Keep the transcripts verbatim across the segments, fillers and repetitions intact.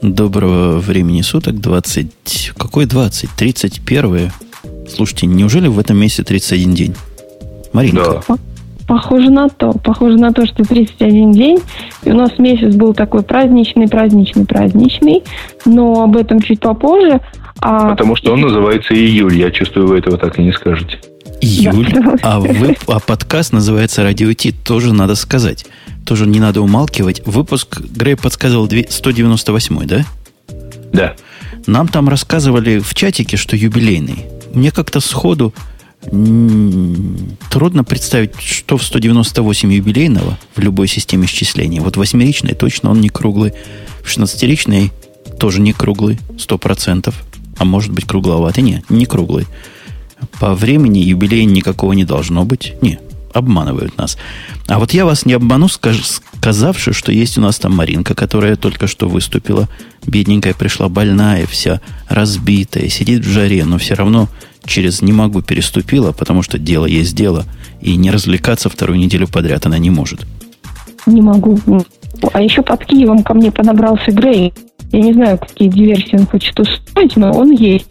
Доброго времени суток, двадцать... Какой двадцать? тридцать первое. Слушайте, неужели в этом месяце тридцать один день? Маринка. Да. Похоже на то. Похоже на то, что тридцать один день. И у нас месяц был такой праздничный, праздничный, праздничный. Но об этом чуть попозже. А... Потому что он называется июль. Я чувствую, вы этого так и не скажете. Июль. Да. А, вы, а подкаст называется «Радио Ти». Тоже надо сказать. Тоже не надо умалкивать. Выпуск, Грей подсказывал, сто девяносто восьмой, да? Да. Нам там рассказывали в чатике, что юбилейный. Мне как-то сходу трудно представить, что в сто девяносто восемь юбилейного в любой системе счисления. Вот восьмеричный точно он не круглый. В шестнадцатиричный тоже не круглый, сто процентов. А может быть кругловатый. Не, не круглый. По времени юбилея никакого не должно быть. Не, обманывают нас. А вот я вас не обману, сказавши, что есть у нас там Маринка, которая только что выступила. Бедненькая пришла, больная вся, разбитая, сидит в жаре, но все равно через «не могу» переступила, потому что дело есть дело, и не развлекаться вторую неделю подряд она не может. Не могу. А еще под Киевом ко мне подобрался Грей. Я не знаю, какие диверсии он хочет устроить, но он есть.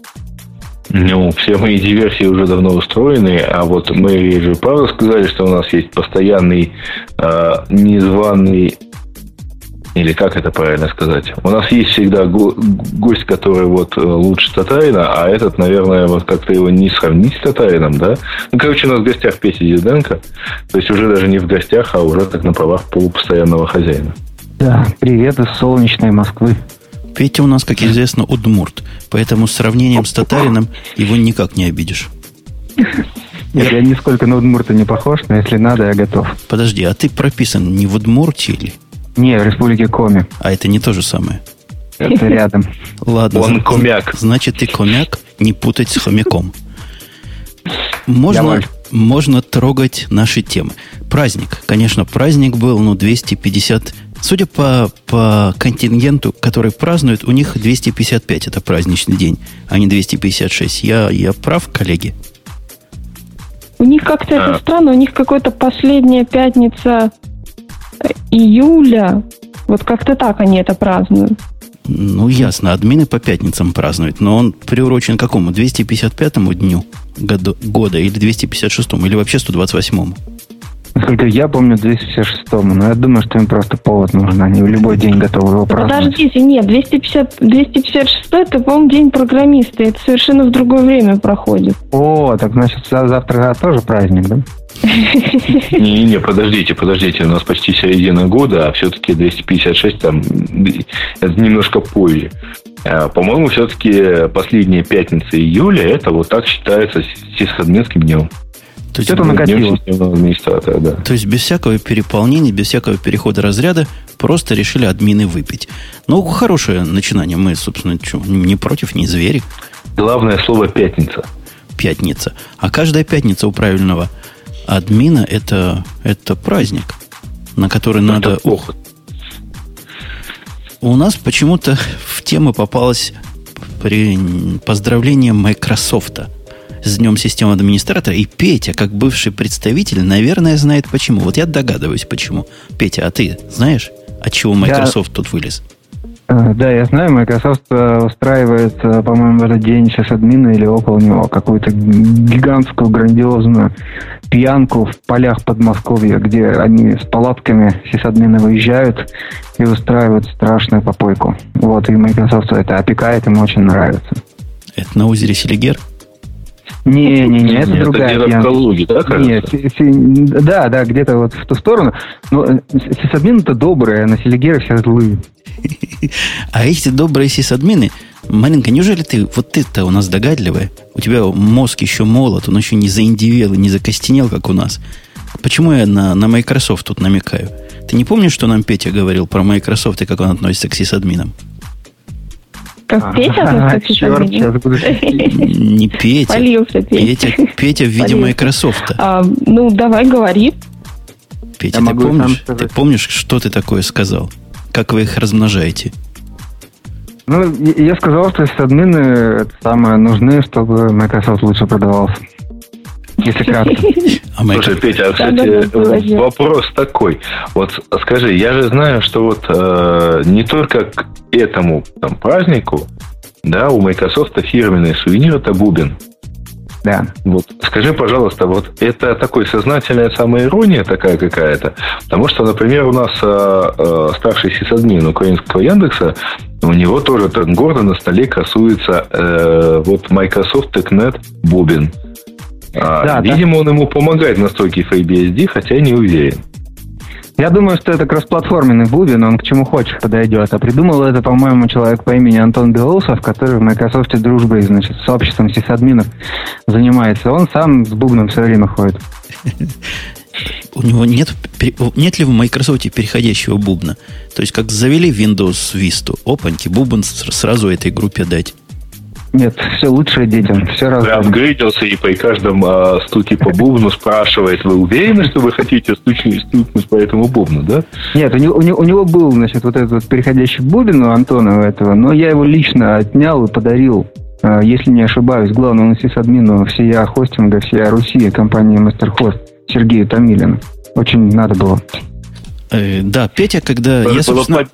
Ну, все мои диверсии уже давно устроены, а вот мы же правда сказали, что у нас есть постоянный э, незваный, или как это правильно сказать, у нас есть всегда го- гость, который вот лучше татарина, а этот, наверное, вот как-то его не сравнить с татарином, да? Ну, короче, у нас в гостях Петя Диденко, то есть уже даже не в гостях, а уже так на правах полупостоянного хозяина. Да, привет из солнечной Москвы. Петя у нас, как известно, удмурт, поэтому с сравнением с татарином его никак не обидишь. Нет, я нисколько на удмурта не похож, но если надо, я готов. Подожди, а ты прописан не в Удмуртии или? Не, в республике Коми. А это не то же самое? Это рядом. Ладно. Он комяк. Значит, ты комяк, не путать с хомяком. Можно, можно трогать наши темы. Праздник. Конечно, праздник был, ну, двести пятьдесят... Судя по, по контингенту, который празднует, у них двести пятьдесят пять это праздничный день, а не двести пятьдесят шесть. Я, я прав, коллеги? У них как-то а. это странно. У них какая-то последняя пятница июля. Вот как-то так они это празднуют. Ну, ясно. Админы по пятницам празднуют. Но он приурочен к какому? двести пятьдесят пятому дню года, года или двести пятьдесят шестому? Или вообще сто двадцать восьмому? Насколько я помню, двести пятьдесят шестому, но я думаю, что им просто повод нужен. Они в любой день готовы его праздновать. Подождите, нет, двести пятьдесят, двести пятьдесят шесть это, по-моему, день программиста. Это совершенно в другое время проходит. О, так значит, завтра тоже праздник, да? Не-не, подождите, подождите. У нас почти середина года, а все-таки двести пятьдесят шесть там это немножко позже. По-моему, все-таки последняя пятница июля, это вот так считается сисадминским днем. То есть, это накатило. Да. То есть без всякого переполнения, без всякого перехода разряда просто решили админы выпить. Ну, хорошее начинание. Мы, собственно, что, не против, не звери. Главное слово «пятница». Пятница. А каждая пятница у правильного админа это, это праздник, на который это надо... Плохо. У нас почему-то в тему попалось при поздравлении Microsoft с Днем системы администратора. И Петя, как бывший представитель, наверное, знает почему. Вот я догадываюсь, почему. Петя, а ты знаешь, от чего Microsoft я... тут вылез? Да, я знаю, Microsoft устраивает, по-моему, в этот день сисадмина или около него какую-то гигантскую, грандиозную пьянку в полях Подмосковья, где они с палатками сисадмины выезжают и устраивают страшную попойку. Вот, и Microsoft это опекает, им очень нравится. Это на озере Селигер? Не-не-не, это, это другая где-то в Калуге, да, кажется? Нет, си, си, да, да, где-то вот в ту сторону. Но сисадмины-то добрые, а на Селигеры все злые. А эти добрые сисадмины, Маринка, неужели ты, вот ты-то у нас догадливая, у тебя мозг еще молод, он еще не заиндивел и не закостенел, как у нас. Почему я на, на Microsoft тут намекаю? Ты не помнишь, что нам Петя говорил про Microsoft и как он относится к сисадминам? Как Петя относится к сисадминам? Не Петя. Полился Петя. Петя, Петя в виде Microsoft. А, ну, давай, говори. Петя, ты помнишь, ты помнишь, что ты такое сказал? Как вы их размножаете? Ну, я сказал, что сисадмины это самое нужны, чтобы Microsoft лучше продавался. Если кратко. А Слушай, Петя, а, кстати, вопрос такой. Вот скажи, я же знаю, что вот э, не только этому там, празднику, да, у Microsoft фирменный сувенир – это бубен. Да. Вот. Скажи, пожалуйста, вот это такой сознательная самоирония такая какая-то? Потому что, например, у нас э, э, старший сисадмин украинского Яндекса, у него тоже так гордо на столе красуется э, вот Microsoft TechNet бубен. А, да, видимо, да. Он ему помогает в настройке FreeBSD, хотя не уверен. Я думаю, что это кроссплатформенный бубен, он к чему хочешь подойдет. А придумал это, по-моему, человек по имени Антон Белоусов, который в Microsoft дружбой, значит, с сообществом сисадминов занимается. Он сам с бубном все время ходит. У него нет, нет ли в Microsoft переходящего бубна? То есть, как завели Windows Vista, опаньки, бубен сразу этой группе дать. Нет, все лучше детям. Все разное. Апгрейдился и при каждом а, стуке по бубну спрашивает, вы уверены, что вы хотите стучнуть, стукнуть по этому бубну, да? Нет, у него, у него, у него был, значит, вот этот вот переходящий бубен у Антона у этого, но я его лично отнял и подарил, а, если не ошибаюсь, главному сисадмину всея хостинга, всея Руси, компании MasterHost Сергею Томилину. Очень надо было. Э, да, Петя, когда... Я, собственно...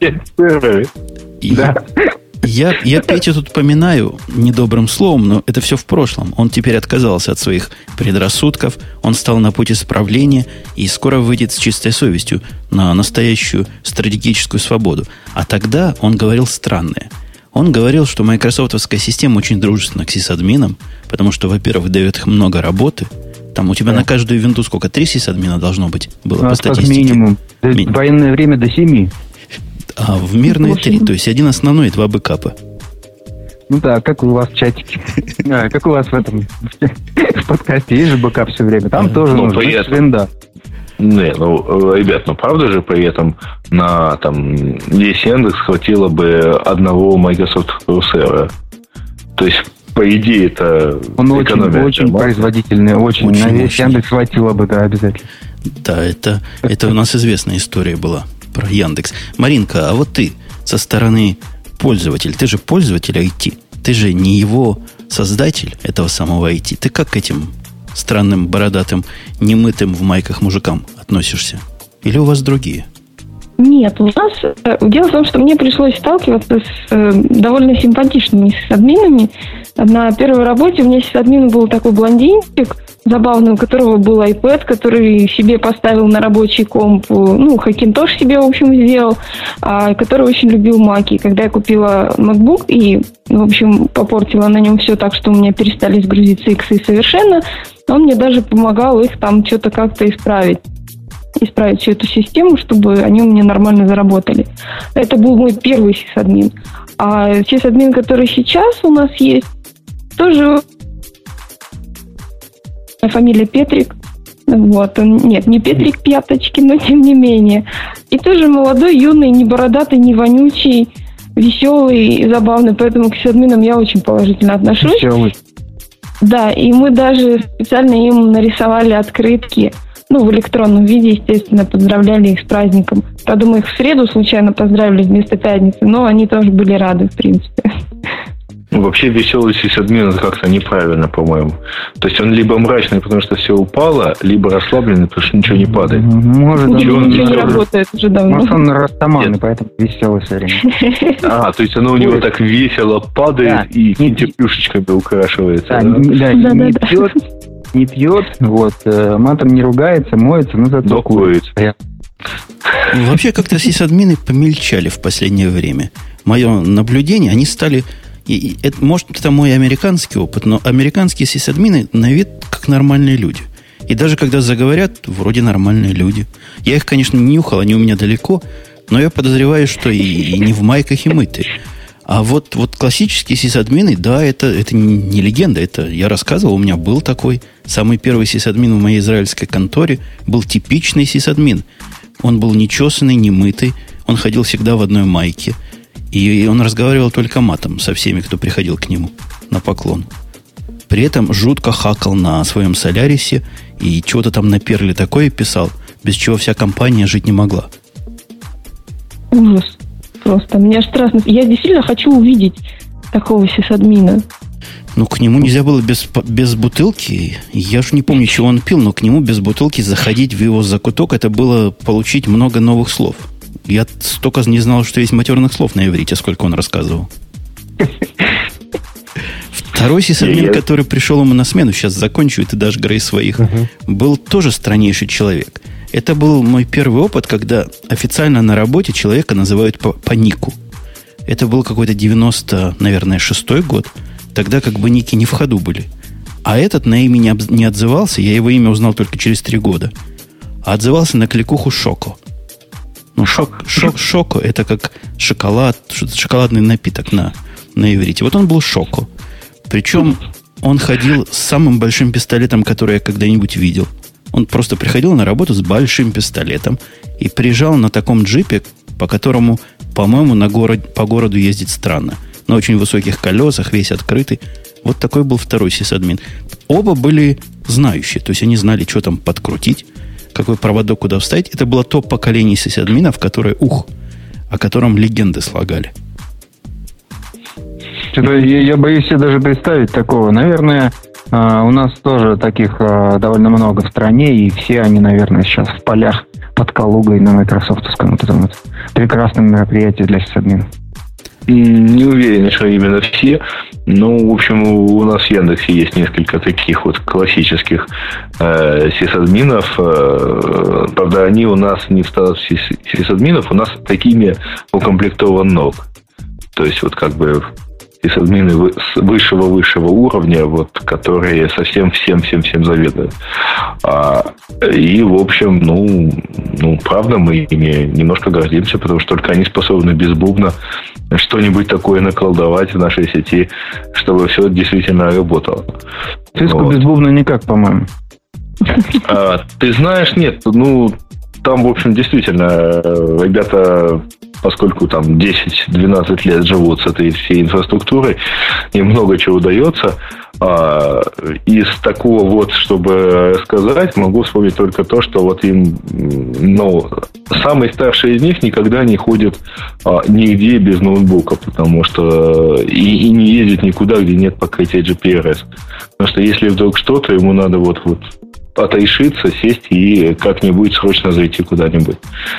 Да. Я, я Петю тут поминаю недобрым словом, но это все в прошлом. Он теперь отказался от своих предрассудков, он стал на путь исправления и скоро выйдет с чистой совестью на настоящую стратегическую свободу. А тогда он говорил странное. Он говорил, что майкрософтовская система очень дружественна к сисадминам, потому что, во-первых, дает их много работы. Там у тебя да. на каждую винду сколько? Три сисадмина должно быть? Было по статистике. Минимум. В военное время до семи. А в мирные три, то есть один основной и два бэкапа. Ну да, как у вас в чатике. А, как у вас в этом в подкасте есть же бэкап все время. Там тоже нужно винда. Не, ну, ребят, ну правда же при этом на там весь Яндекс хватило бы одного Microsoft сервера. То есть, по идее, это он экономия. Очень, очень производительный, очень. очень на весь Яндекс хватило бы, да, обязательно. Да, это, это у нас известная история была про Яндекс. Маринка, а вот ты со стороны пользователя, ты же пользователь ай ти, ты же не его создатель этого самого ай ти. Ты как к этим странным, бородатым, немытым в майках мужикам относишься? Или у вас другие? Нет, у нас... Дело в том, что мне пришлось сталкиваться с э, довольно симпатичными сисадминами. На первой работе у меня сисадмин был такой блондинчик, забавный, у которого был iPad, который себе поставил на рабочий комп. Ну, Хакинтош себе, в общем, сделал, а, который очень любил маки. Когда я купила MacBook и, в общем, попортила на нем все так, что у меня перестали сгрузиться иксы совершенно, он мне даже помогал их там что-то как-то исправить. исправить всю эту систему, чтобы они у меня нормально заработали. Это был мой первый сисадмин. А сисадмин, который сейчас у нас есть, тоже фамилия Петрик. Вот. Он, нет, не Петрик Пяточки, но тем не менее. И тоже молодой, юный, не бородатый, не вонючий, веселый и забавный. Поэтому к сисадминам я очень положительно отношусь. Веселый. Да, и мы даже специально им нарисовали открытки. Ну, в электронном виде, естественно, поздравляли их с праздником. Правда, мы их в среду случайно поздравили вместо пятницы, но они тоже были рады, в принципе. Ну, вообще веселый сисадмин это как-то неправильно, по-моему. То есть он либо мрачный, потому что все упало, либо расслабленный, потому что ничего не падает. Может, ничего он не работает уже давно. Может, он растаманный, поэтому веселый все время. А, то есть оно у него так весело падает и какими-то плюшечками украшивается. Да, не пьет, не пьет, вот, матом не ругается, моется, но зато курит. Вообще как-то сисадмины помельчали в последнее время. Мое наблюдение, они стали... И это, может, это мой американский опыт, но американские сисадмины на вид как нормальные люди. И даже когда заговорят, вроде нормальные люди. Я их, конечно, не нюхал, они у меня далеко, но я подозреваю, что и, и не в майках и мытые. А вот, вот классические сисадмины, да, это, это не легенда, это я рассказывал, у меня был такой. Самый первый сисадмин в моей израильской конторе был типичный сисадмин. Он был нечесанный, немытый, он ходил всегда в одной майке. И он разговаривал только матом со всеми, кто приходил к нему на поклон. При этом жутко хакал на своем Солярисе и чего-то там на перле такое писал, без чего вся компания жить не могла. Ужас. Просто. Мне аж страшно. Я действительно хочу увидеть такого сисадмина. Ну, к нему нельзя было без, без бутылки. Я же не помню, чего он пил, но к нему без бутылки заходить в его закуток, это было получить много новых слов. Я столько не знал, что есть матерных слов на иврите, сколько он рассказывал. Второй сисадмин, который пришел ему на смену, сейчас закончу, и ты дашь Грей своих, был тоже страннейший человек. Это был мой первый опыт, когда официально на работе человека называют по, по нику. Это был какой-то девяносто, наверное, шестой год. Тогда как бы ники не в ходу были. А этот на имя не, об, не отзывался. Я его имя узнал только через три года. А отзывался на кликуху Шоко. Ну, шок, шок, Шоко – это как шоколад, шоколадный напиток на, на иврите. Вот он был Шоко. Причем он ходил с самым большим пистолетом, который я когда-нибудь видел. Он просто приходил на работу с большим пистолетом и приезжал на таком джипе, по которому, по-моему, на город, по городу ездить странно. На очень высоких колесах, весь открытый. Вот такой был второй сисадмин. Оба были знающие, то есть они знали, что там подкрутить, какой проводок куда вставить. Это было то поколение сисадминов, которое, ух, о котором легенды слагали. Что-то я, я боюсь себе даже представить такого. Наверное, Uh, у нас тоже таких uh, довольно много в стране, и все они, наверное, сейчас в полях под Калугой на майкрософтовском вот этом вот прекрасном мероприятии для сисадминов. Не уверен, что именно все. Ну, в общем, у нас в Яндексе есть несколько таких вот классических э, сисадминов. Э, правда, они у нас не в статусе сисадминов, у нас такими укомплектован ног. То есть, вот как бы сисадмины высшего-высшего уровня, вот, которые совсем всем-всем-всем заведуют. А, и, в общем, ну, ну, правда, мы ими немножко гордимся, потому что только они способны без бубна что-нибудь такое наколдовать в нашей сети, чтобы все действительно работало. Cisco вот. Без бубна никак, по-моему. А, ты знаешь, нет, ну, там, в общем, действительно, ребята, поскольку там десять-двенадцать лет живут с этой всей инфраструктурой, им много чего удается. А, из такого вот, чтобы сказать, могу вспомнить только то, что вот им, ну, самый старший из них никогда не ходит а, нигде без ноутбука, потому что и, и не ездит никуда, где нет покрытия джи пи ар эс. Потому что если вдруг что-то, ему надо вот, вот отрешиться, сесть и как-нибудь срочно зайти куда-нибудь.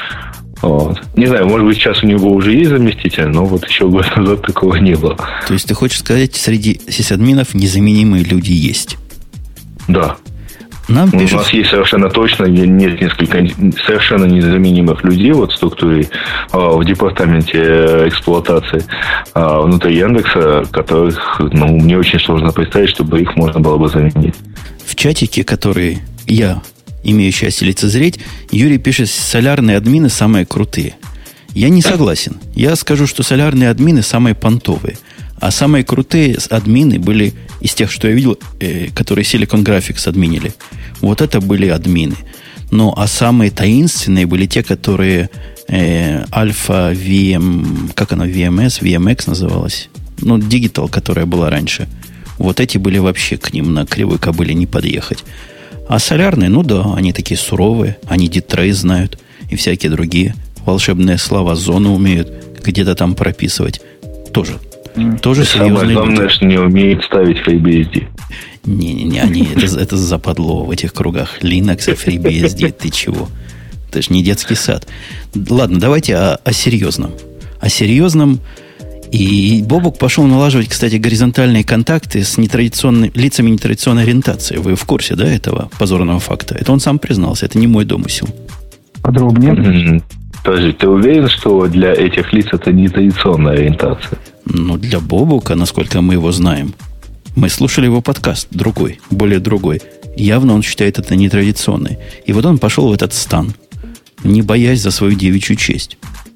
Вот. Не знаю, может быть, сейчас у него уже есть заместитель, но вот еще год назад такого не было. То есть ты хочешь сказать, среди сисадминов незаменимые люди есть? Да. Нам пишут... У нас есть совершенно точно, нет несколько совершенно незаменимых людей вот в структуре, в департаменте эксплуатации внутри Яндекса, которых, ну, мне очень сложно представить, чтобы их можно было бы заменить. В чатике, который я имею счастье лицезреть, Юрий пишет, солярные админы самые крутые. Я не согласен. Я скажу, что солярные админы самые понтовые. А самые крутые админы были из тех, что я видел, э, которые Silicon Graphics админили. Вот это были админы. Ну, а самые таинственные были те, которые э, Альфа ви эм, как она, ви эм эс, ви эм экс называлась. Ну, Digital, которая была раньше. Вот эти были вообще к ним на кривой кобыле не подъехать. А солярные, ну да, они такие суровые, они дитрей знают и всякие другие волшебные слова, зоны умеют где-то там прописывать. Тоже, mm. тоже серьезные люди. Самое главное, что не умеют ставить FreeBSD. Не-не-не, они, это, это западло в этих кругах. Linux и FreeBSD, ты чего? Это же не детский сад. Ладно, давайте о, о серьезном. О серьезном. И Бобук пошел налаживать, кстати, горизонтальные контакты с нетрадиционными, лицами нетрадиционной ориентации. Вы в курсе, да, этого позорного факта? Это он сам признался, это не мой домысел. Подробнее. Mm-hmm. Подожди, ты уверен, что для этих лиц это нетрадиционная ориентация? Ну, для Бобука, насколько мы его знаем. Мы слушали его подкаст, другой, более другой. Явно он считает это нетрадиционной. И вот он пошел в этот стан, не боясь за свою девичью честь.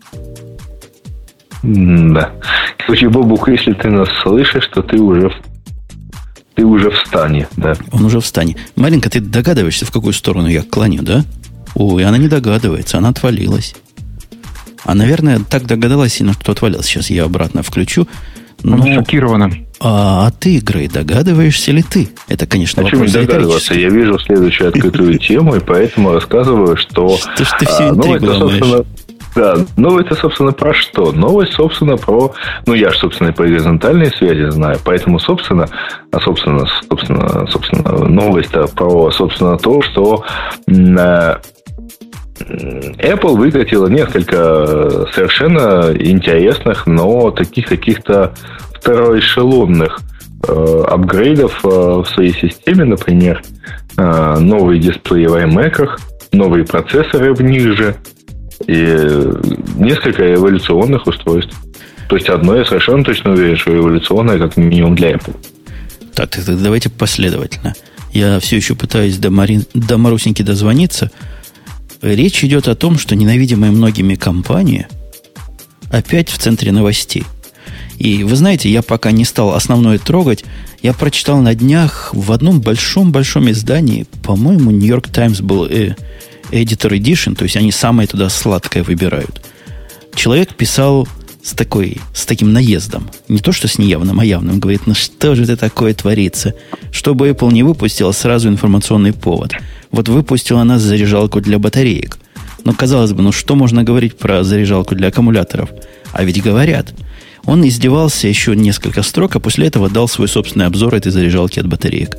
Да. Короче, Бобук, если ты нас слышишь, то ты уже в, ты уже в стане, да. Он уже в стане. Маленько, ты догадываешься, в какую сторону я клоню, да? Ой, она не догадывается, она отвалилась. А, наверное, так догадалась сильно, что отвалилась. Сейчас я обратно включу. Но... Он шокирована. А, а ты, Грей, догадываешься ли ты? Это, конечно, а вопрос риторический. Я вижу следующую открытую тему, и поэтому рассказываю, что... Что ж ты все интригу ломаешь? Да, новость-то, собственно, про что? Новость, собственно, про... Ну, я же, собственно, по горизонтальной связи знаю, поэтому, собственно, а, собственно, собственно, собственно, новость-то про, собственно, то, что э, Apple выкатила несколько совершенно интересных, но таких каких-то второэшелонных э, апгрейдов э, в своей системе. Например, э, новые дисплеи в iMac, новые процессоры в них же и несколько эволюционных устройств. То есть одно я совершенно точно уверен, что эволюционное как минимум для Apple. Так, так, так давайте последовательно. Я все еще пытаюсь до, Мари... до Марусеньки дозвониться. Речь идет о том, что ненавидимая многими компания опять в центре новостей. И вы знаете, я пока не стал основное трогать, я прочитал на днях в одном большом-большом издании, по-моему, New York Times был э, Editor Edition, то есть они самое туда сладкое выбирают. Человек писал с, такой, с таким наездом, не то что с неявным, а явным, говорит, ну что же это такое творится, чтобы Apple не выпустила сразу информационный повод. Вот выпустила она заряжалку для батареек. Но, казалось бы, ну что можно говорить про заряжалку для аккумуляторов? А ведь говорят. Он издевался еще несколько строк, а после этого дал свой собственный обзор этой заряжалки от батареек.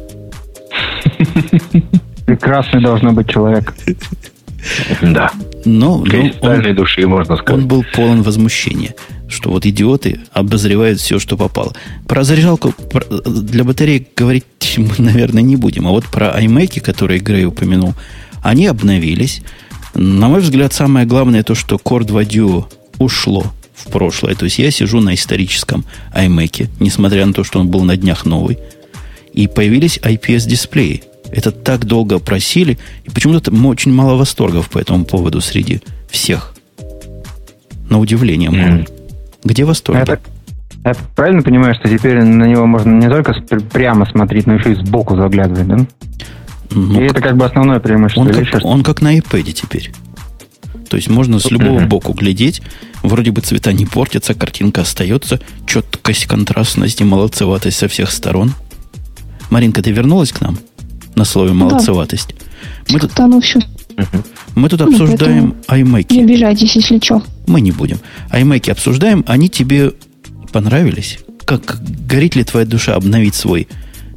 Прекрасный должно быть человек. Да. Но, но он, души, можно сказать. Он был полон возмущения, что вот идиоты обозревают все, что попало. Про заряжалку для батареек говорить мы, наверное, не будем. А вот про iMac, которые Грей упомянул, они обновились. На мой взгляд, самое главное то, что Core два Duo ушло в прошлое. То есть я сижу на историческом iMac, несмотря на то, что он был на днях новый. И появились ай пи эс-дисплеи. Это так долго просили. И почему-то очень мало восторгов по этому поводу среди всех. На удивление мало. Mm. Где восторг? Я, я правильно понимаю, что теперь на него можно не только прямо смотреть, но еще и сбоку заглядывать, да? Ну, и это как бы основное преимущество. Он как, он как на iPad теперь. То есть можно с любого uh-huh. боку глядеть. Вроде бы цвета не портятся, картинка остается. Четкость, контрастность и молодцеватость со всех сторон. Маринка, ты вернулась к нам? На слове молодцеватость. Да. Мы тут, оно все. Мы тут обсуждаем ну, iMac. Не обижайтесь, если что. Мы не будем. iMac обсуждаем. Они тебе понравились? Как горит ли твоя душа обновить свой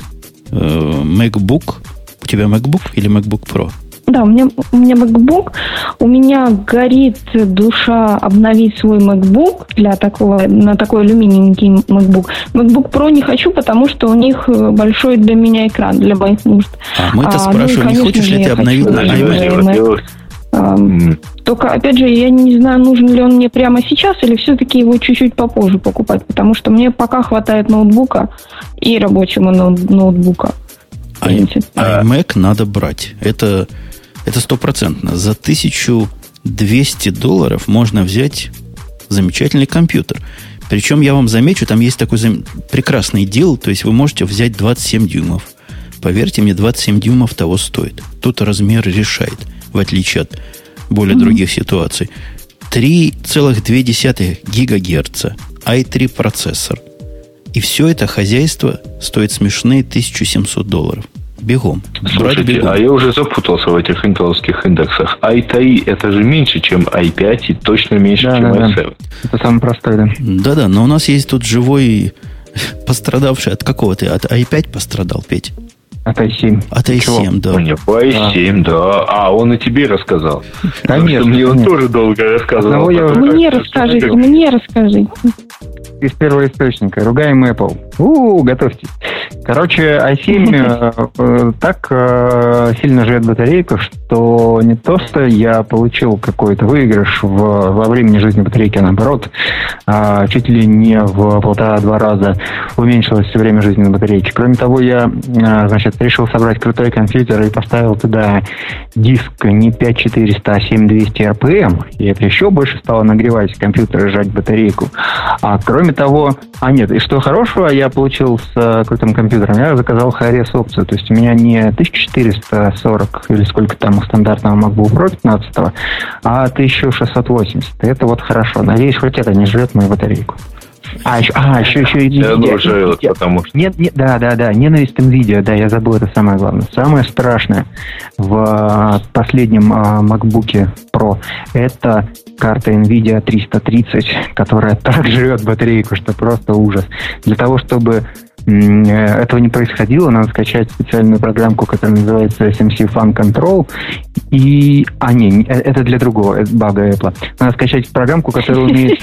э, MacBook? У тебя MacBook или MacBook Pro? Да, у меня, у меня MacBook. У меня горит душа обновить свой MacBook для такого, на такой алюминиевый MacBook. MacBook Pro не хочу, потому что у них большой для меня экран, для моих нужд. А мы-то а, спрашиваем, ну, и, не хочешь ли ты обновить на iMac? А, mm. Только, опять же, я не знаю, нужен ли он мне прямо сейчас, или все-таки его чуть-чуть попозже покупать, потому что мне пока хватает ноутбука и рабочего ноутбука. А iMac надо брать. Это... Это стопроцентно. За тысячу двести долларов можно взять замечательный компьютер. Причем я вам замечу, там есть такой зам... прекрасный дел, то есть вы можете взять двадцать семь дюймов. Поверьте мне, двадцать семь дюймов того стоит. Тут размер решает, в отличие от более mm-hmm. других ситуаций. три целых две десятых гигагерца, ай три процессор. И все это хозяйство стоит смешные тысяча семьсот долларов. Бегом. Слушайте, бегом. А я уже запутался в этих интеловских индексах. ай три это же меньше, чем ай пять и точно меньше, да, чем да, ай семь. Да. Это самый простой, да. Да-да, но у нас есть тут живой пострадавший от какого ты? От ай пять пострадал, Петь? От ай семь. От ай семь, да. Нет, по ай семь, да. да. А, он и тебе рассказал. Конечно. Мне он тоже долго рассказывал. Мне расскажите, мне расскажите. Из первого источника. Ругаем Apple. У-у-у, готовьтесь. Короче, ай семь э, так э, сильно жрет батарейку, что не то, что я получил какой-то выигрыш в, во времени жизни батарейки, а наоборот, э, чуть ли не в полтора-два раза уменьшилось время жизни батарейки. Кроме того, я э, значит, решил собрать крутой компьютер и поставил туда диск не пять четыреста, а семь двести эр пи эм, и это еще больше стало нагревать компьютер и жать батарейку. А кроме того, а нет, и что хорошего я получил с э, крутым компьютером, я заказал Hi-Res опцию, то есть у меня не тысяча четыреста сорок или сколько там у стандартного MacBook Pro пятнадцатого, а тысяча шестьсот восемьдесят. Это вот хорошо. Надеюсь, хоть это не жрет мою батарейку. А, еще, а, еще, еще и NVIDIA. Потому что... Нет, нет, да, да, да, ненависть NVIDIA, да, я забыл, это самое главное. Самое страшное в последнем а, MacBook Pro это карта NVIDIA триста тридцать, которая так жрет батарейку, что просто ужас. Для того, чтобы этого не происходило. Надо скачать специальную программку, которая называется эс эм си Fan Control. И... А, не, это для другого, это бага Apple. Надо скачать программку, которая умеет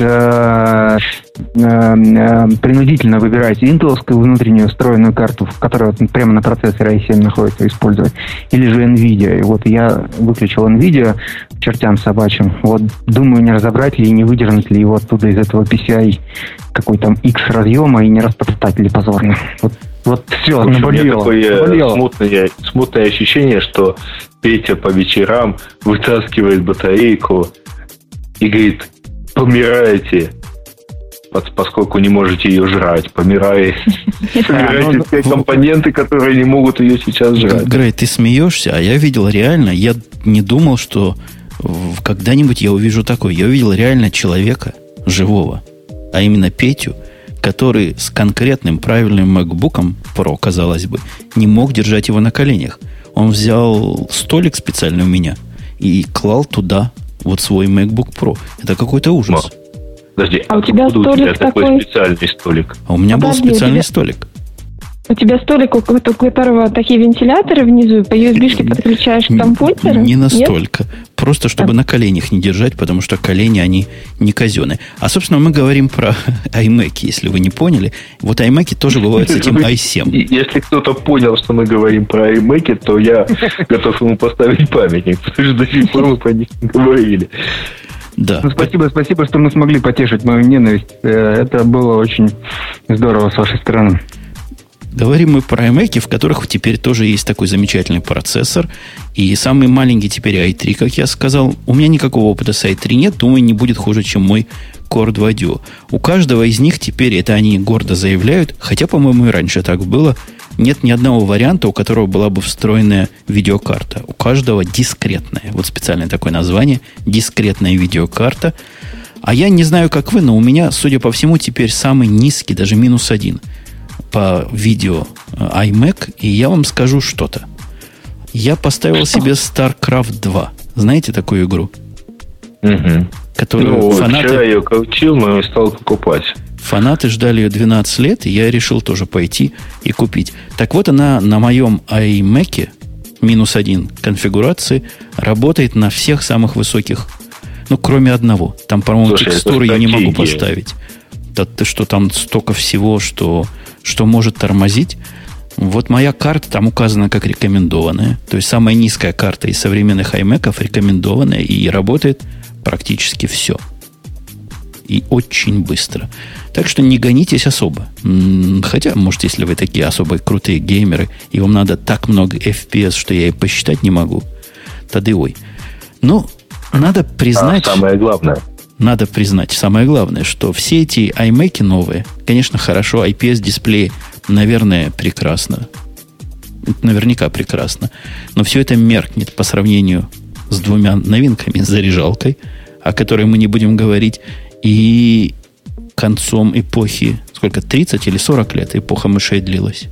э, э, э, принудительно выбирать интеловскую внутреннюю встроенную карту, которая вот прямо на процессоре ай семь находится, использовать. Или же NVIDIA. И вот я выключил NVIDIA к чертям собачьим. Вот думаю, не разобрать ли и не выдернуть ли его оттуда из этого пи си ай какой там X разъема и не растоптать ли позорно. Вот, вот все, в общем, наболело. У меня такое наболело. Смутное, смутное ощущение, что Петя по вечерам вытаскивает батарейку и говорит: помирайте, поскольку не можете ее жрать. Помирайте. Собирайте все компоненты, которые не могут ее сейчас жрать. Грей, ты смеешься, а я видел реально, я не думал, что когда-нибудь я увижу такое. Я увидел реально человека живого, а именно Петю, который с конкретным правильным MacBook Pro, казалось бы, не мог держать его на коленях. Он взял столик специальный у меня и клал туда вот свой MacBook Pro. Это какой-то ужас. Подожди, а у тебя откуда столик у тебя такой, такой специальный столик? А у меня Подожди, был специальный у тебя... столик. У тебя столик, у которого такие вентиляторы внизу, по ю эс би-шке подключаешь к компьютеру? Не настолько. Нет? Просто чтобы а. на коленях не держать, потому что колени, они не казенные. А, собственно, мы говорим про iMac, если вы не поняли. Вот iMac тоже бывают с этим ай семь. Если кто-то понял, что мы говорим про iMac, то я готов ему поставить памятник, потому что до сих пор мы про них не говорили. Да. Ну, спасибо, спасибо, что мы смогли потешить мою ненависть. Это было очень здорово с вашей стороны. Говорим мы про iMac, в которых теперь тоже есть такой замечательный процессор. И самый маленький теперь ай три, как я сказал. У меня никакого опыта с ай три нет. Думаю, не будет хуже, чем мой Core два Duo. У каждого из них теперь, это они гордо заявляют, хотя, по-моему, и раньше так было, нет ни одного варианта, у которого была бы встроенная видеокарта. У каждого дискретная. Вот специальное такое название. Дискретная видеокарта. А я не знаю, как вы, но у меня, судя по всему, теперь самый низкий, даже минус один по видео iMac, и я вам скажу что-то. Я поставил себе StarCraft два. Знаете такую игру? Угу. Которую ну, фанаты... вчера я ее качил, но не стал покупать. Фанаты ждали ее двенадцать лет, и я решил тоже пойти и купить. Так вот, она на моем iMac минус один конфигурации работает на всех самых высоких, ну, кроме одного. Там, по-моему, Слушай, текстуры я не могу поставить. Да ты что, там столько всего, что... что может тормозить. Вот моя карта там указана как рекомендованная. То есть самая низкая карта из современных iMac'ов рекомендованная, и работает практически все. И очень быстро. Так что не гонитесь особо. Хотя, может, если вы такие особо крутые геймеры, и вам надо так много эф пи эс, что я и посчитать не могу, тады ой. Но надо признать... А самое главное... Надо признать, самое главное, что все эти iMac новые, конечно, хорошо, ай пи эс-дисплей, наверное, прекрасно. Наверняка прекрасно. Но все это меркнет по сравнению с двумя новинками, с заряжалкой, о которой мы не будем говорить, и концом эпохи, сколько, тридцать или сорок лет эпоха мышей длилась?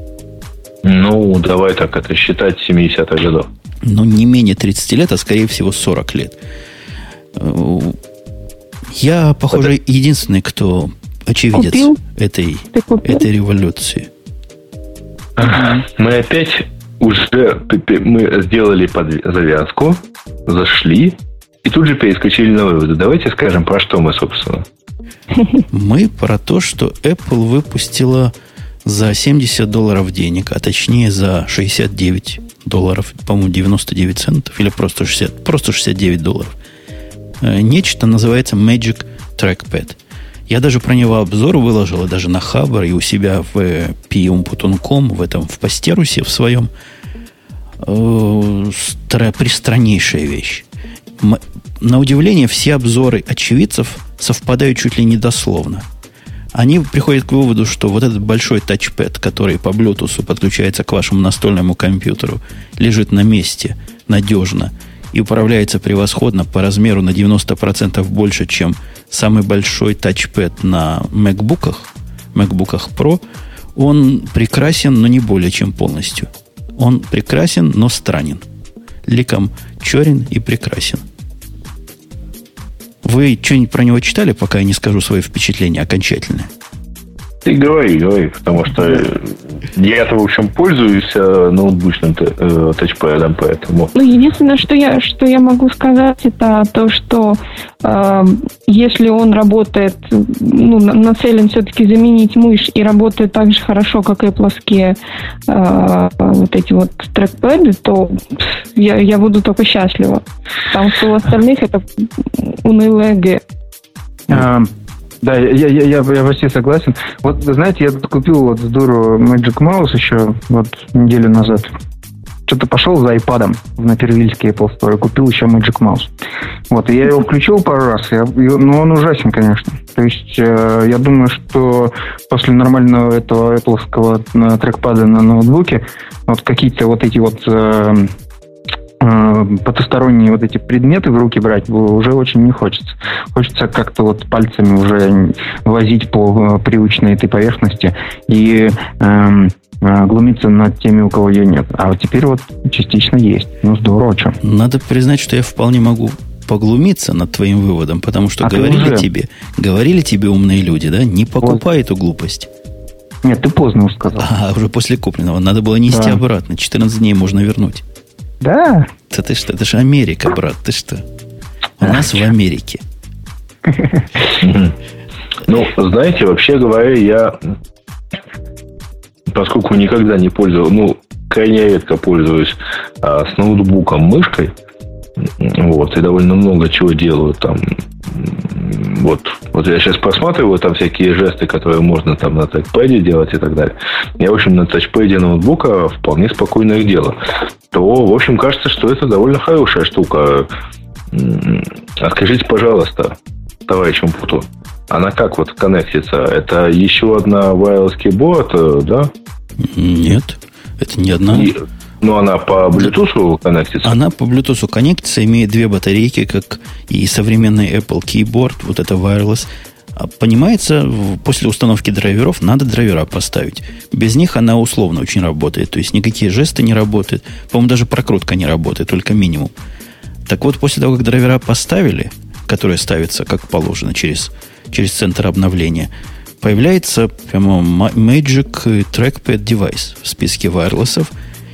Ну, давай так это считать, семидесятых годов. Ну, не менее тридцати лет, а скорее всего сорок лет. Я, похоже, это... единственный, кто очевидец Купил? этой, этой революции. Мы опять уже мы сделали завязку, зашли и тут же перескочили на выводы. Давайте скажем, про что мы, собственно. Мы про то, что Apple выпустила за семьдесят долларов денег, а точнее за шестьдесят девять долларов, по-моему, девяносто девять центов, или просто шестьдесят, просто шестьдесят девять долларов. Нечто называется Magic Trackpad. Я даже про него обзор выложил, даже на Хабр, и у себя в пи ум пут точка ком, в этом, в постерусе в своем. Пристраннейшая вещь. На удивление, все обзоры очевидцев совпадают чуть ли не дословно. Они приходят к выводу, что вот этот большой тачпэд, который по Bluetooth подключается к вашему настольному компьютеру, лежит на месте надежно и управляется превосходно по размеру на девяносто процентов больше, чем самый большой тачпэд на MacBook'ах, MacBook'ах Pro, он прекрасен, но не более чем полностью. Он прекрасен, но странен. Ликом черен и прекрасен. Вы что-нибудь про него читали, пока я не скажу свои впечатления окончательные? Ты говори, говори, потому что я-то, в общем, пользуюсь ноутбучным тачпэдом, поэтому... Ну, единственное, что я, что я могу сказать, это то, что э, если он работает, ну, нацелен все-таки заменить мышь и работает так же хорошо, как и Apple-овские э, вот эти вот трекпэды, то я, я буду только счастлива. Потому что у остальных это унылое Г. Да, я, я, я, я почти согласен. Вот, знаете, я купил вот с дуру Magic Mouse еще вот неделю назад. Что-то пошел за iPad'ом на первильский Apple Store и купил еще Magic Mouse. Вот, и я его включил пару раз, я, ну, он ужасен, конечно. То есть, э, я думаю, что после нормального этого Apple-овского трекпада на ноутбуке вот какие-то вот эти вот... Э, потусторонние вот эти предметы в руки брать уже очень не хочется. Хочется как-то вот пальцами уже возить по привычной этой поверхности и эм, глумиться над теми, у кого ее нет. А вот теперь вот частично есть. Ну, здорово, что. Надо признать, что я вполне могу поглумиться над твоим выводом, потому что а говорили тебе, говорили тебе умные люди, да, не покупай вот эту глупость. Нет, ты поздно уже сказал. А, уже после купленного. Надо было нести да. обратно. четырнадцать дней можно вернуть. Да. Это ты что? Это же Америка, брат. Ты что? У нас в Америке. Ну, знаете, вообще говоря, я, поскольку никогда не пользовался, ну, крайне редко пользуюсь а, с ноутбуком мышкой, вот, и довольно много чего делаю там. Вот, вот я сейчас просматриваю там всякие жесты, которые можно там на тачпэде делать и так далее. Я, в общем, на тачпэде ноутбука вполне спокойно их делаю. То, в общем, кажется, что это довольно хорошая штука. А скажите, пожалуйста, товарищ Умпутун, она как вот коннектится? Это еще одна wireless keyboard, да? Нет, это не одна. И, ну, она по Bluetooth коннектится? Она по Bluetooth коннектится, имеет две батарейки, как и современный Apple Keyboard, вот это wireless. А понимается, после установки драйверов надо драйвера поставить. Без них она условно очень работает. То есть никакие жесты не работают. По-моему, даже прокрутка не работает, только минимум. Так вот, после того, как драйвера поставили, которые ставятся как положено через, через центр обновления, появляется прямо Magic Trackpad Device в списке wireless'ов.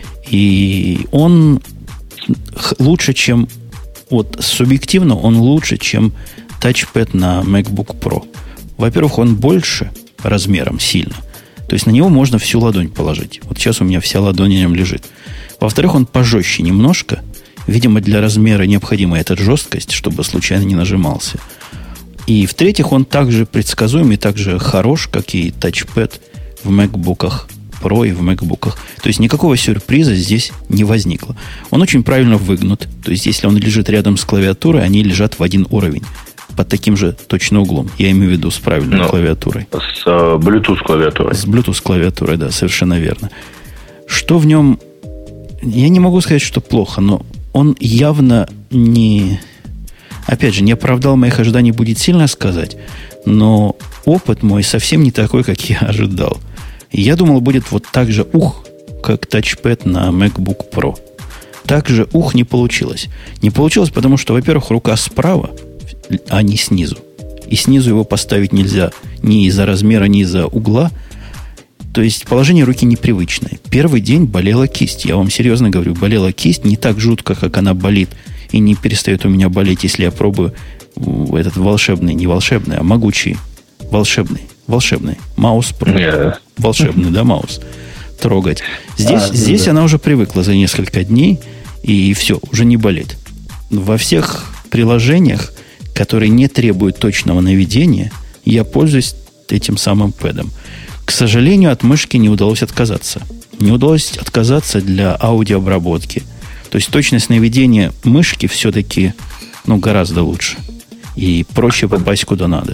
И он лучше, чем... Вот субъективно он лучше, чем тачпэд на MacBook Pro. Во-первых, он больше размером сильно. То есть на него можно всю ладонь положить. Вот сейчас у меня вся ладонь на нем лежит. Во-вторых, он пожестче немножко. Видимо, для размера необходима эта жесткость, чтобы случайно не нажимался. И в-третьих, он также предсказуем и также хорош, как и тачпэд в MacBook'ах Pro и в MacBook'ах. То есть никакого сюрприза здесь не возникло. Он очень правильно выгнут. То есть если он лежит рядом с клавиатурой, они лежат в один уровень. Под таким же точно углом. Я имею в виду с правильной Но клавиатурой. С uh, Bluetooth клавиатурой. С Bluetooth клавиатурой, да, совершенно верно. Что в нем... Я не могу сказать, что плохо, но он явно не... Опять же, не оправдал моих ожиданий, будет сильно сказать, но опыт мой совсем не такой, как я ожидал. Я думал, будет вот так же ух, как тачпэд на MacBook Pro. Так же ух не получилось. Не получилось, потому что, во-первых, рука справа, а не снизу. И снизу его поставить нельзя ни из-за размера, ни из-за угла. То есть положение руки непривычное. Первый день болела кисть. Я вам серьезно говорю, болела кисть не так жутко, как она болит. И не перестает у меня болеть, если я пробую этот волшебный, не волшебный, а могучий, волшебный, волшебный маус. Yeah. Волшебный, да, маус. Трогать. Здесь, а, здесь да. Она уже привыкла за несколько дней, и все, уже не болит. Во всех приложениях, которые не требуют точного наведения, я пользуюсь этим самым пэдом. К сожалению, от мышки не удалось отказаться. Не удалось отказаться для аудиообработки. То есть точность наведения мышки все-таки ну, гораздо лучше. И проще попасть куда надо.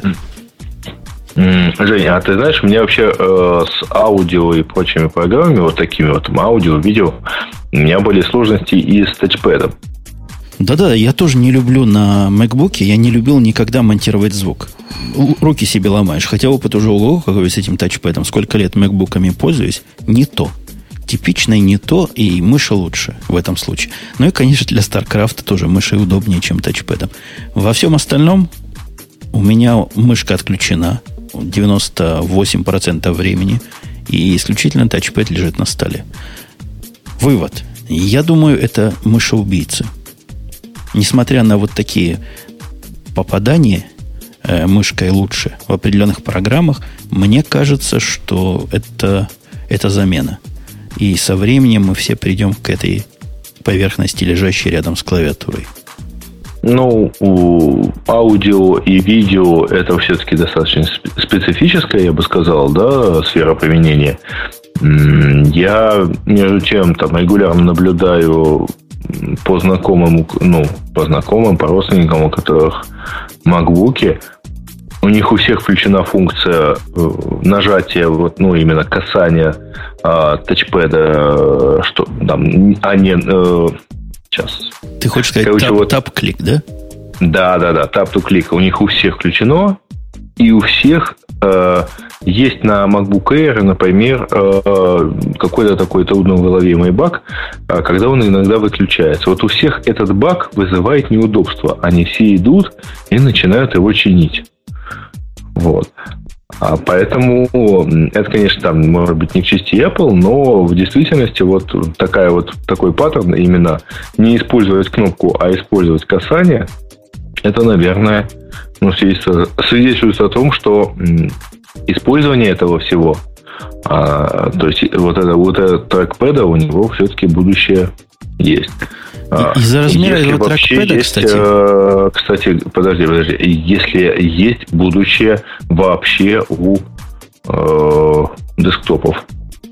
Женя, а ты знаешь, у меня вообще э, с аудио и прочими программами, вот такими вот аудио, видео, у меня были сложности и с тачпэдом. Да-да, я тоже не люблю на MacBook, я не любил никогда монтировать звук. Руки себе ломаешь. Хотя опыт уже ого, какой с этим тачпэдом. Сколько лет MacBook'ами пользуюсь, не то. Типичное не то, и мыши лучше в этом случае. Ну и, конечно, для StarCraft тоже мыши удобнее, чем тачпэдом. Во всем остальном у меня мышка отключена. девяносто восемь процентов времени, и исключительно тачпэд лежит на столе. Вывод. Я думаю, это мышеубийцы. Несмотря на вот такие попадания э, мышкой лучше в определенных программах, мне кажется, что это, это замена. И со временем мы все придем к этой поверхности, лежащей рядом с клавиатурой. Ну, у аудио и видео это все-таки достаточно специфическая, я бы сказал, да, сфера применения. Я, между тем, там регулярно наблюдаю по знакомым, ну, по знакомым, по родственникам, у которых макбуки, у них у всех включена функция нажатия, вот, ну, именно касания а, тачпэда, что там, а не э, сейчас. Ты хочешь сказать Короче, тап, вот, тап-клик, да? Да, да, да, тап-ту-клик. У них у всех включено, и у всех э, есть на MacBook Air, например, э, какой-то такой трудноуловимый баг, э, когда он иногда выключается. Вот у всех этот баг вызывает неудобство. Они все идут и начинают его чинить. Вот. А поэтому это, конечно, там, может быть, не в чести Apple, но в действительности вот, такая вот такой паттерн, именно не использовать кнопку, а использовать касание, это, наверное, ну, свидетельствует о том, что использование этого всего, а, то есть вот это, вот это трекпэда, у него все-таки будущее есть. Из-за размера этого трекпэда, есть, кстати. Э, кстати, подожди, подожди. Если есть будущее вообще у э, десктопов.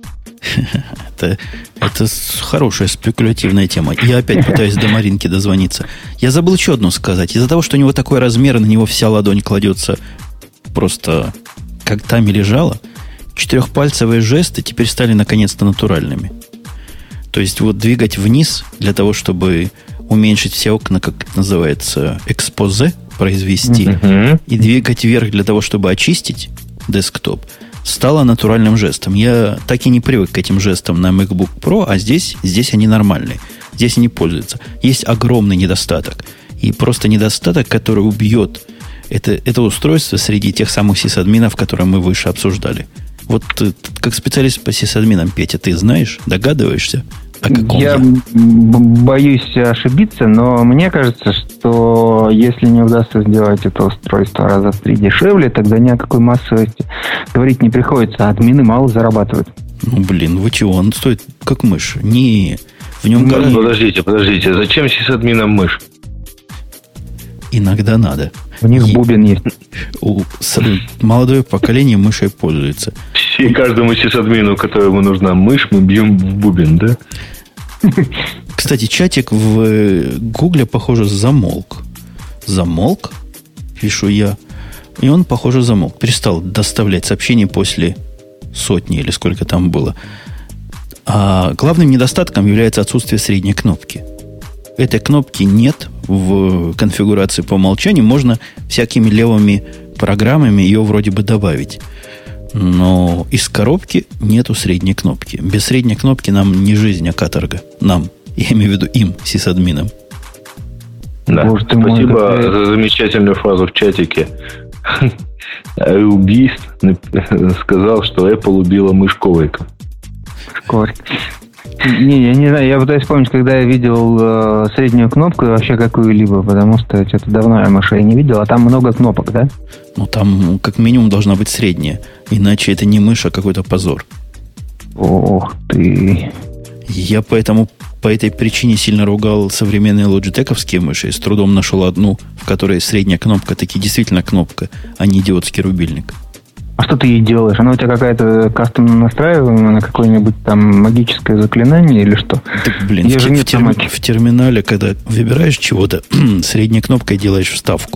Это, это хорошая спекулятивная тема. Я опять пытаюсь до Маринки дозвониться. Я забыл еще одно сказать. Из-за того, что у него такой размер, на него вся ладонь кладется просто как там и лежала, четырехпальцевые жесты теперь стали наконец-то натуральными. То есть вот двигать вниз для того, чтобы уменьшить все окна, как это называется, экспозе произвести, mm-hmm. и двигать вверх для того, чтобы очистить десктоп, стало натуральным жестом. Я так и не привык к этим жестам на MacBook Pro, а здесь, здесь они нормальные. Здесь они пользуются. Есть огромный недостаток. И просто недостаток, который убьет это, это устройство среди тех самых сисадминов, которые мы выше обсуждали. Вот ты, как специалист по сисадминам, Петя, ты знаешь, догадываешься? О каком я я? боюсь ошибиться, но мне кажется, что если не удастся сделать это устройство раза в три дешевле, тогда ни о какой массовости говорить не приходится. Админы мало зарабатывают. Ну, блин, вы чего? Он стоит как мышь. Не, в нем... Ну, гораздо... Подождите, подождите. Зачем сисадминам мышь? Иногда надо. У них и... бубен есть. У... Молодое поколение мышей пользуется. И каждому сисадмину, которому нужна мышь, мы бьем в бубен, да? Кстати, чатик в Гугле, похоже, замолк. Замолк? Пишу я. И он, похоже, замолк. Перестал доставлять сообщения после сотни или сколько там было. А главным недостатком является отсутствие средней кнопки. Этой кнопки нет в конфигурации по умолчанию. Можно всякими левыми программами ее вроде бы добавить. Но из коробки нету средней кнопки. Без средней кнопки нам не жизнь, а каторга. Нам. Я имею в виду им, сисадминам. Да. Боже, спасибо мой, за замечательную фразу в чатике. Убийств сказал, что Apple убила мышковика. Шкорь. Не, я не знаю, я пытаюсь вспомнить, когда я видел э, среднюю кнопку и вообще какую-либо, потому что что-то давно я мышей не видел, а там много кнопок, да? Ну, там как минимум должна быть средняя, иначе это не мышь, а какой-то позор. Ох ты. Я поэтому по этой причине сильно ругал современные лоджитековские мыши и с трудом нашел одну, в которой средняя кнопка таки действительно кнопка, а не идиотский рубильник. А что ты ей делаешь? Она у тебя какая-то кастомно настраиваемая на какое-нибудь там магическое заклинание или что? Так, блин, в, в, терми, в терминале, когда выбираешь чего-то, средней кнопкой делаешь вставку.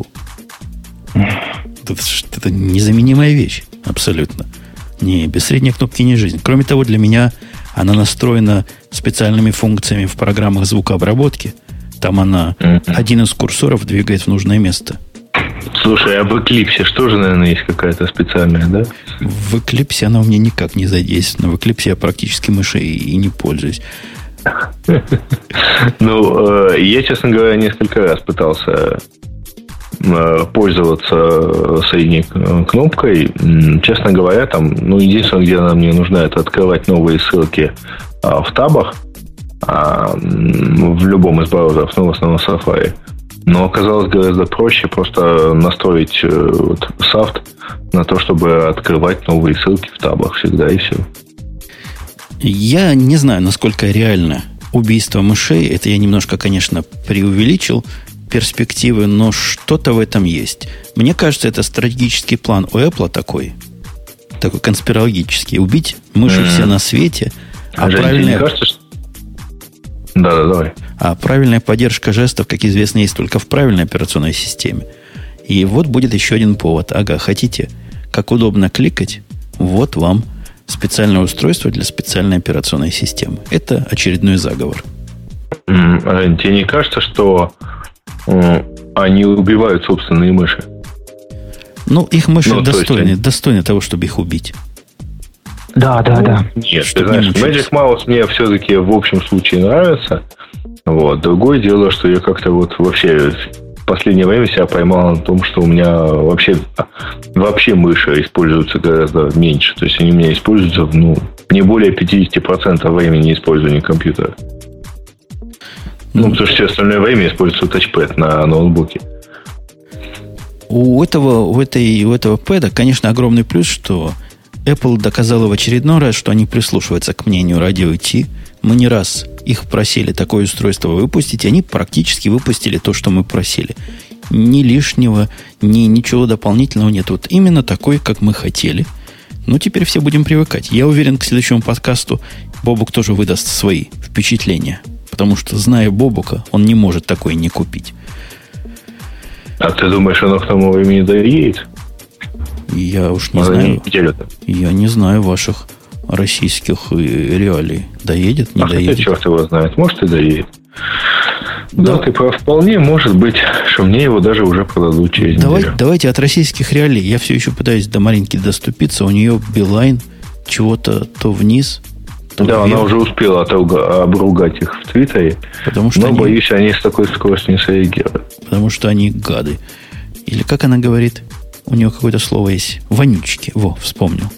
Это, это незаменимая вещь. Абсолютно. Не, без средней кнопки не жизнь. Кроме того, для меня она настроена специальными функциями в программах звукообработки. Там она mm-hmm. один из курсоров двигает в нужное место. Слушай, а в Eclipse что же, наверное, есть какая-то специальная, да? В Eclipse она у меня никак не задействована. В Eclipse я практически мышей и не пользуюсь. Ну, я, честно говоря, несколько раз пытался пользоваться средней кнопкой, честно говоря, там, ну, единственное, где она мне нужна, это открывать новые ссылки в табах, в любом из браузеров, ну, в основном Safari. Но оказалось гораздо проще просто настроить вот, софт на то, чтобы открывать новые ссылки в табах всегда, и все. Я не знаю, насколько реально убийство мышей. Это я немножко, конечно, преувеличил перспективы, но что-то в этом есть. Мне кажется, это стратегический план у Apple такой, такой конспирологический. Убить мыши mm-hmm. все на свете, а Жень, правильная... кажется, что... Да, да, давай. А правильная поддержка жестов, как известно, есть только в правильной операционной системе. И вот будет еще один повод. Ага, хотите, как удобно кликать? Вот вам специальное устройство для специальной операционной системы. Это очередной заговор. Mm, тебе не кажется, что они убивают собственные мыши? Ну, их мыши ну, достойны, есть... достойны того, чтобы их убить. Да, да, да. Нет, ты знаешь, Magic Mouse мне все-таки в общем случае нравится. Вот. Другое дело, что я как-то вот вообще в последнее время себя поймал на том, что у меня вообще, вообще мыши используются гораздо меньше. То есть они у меня используются, ну, не более пятьдесят процентов времени использования компьютера. Ну, потому что все остальное время используется тачпэд на ноутбуке. У этого, у, этой, у этого пэда, конечно, огромный плюс, что Apple доказала в очередной раз, что они прислушиваются к мнению радио ти. Мы не раз их просили такое устройство выпустить, и они практически выпустили то, что мы просили. Ни лишнего, ни ничего дополнительного нет. Вот именно такой, как мы хотели. Ну, теперь все будем привыкать. Я уверен, к следующему подкасту Бобук тоже выдаст свои впечатления. Потому что, зная Бобука, он не может такое не купить. А ты думаешь, оно к тому времени доедет? Я уж не а знаю. Я не знаю ваших российских реалий. Доедет, не а доедет. Хотя черт его знает. Может, и доедет. Да, да, ты прав. Вполне может быть, что мне его даже уже продадут через Давай, неделю. Давайте от российских реалий. Я все еще пытаюсь до Маринки доступиться. У нее Билайн чего-то то вниз, то да, вверх. Она уже успела отруга- обругать их в Твиттере. Потому что но, они, боюсь, они с такой скоростью не среагируют. Потому что они гады. Или как она говорит? У нее какое-то слово есть. Вонючки. Во, вспомнил.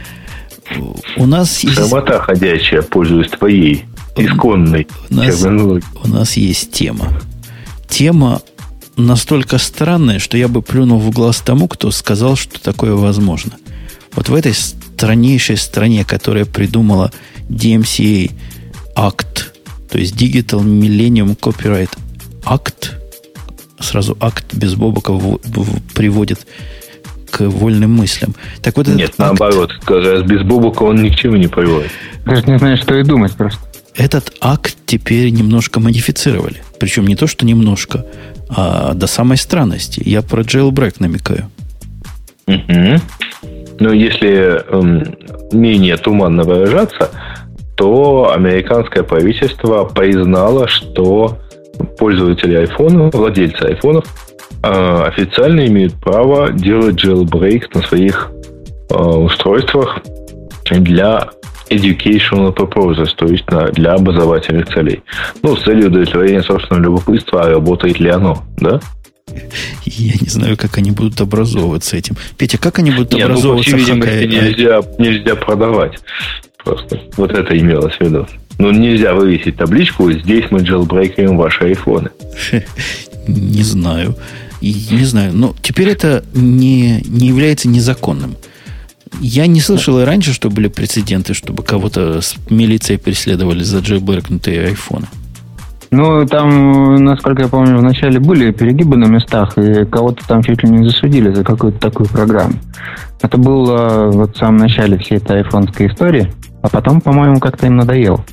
У нас есть... Шамота ходячая, пользуясь твоей исконной у нас, терминологией. У нас есть тема. Тема настолько странная, что я бы плюнул в глаз тому, кто сказал, что такое возможно. Вот в этой страннейшей стране, которая придумала ди эм си эй Act, то есть Digital Millennium Copyright Act, сразу акт без бобока в, в, приводит к вольным мыслям. Так вот Нет, акт, наоборот, без бобока он ни к чему не приводит. Даже не знаю, что и думать просто. Этот акт теперь немножко модифицировали. Причем не то, что немножко, а до самой странности. Я про jailbreak намекаю. Угу. Но если эм, менее туманно выражаться, то американское правительство признало, что пользователи айфона, владельцы айфонов, э, официально имеют право делать jailbreak на своих э, устройствах для educational purposes, то есть на, для образовательных целей. Ну, с целью удовлетворения собственного любопытства, а работает ли оно, да? Я не знаю, как они будут образовываться этим. Петя, как они будут Нет, образовываться? Ну, по всей видимости, нельзя, нельзя продавать. Просто. Вот это имелось в виду. Ну, нельзя вывесить табличку, здесь мы джелбрейкаем ваши айфоны. Не знаю. Не знаю. Но теперь это не, не является незаконным. Я не слышал и раньше, что были прецеденты, чтобы кого-то с милицией преследовали за джейлбрейкнутые айфоны. Ну, там, насколько я помню, вначале были перегибы на местах, и кого-то там чуть ли не засудили за какую-то такую программу. Это было вот в самом начале всей этой айфонской истории, а потом, по-моему, как-то им надоело.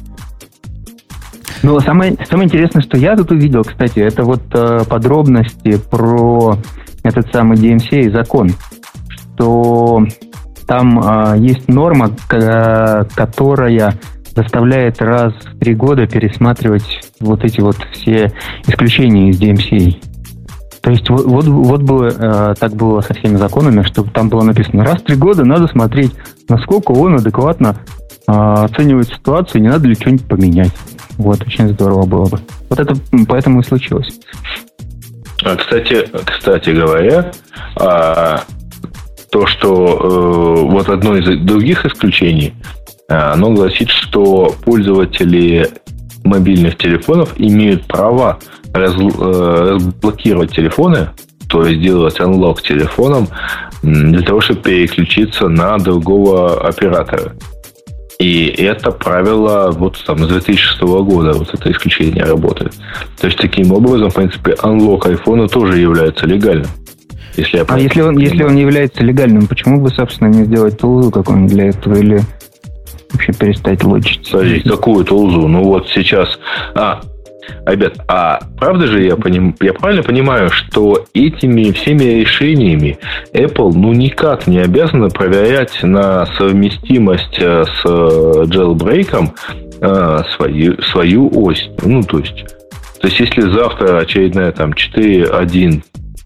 Но самое, самое интересное, что я тут увидел, кстати, это вот э, подробности про этот самый ди эм си эй закон, что там э, есть норма, к- которая заставляет раз в три года пересматривать вот эти вот все исключения из ди эм си эй. То есть вот, вот, вот было, э, так было со всеми законами, чтобы там было написано, раз в три года надо смотреть, насколько он адекватно э, оценивает ситуацию, не надо ли что-нибудь поменять. Вот, очень здорово было бы. Вот это поэтому и случилось. А, кстати, кстати говоря, а, то, что э, вот одно из других исключений, оно гласит, что пользователи мобильных телефонов имеют право раз, э, разблокировать телефоны, то есть делать анлок телефоном для того, чтобы переключиться на другого оператора. И это правило вот там с две тысячи шестого года, вот это исключение работает. То есть таким образом, в принципе, анлок айфона тоже является легальным. Если я а если он, если он не является легальным, почему бы, собственно, не сделать тулзу какую-нибудь для этого или вообще перестать лочить? Смотри, какую тулзу? Ну вот сейчас... А, ребят, а правда же я, поним... я правильно понимаю, что этими всеми решениями Apple ну никак не обязана проверять на совместимость с jailbreak'ом свою, свою ось? Ну, то есть, то есть, если завтра очередная там четыре точка один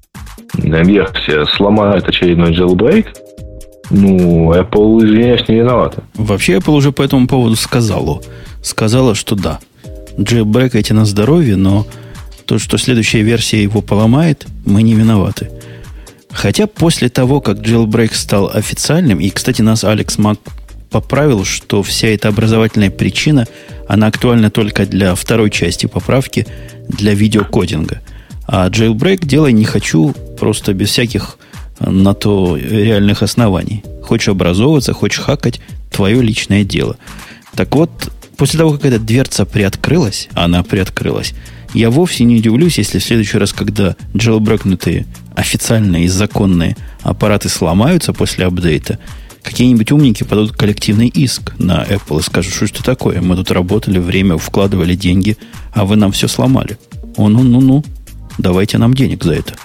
версия сломает очередной jailbreak, ну, Apple, извиняюсь, не виновата. Вообще, Apple уже по этому поводу сказала. Сказала, что да, джейлбрекайте на здоровье, но то, что следующая версия его поломает, мы не виноваты. Хотя после того, как jailbreak стал официальным, и, кстати, нас Алекс Мак поправил, что вся эта образовательная причина, она актуальна только для второй части поправки, для видеокодинга. А jailbreak делай не хочу, просто без всяких на то реальных оснований. Хочешь образовываться, хочешь хакать, твое личное дело. Так вот, после того, как эта дверца приоткрылась, она приоткрылась, я вовсе не удивлюсь, если в следующий раз, когда jailbreakнутые официальные и законные аппараты сломаются после апдейта, какие-нибудь умники подадут коллективный иск на Apple и скажут, что это такое, мы тут работали, время вкладывали деньги, а вы нам все сломали. О, ну-ну-ну, давайте нам денег за это.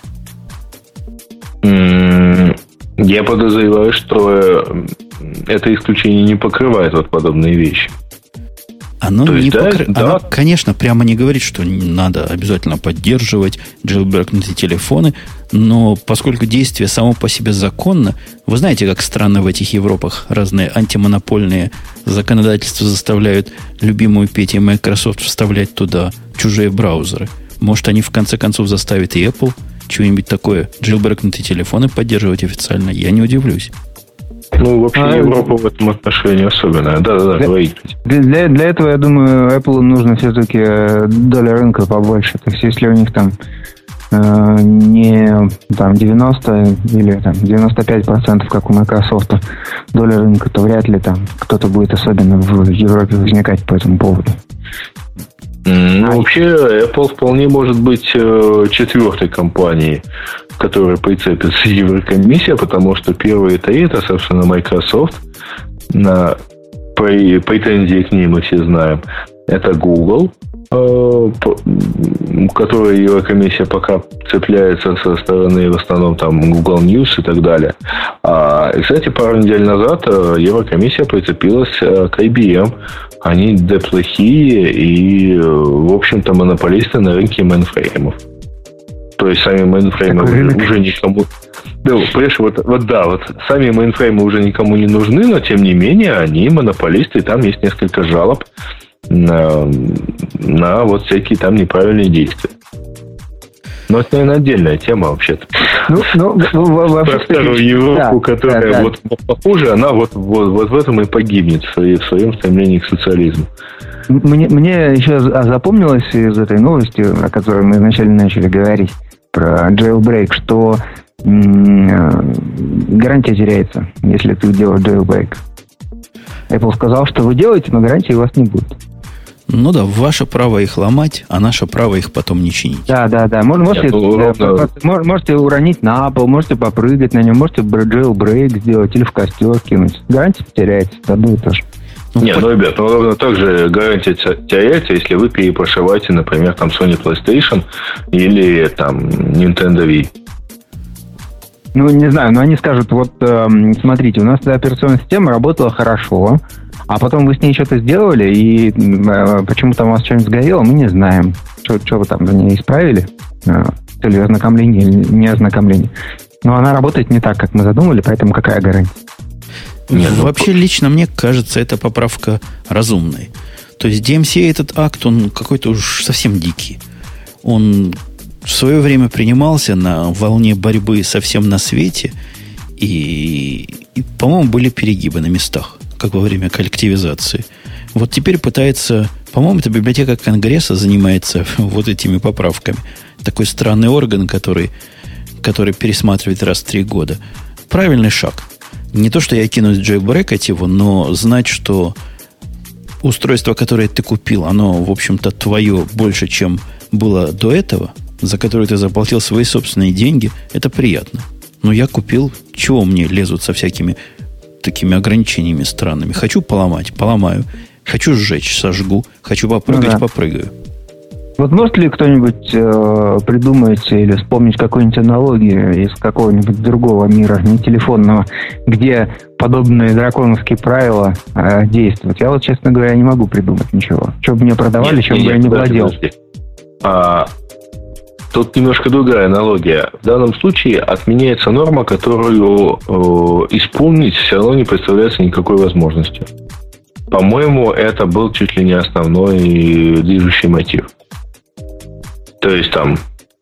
Я подозреваю, что это исключение не покрывает вот подобные вещи. Оно, не есть, покры... да, Оно да. конечно, прямо не говорит, что надо обязательно поддерживать jailbreakнутые телефоны, но поскольку действие само по себе законно, вы знаете, как странно в этих Европах разные антимонопольные законодательства заставляют любимую Петю Microsoft вставлять туда чужие браузеры. Может, они в конце концов заставят и Apple чего-нибудь такое, jailbreakнутые телефоны поддерживать официально, я не удивлюсь. Ну, вообще, а, Европа в этом отношении особенная. Да-да-да, говорите. Для, для этого, я думаю, Apple нужно все-таки доля рынка побольше. То есть, если у них там э, не там, девяносто или там, девяносто пять процентов, как у Microsoft, доля рынка, то вряд ли там кто-то будет особенно в Европе возникать по этому поводу. Ну, а вообще, Apple вполне может быть э, четвертой компанией, которая прицепится Еврокомиссия, потому что первые три это, собственно, Microsoft. На претензии к ней мы все знаем. Это Google, э, которая Еврокомиссия пока цепляется со стороны, в основном, там, Google News и так далее. А, и, кстати, пару недель назад Еврокомиссия прицепилась к ай би эм. Они плохие и, в общем-то, монополисты на рынке мейнфреймов. То есть сами мейнфреймы уже, уже никому... Да, понимаешь, вот, вот да, вот сами мейнфреймы уже никому не нужны, но тем не менее они монополисты, и там есть несколько жалоб на, на вот всякие там неправильные действия. Но это, наверное, отдельная тема вообще-то. Ну, ну, ну, вообще, про вторую Европу, да, которая да, да. вот похуже, она вот, вот, вот в этом и погибнет в, в своем стремлении к социализму. Мне, мне еще запомнилось из этой новости, о которой мы вначале начали говорить, про jailbreak, что м- гарантия теряется, если ты делаешь jailbreak. Apple сказал, что вы делаете, но гарантии у вас не будет. Ну да, ваше право их ломать, а наше право их потом не чинить. Да, да, да. Можете, Нет, ну, да, да. можете уронить на пол, можете попрыгать на нем, можете jailbreak сделать или в костер кинуть. Гарантия теряется, одно и то же. Ну, Не, по... ну, ребят, ну, ровно так же гарантия теряется, если вы перепрошиваете, например, там Sony PlayStation или там Nintendo Wii. Ну, не знаю, но они скажут, вот, э, смотрите, у нас эта операционная система работала хорошо, а потом вы с ней что-то сделали, и э, почему там у вас что-нибудь сгорело, мы не знаем. Что, что вы там за ней исправили? Э, или ознакомление, или не ознакомление. Но она работает не так, как мы задумали, поэтому какая гарантия? Нет, ну, вообще, лично мне кажется, эта поправка разумной. То есть ди эм си этот акт, он какой-то уж совсем дикий. Он в свое время принимался на волне борьбы со всем на свете, и, и, по-моему, были перегибы на местах, как во время коллективизации. Вот теперь пытается, по-моему, эта библиотека Конгресса занимается вот этими поправками. Такой странный орган, который, который пересматривает раз в три года. Правильный шаг. Не то, что я кинусь джейбрекать его, но знать, что устройство, которое ты купил, оно, в общем-то, твое больше, чем было до этого, за которое ты заплатил свои собственные деньги, это приятно. Но я купил, чего мне лезут со всякими такими ограничениями странными. Хочу поломать, поломаю. Хочу сжечь, сожгу. Хочу попрыгать, ну, да. попрыгаю. Вот может ли кто-нибудь э, придумать или вспомнить какую-нибудь аналогию из какого-нибудь другого мира, не телефонного, где подобные драконовские правила э, действуют? Я вот, честно говоря, не могу придумать ничего. Что бы мне продавали, нет, чем нет, бы я не владел. А, тут немножко другая аналогия. В данном случае отменяется норма, которую э, исполнить все равно не представляется никакой возможностью. По-моему, это был чуть ли не основной движущий мотив. То есть там...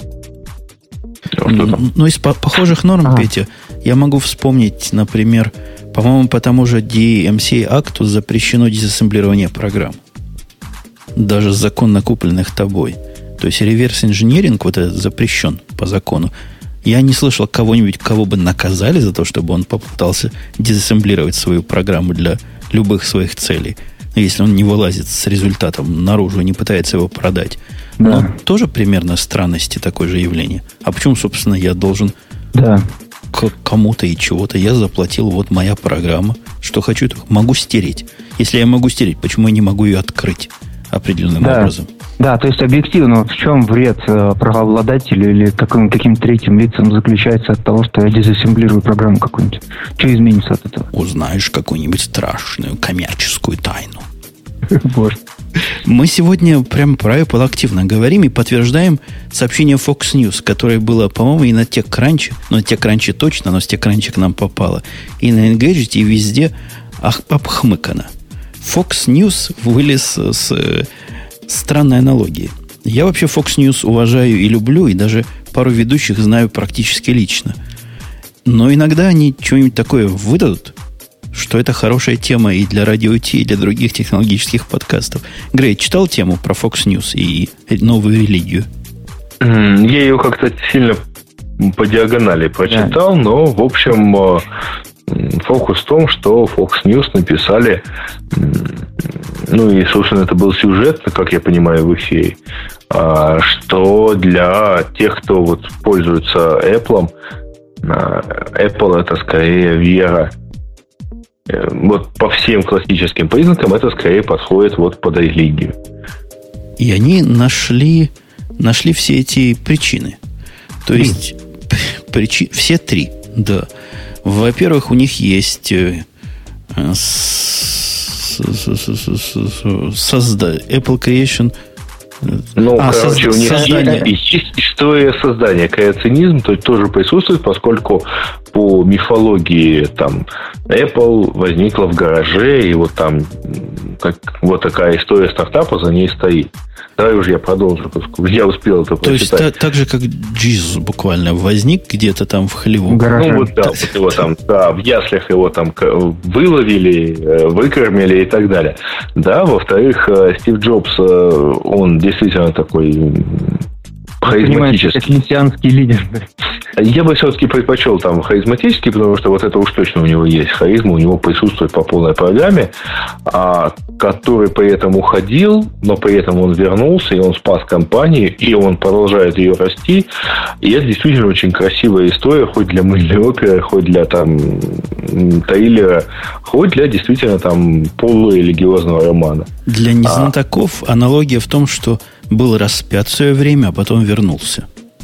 там? Ну, из по- похожих норм, а. Петя, я могу вспомнить, например, по-моему, по тому же ди эм си акту запрещено дизассемблирование программ. Даже законно купленных тобой. То есть реверс-инжиниринг вот этот запрещен по закону. Я не слышал кого-нибудь, кого бы наказали за то, чтобы он попытался дизассемблировать свою программу для любых своих целей. Если он не вылазит с результатом наружу и не пытается его продать. Да. Но тоже примерно странности такое же явление. А почему, собственно, я должен да. к кому-то и чего-то? Я заплатил, вот моя программа. Что хочу, то могу стереть. Если я могу стереть, почему я не могу ее открыть определенным да. образом? Да, то есть объективно, в чем вред э, правообладателю или каким, каким-то третьим лицам заключается от того, что я дезассемблирую программу какую-нибудь? Что изменится от этого? Узнаешь какую-нибудь страшную коммерческую тайну. Боже. Мы сегодня прямо про Apple активно говорим и подтверждаем сообщение Fox News, которое было, по-моему, и на TechCrunch, ну, на TechCrunch точно, но с TechCrunch к нам попало, и на Engadget, и везде ах, обхмыкано. Fox News вылез с э, странной аналогией. Я вообще Fox News уважаю и люблю, и даже пару ведущих знаю практически лично. Но иногда они что-нибудь такое выдадут, что это хорошая тема и для Радио Ти, и для других технологических подкастов. Грей, читал тему про Fox News и новую религию? Я ее как-то сильно по диагонали прочитал, да. Но, в общем, фокус в том, что Fox News написали, ну и, собственно, это был сюжет, как я понимаю, в эфире, что для тех, кто вот пользуется Apple, Apple это скорее вера. Вот по всем классическим признакам это скорее подходит вот под религию. И они нашли, нашли все эти причины. То три. есть причи, все три, да. Во-первых, у них есть э, с, с, с, с, созда... Apple Creation. Ну, а, короче, соз... у них создание... есть история создания. Креационизм то есть, тоже присутствует, поскольку по мифологии там Apple возникла в гараже, и вот там как, вот такая история стартапа за ней стоит. Давай уже я продолжу, поскольку я успел это прочитать. То есть так, так же, как Джизус буквально возник где-то там в хлеву. Ну вот да, вот его там, да, в яслях его там выловили, выкормили и так далее. Да, во-вторых, Стив Джобс, он действительно такой харизматический. Мессианский лидер. Я бы все-таки предпочел там харизматический, потому что вот это уж точно у него есть. Харизма у него присутствует по полной программе, а, который при этом уходил, но при этом он вернулся, и он спас компанию, и он продолжает ее расти. И это действительно очень красивая история, хоть для мыльной оперы, хоть для там триллера, хоть для действительно там полурелигиозного романа. Для незнатоков а, аналогия в том, что был распят в свое время, а потом вернулся.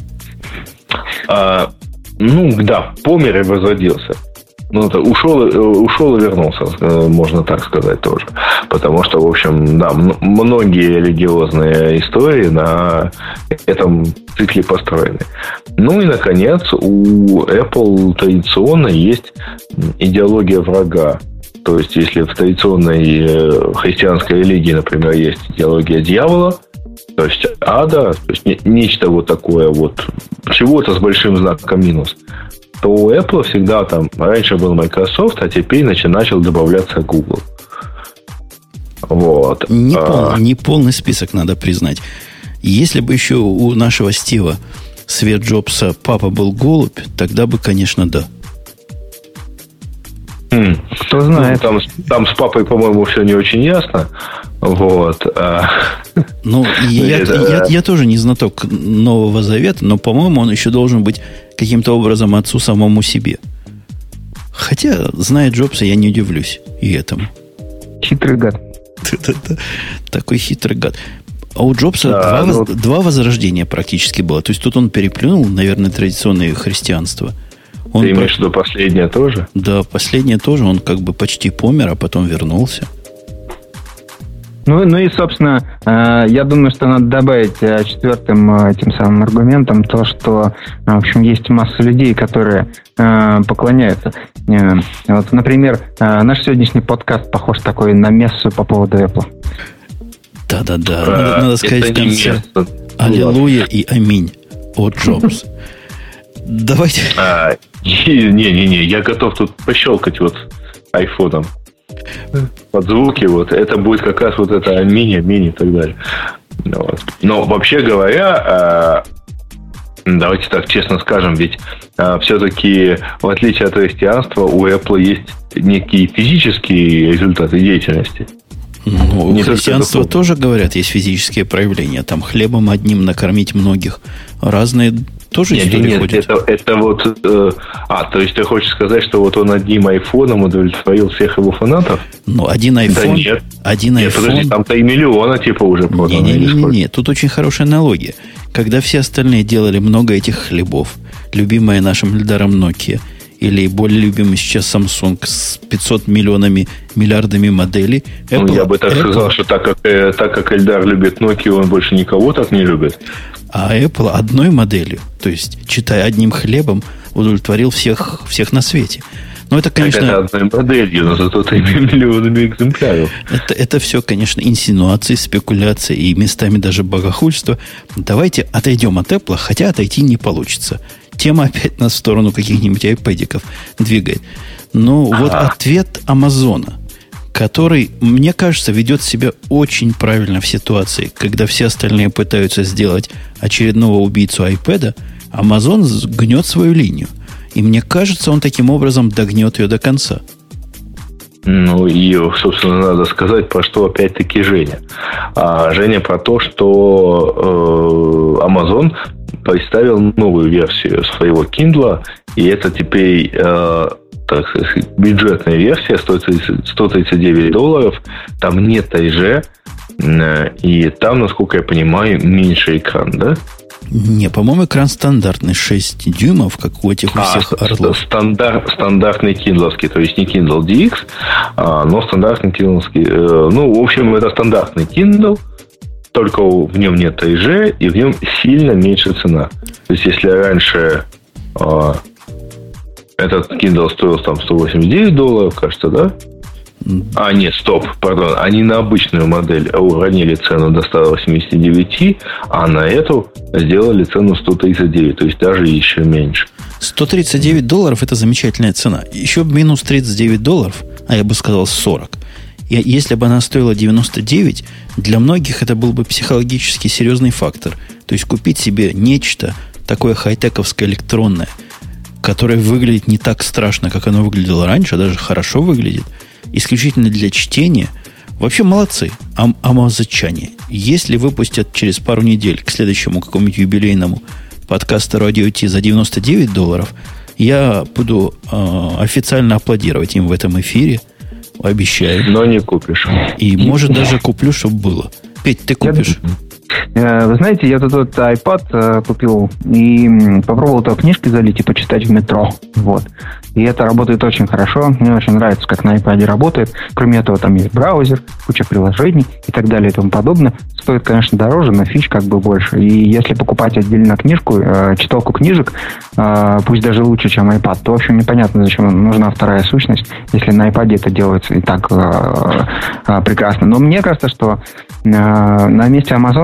А, ну, да, помер и возродился. Ну, это ушел, ушел и вернулся, можно так сказать тоже. Потому что, в общем, да, многие религиозные истории на этом цикле построены. Ну и, наконец, у Apple традиционно есть идеология врага. То есть, если в традиционной христианской религии, например, есть идеология дьявола, То есть ада, то есть не, нечто вот такое вот, чего-то с большим знаком минус, то у Apple всегда там, раньше был Microsoft, а теперь начал, начал добавляться Google. Вот. Не, пол, а... не полный список, надо признать. Если бы еще у нашего Стива свет Джобса папа был голубь, тогда бы, конечно, да. Хм. Кто знает. Ну, там, там с папой, по-моему, все не очень ясно. Вот. Ну, я, я, я тоже не знаток Нового Завета, но, по-моему, он еще должен быть каким-то образом отцу самому себе. Хотя, зная Джобса, я не удивлюсь и этому. Хитрый гад. Такой хитрый гад. А у Джобса да, два, ну... два возрождения практически было. То есть тут он переплюнул, наверное, традиционное христианство. Он Ты имеешь в виду последнее тоже? Да, последнее тоже. Он как бы почти помер, а потом вернулся. Ну, ну и, собственно, э, я думаю, что надо добавить э, четвертым э, тем самым аргументом то, что, э, в общем, есть масса людей, которые э, поклоняются. Э, вот, например, э, наш сегодняшний подкаст похож такой на мессу по поводу Apple. Да-да-да. А, надо, надо сказать в конце аллилуйя и аминь от Джобс. Давайте. Не-не-не, я готов тут пощелкать вот айфоном под звуки. Вот. Это будет как раз вот это аминь, аминь и так далее. Вот. Но вообще говоря, давайте так честно скажем, ведь все-таки в отличие от христианства у Apple есть некие физические результаты деятельности. Ну, у христианства тоже, говорят, есть физические проявления. Там хлебом одним накормить многих. Разные тоже нет, истории нет, ходят. Это, это вот... Э, а, то есть ты хочешь сказать, что вот он одним айфоном удовлетворил всех его фанатов? Ну, один айфон... Да нет. Один нет, айфон... подожди, там-то и миллиона типа уже продано. Не-не-не, тут очень хорошая аналогия. Когда все остальные делали много этих хлебов, любимая нашим Эльдаром Nokia, или более любимый сейчас Samsung с пятьсот миллионами, миллиардами моделей. Apple, ну, я бы так Apple, сказал, что так как, э, так как Эльдар любит Nokia, он больше никого так не любит. А Apple одной моделью, то есть, читая одним хлебом, удовлетворил всех, всех на свете. Но это, конечно... Это одной моделью, но зато миллионами экземпляров. Это, это все, конечно, инсинуации, спекуляции и местами даже богохульство. Давайте отойдем от Apple, хотя отойти не получится. Тема опять нас в сторону каких-нибудь айпэдиков двигает. Ну, ага. Вот ответ Амазона, который, мне кажется, ведет себя очень правильно в ситуации, когда все остальные пытаются сделать очередного убийцу айпэда, Амазон гнет свою линию. И мне кажется, он таким образом догнет ее до конца. Ну, и, собственно, надо сказать, про что опять-таки Женя. А Женя про то, что э, Amazon представил новую версию своего Kindle, и это теперь, э, так сказать, бюджетная версия, сто тридцать девять долларов, там нет эй джи, э, и там, насколько я понимаю, меньше экран, да? Не, по-моему, экран стандартный, шесть дюймов, как у этих у всех а, орлов. Стандарт, стандартный киндловский, то есть не Kindle ди икс, а, но стандартный киндловский. Э, ну, в общем, это стандартный Kindle, только в нем нет эй джи, и в нем сильно меньше цена. То есть, если раньше э, этот Kindle стоил там сто восемьдесят девять долларов, кажется, да? А, нет, стоп, пардон. Они на обычную модель уронили цену до ста восьмидесяти девяти, а на эту сделали цену сто тридцать девять, то есть даже еще меньше. сто тридцать девять долларов – это замечательная цена. Еще минус тридцать девять долларов, а я бы сказал сорок. И если бы она стоила девяносто девять, для многих это был бы психологически серьезный фактор. То есть купить себе нечто такое хай-тековское, электронное, которое выглядит не так страшно, как оно выглядело раньше, а даже хорошо выглядит, исключительно для чтения. Вообще молодцы, ам- амазончане. Если выпустят через пару недель к следующему какому-нибудь юбилейному подкасту Радио Ти за девяносто девять долларов, я буду э, официально аплодировать им в этом эфире. Обещаю. Но не купишь. И, может, даже куплю, чтобы было. Петь, ты купишь? Вы знаете, я тут вот iPad купил и попробовал туда книжки залить и почитать в метро. Вот. И это работает очень хорошо. Мне очень нравится, как на iPad работает. Кроме этого, там есть браузер, куча приложений и так далее и тому подобное. Стоит, конечно, дороже, но фич как бы больше. И если покупать отдельно книжку, читалку книжек, пусть даже лучше, чем iPad, то, в общем, непонятно, зачем нужна вторая сущность, если на iPad это делается и так прекрасно. Но мне кажется, что на месте Amazon я бы вообще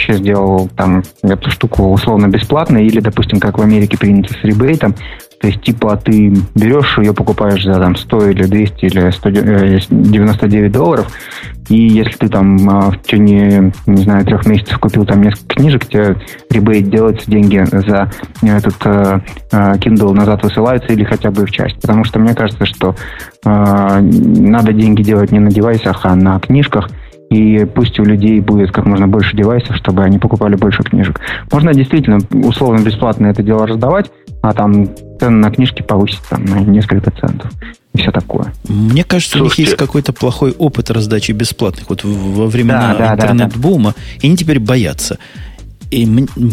вообще сделал там эту штуку условно бесплатно, или, допустим, как в Америке принято с ребейтом, то есть, типа, ты берешь ее, покупаешь за там сто или двести или сто девяносто девять долларов, и если ты там в течение, не знаю, трех месяцев купил там несколько книжек, тебе ребейт делается, деньги за этот э, Kindle назад высылаются или хотя бы в часть. Потому что мне кажется, что э, надо деньги делать не на девайсах, а на книжках. И пусть у людей будет как можно больше девайсов, чтобы они покупали больше книжек. Можно действительно условно бесплатно это дело раздавать, а там цены на книжки повысить там, на несколько центов. И все такое. Мне кажется, Слушайте. у них есть какой-то плохой опыт раздачи бесплатных. Вот во времена да, да, интернет-бума. Да, да. И они теперь боятся. И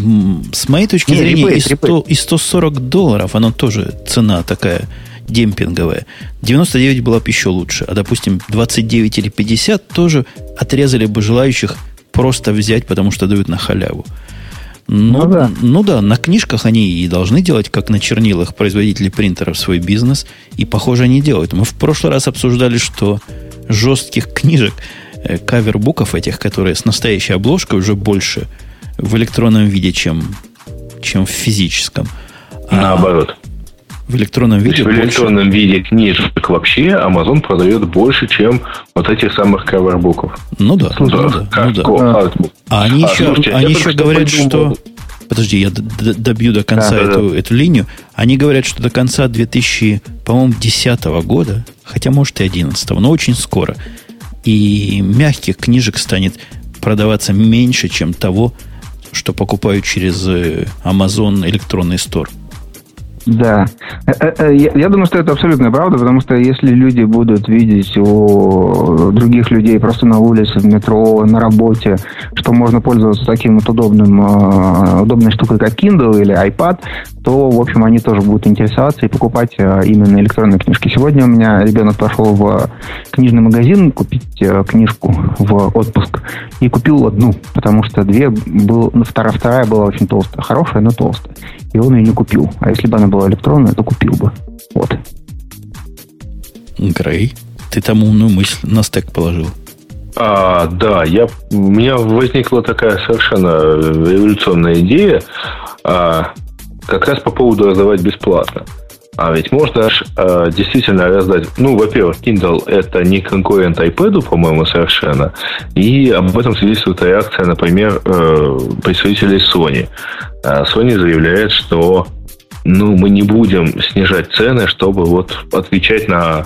с моей точки Не, зрения, репейт, и, сто, и сто сорок долларов, оно тоже цена такая демпинговая. девяносто девять была бы еще лучше. А, допустим, двадцать девять или пятьдесят тоже отрезали бы желающих просто взять, потому что дают на халяву. Ну, ну, да. ну да, на книжках они и должны делать, как на чернилах, производители принтеров, свой бизнес. И, похоже, они делают. Мы в прошлый раз обсуждали, что жестких книжек, кавербуков этих, которые с настоящей обложкой, уже больше в электронном виде, чем, чем в физическом. Наоборот. А в электронном виде в больше... электронном виде книжек вообще Amazon продает больше, чем вот этих самых кавербуков. Ну да, ну да, ну да. А, а они а, еще, слушайте, они еще говорят, что... Подожди, я добью до конца да, эту, да, да. эту линию. Они говорят, что до конца две тысячи десятого года, хотя, может, и одиннадцатого, но очень скоро, и мягких книжек станет продаваться меньше, чем того, что покупают через Amazon электронный стор. Да. Я, я думаю, что это абсолютно правда, потому что если люди будут видеть у других людей просто на улице, в метро, на работе, что можно пользоваться таким вот удобным, удобной штукой, как Kindle или iPad, то, в общем, они тоже будут интересоваться и покупать именно электронные книжки. Сегодня у меня ребенок пошел в книжный магазин купить книжку в отпуск и купил одну, потому что две был, вторая, вторая была очень толстая, хорошая, но толстая. И он ее не купил. А если бы она была электронная, то купил бы. Вот. Грей, ты там умную мысль на стек положил. А, да, я, у меня возникла такая совершенно революционная идея, а, как раз по поводу раздавать бесплатно. А ведь можно а, действительно раздать... Ну, во-первых, Kindle это не конкурент iPad, по-моему, совершенно. И об этом свидетельствует реакция, например, представителей Sony. Sony заявляет, что ну, мы не будем снижать цены, чтобы вот отвечать на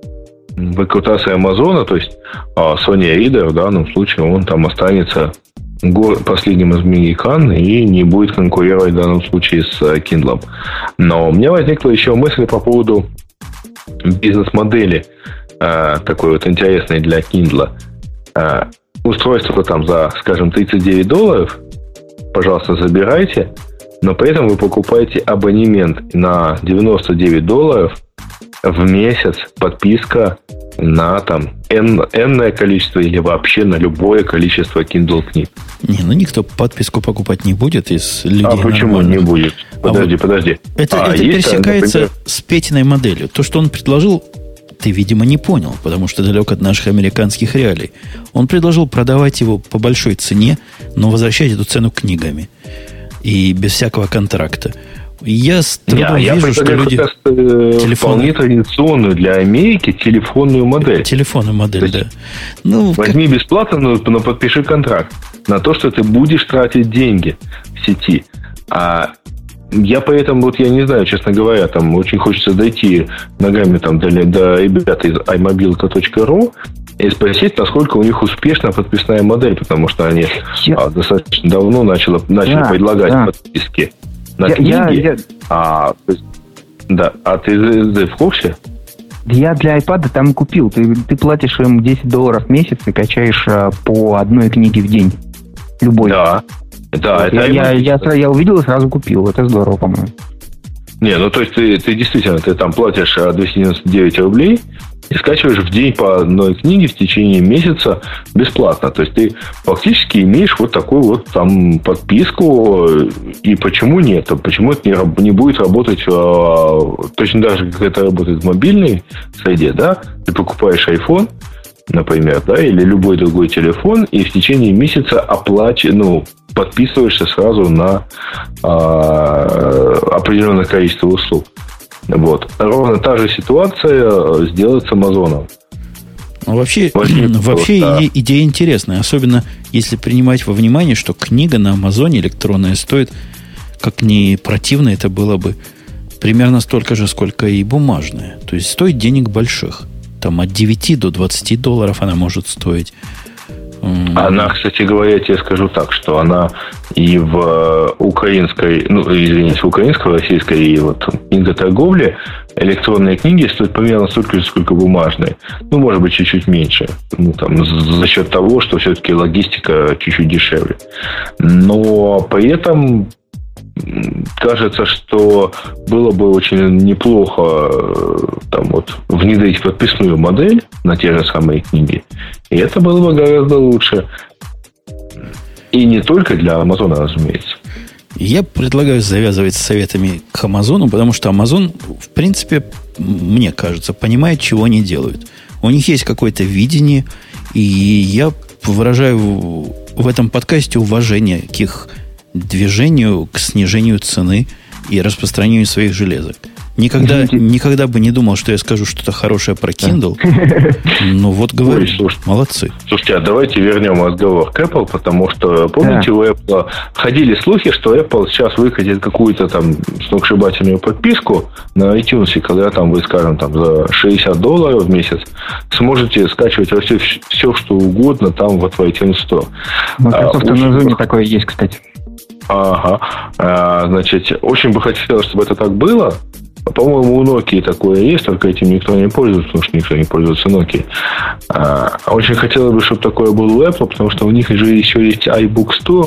выкрутасы Амазона. То есть Sony Reader в данном случае он там останется последним из Магикан и не будет конкурировать в данном случае с Kindle. Но у меня возникла еще мысль по поводу бизнес-модели такой вот интересной для Kindle. Устройство там за, скажем, тридцать девять долларов, пожалуйста, забирайте, но при этом вы покупаете абонемент на девяносто девять долларов в месяц, подписка на там n, n-ное количество или вообще на любое количество Kindle книг. Не, ну никто подписку покупать не будет из людей. А почему нормальных. Не будет? Подожди, а вот подожди. Это, а, это пересекается например... с Петиной моделью. То, что он предложил, ты, видимо, не понял, потому что далек от наших американских реалий. Он предложил продавать его по большой цене, но возвращать эту цену книгами. И без всякого контракта. Я с трудом я, вижу, я что люди... Как раз, э, телефоны... вполне традиционную для Америки телефонную модель. Телефонную модель, есть, да. Ну, возьми как... бесплатно, но, но подпиши контракт на то, что ты будешь тратить деньги в сети. А я поэтому, вот я не знаю, честно говоря, там очень хочется дойти ногами там, до, до ребят из ай мобилка точка ру и спросить, насколько у них успешна подписная модель, потому что они а, достаточно давно начали, начали да, предлагать да. подписки на я, книги. Я, я... А, да. а ты, ты в курсе? Я для iPad там купил. Ты, ты платишь им десять долларов в месяц и качаешь а, по одной книге в день. Любой. Да. Да, вот. это я, я, я, я увидел и сразу купил. Это здорово, по-моему. Не, ну то есть ты, ты действительно ты там платишь двести девяносто девять рублей и скачиваешь в день по одной книге в течение месяца бесплатно. То есть ты фактически имеешь вот такую вот там подписку. И почему нет? Почему это не, не будет работать а, точно так же, как это работает в мобильной среде, да? Ты покупаешь iPhone, например, да, или любой другой телефон, и в течение месяца оплачиваешь, ну, подписываешься сразу на а, определенное количество услуг. Вот. Ровно та же ситуация сделать с Амазоном. Ну, вообще, вообще да. идея, идея интересная. Особенно если принимать во внимание, что книга на Амазоне электронная стоит, как ни противно это было бы, примерно столько же, сколько и бумажная. То есть стоит денег больших. Там от девяти до двадцати долларов она может стоить. Она, кстати говоря, я тебе скажу так, что она и в украинской, ну, извините, в украинской, российской и вот книготорговле электронные книги стоят примерно столько же, сколько бумажные. Ну, может быть, чуть-чуть меньше. Ну, там, за счет того, что все-таки логистика чуть-чуть дешевле. Но при этом кажется, что было бы очень неплохо там, вот, внедрить подписную модель на те же самые книги. И это было бы гораздо лучше. И не только для Амазона, разумеется. Я предлагаю завязывать с советами к Амазону, потому что Амазон, в принципе, мне кажется, понимает, чего они делают. У них есть какое-то видение, и я выражаю в этом подкасте уважение к их движению, к снижению цены и распространению своих железок. Никогда, никогда бы не думал, что я скажу что-то хорошее про Kindle. Но вот говорю, Ой, слушайте, молодцы. Слушайте, а давайте вернем разговор к Apple, потому что, помните, да. у Apple ходили слухи, что Apple сейчас выкатит какую-то там сногсшибательную подписку на iTunes, когда там вы, скажем, там за шестьдесят долларов в месяц сможете скачивать все, все что угодно там вот в iTunes Store. Microsoft а, на Zoom такое есть, кстати. Ага. А, значит, очень бы хотелось, чтобы это так было. По-моему, у Nokia такое есть, только этим никто не пользуется, потому что никто не пользуется Nokia. А, очень хотелось бы, чтобы такое было у Apple, потому что у них же еще есть iBook Store,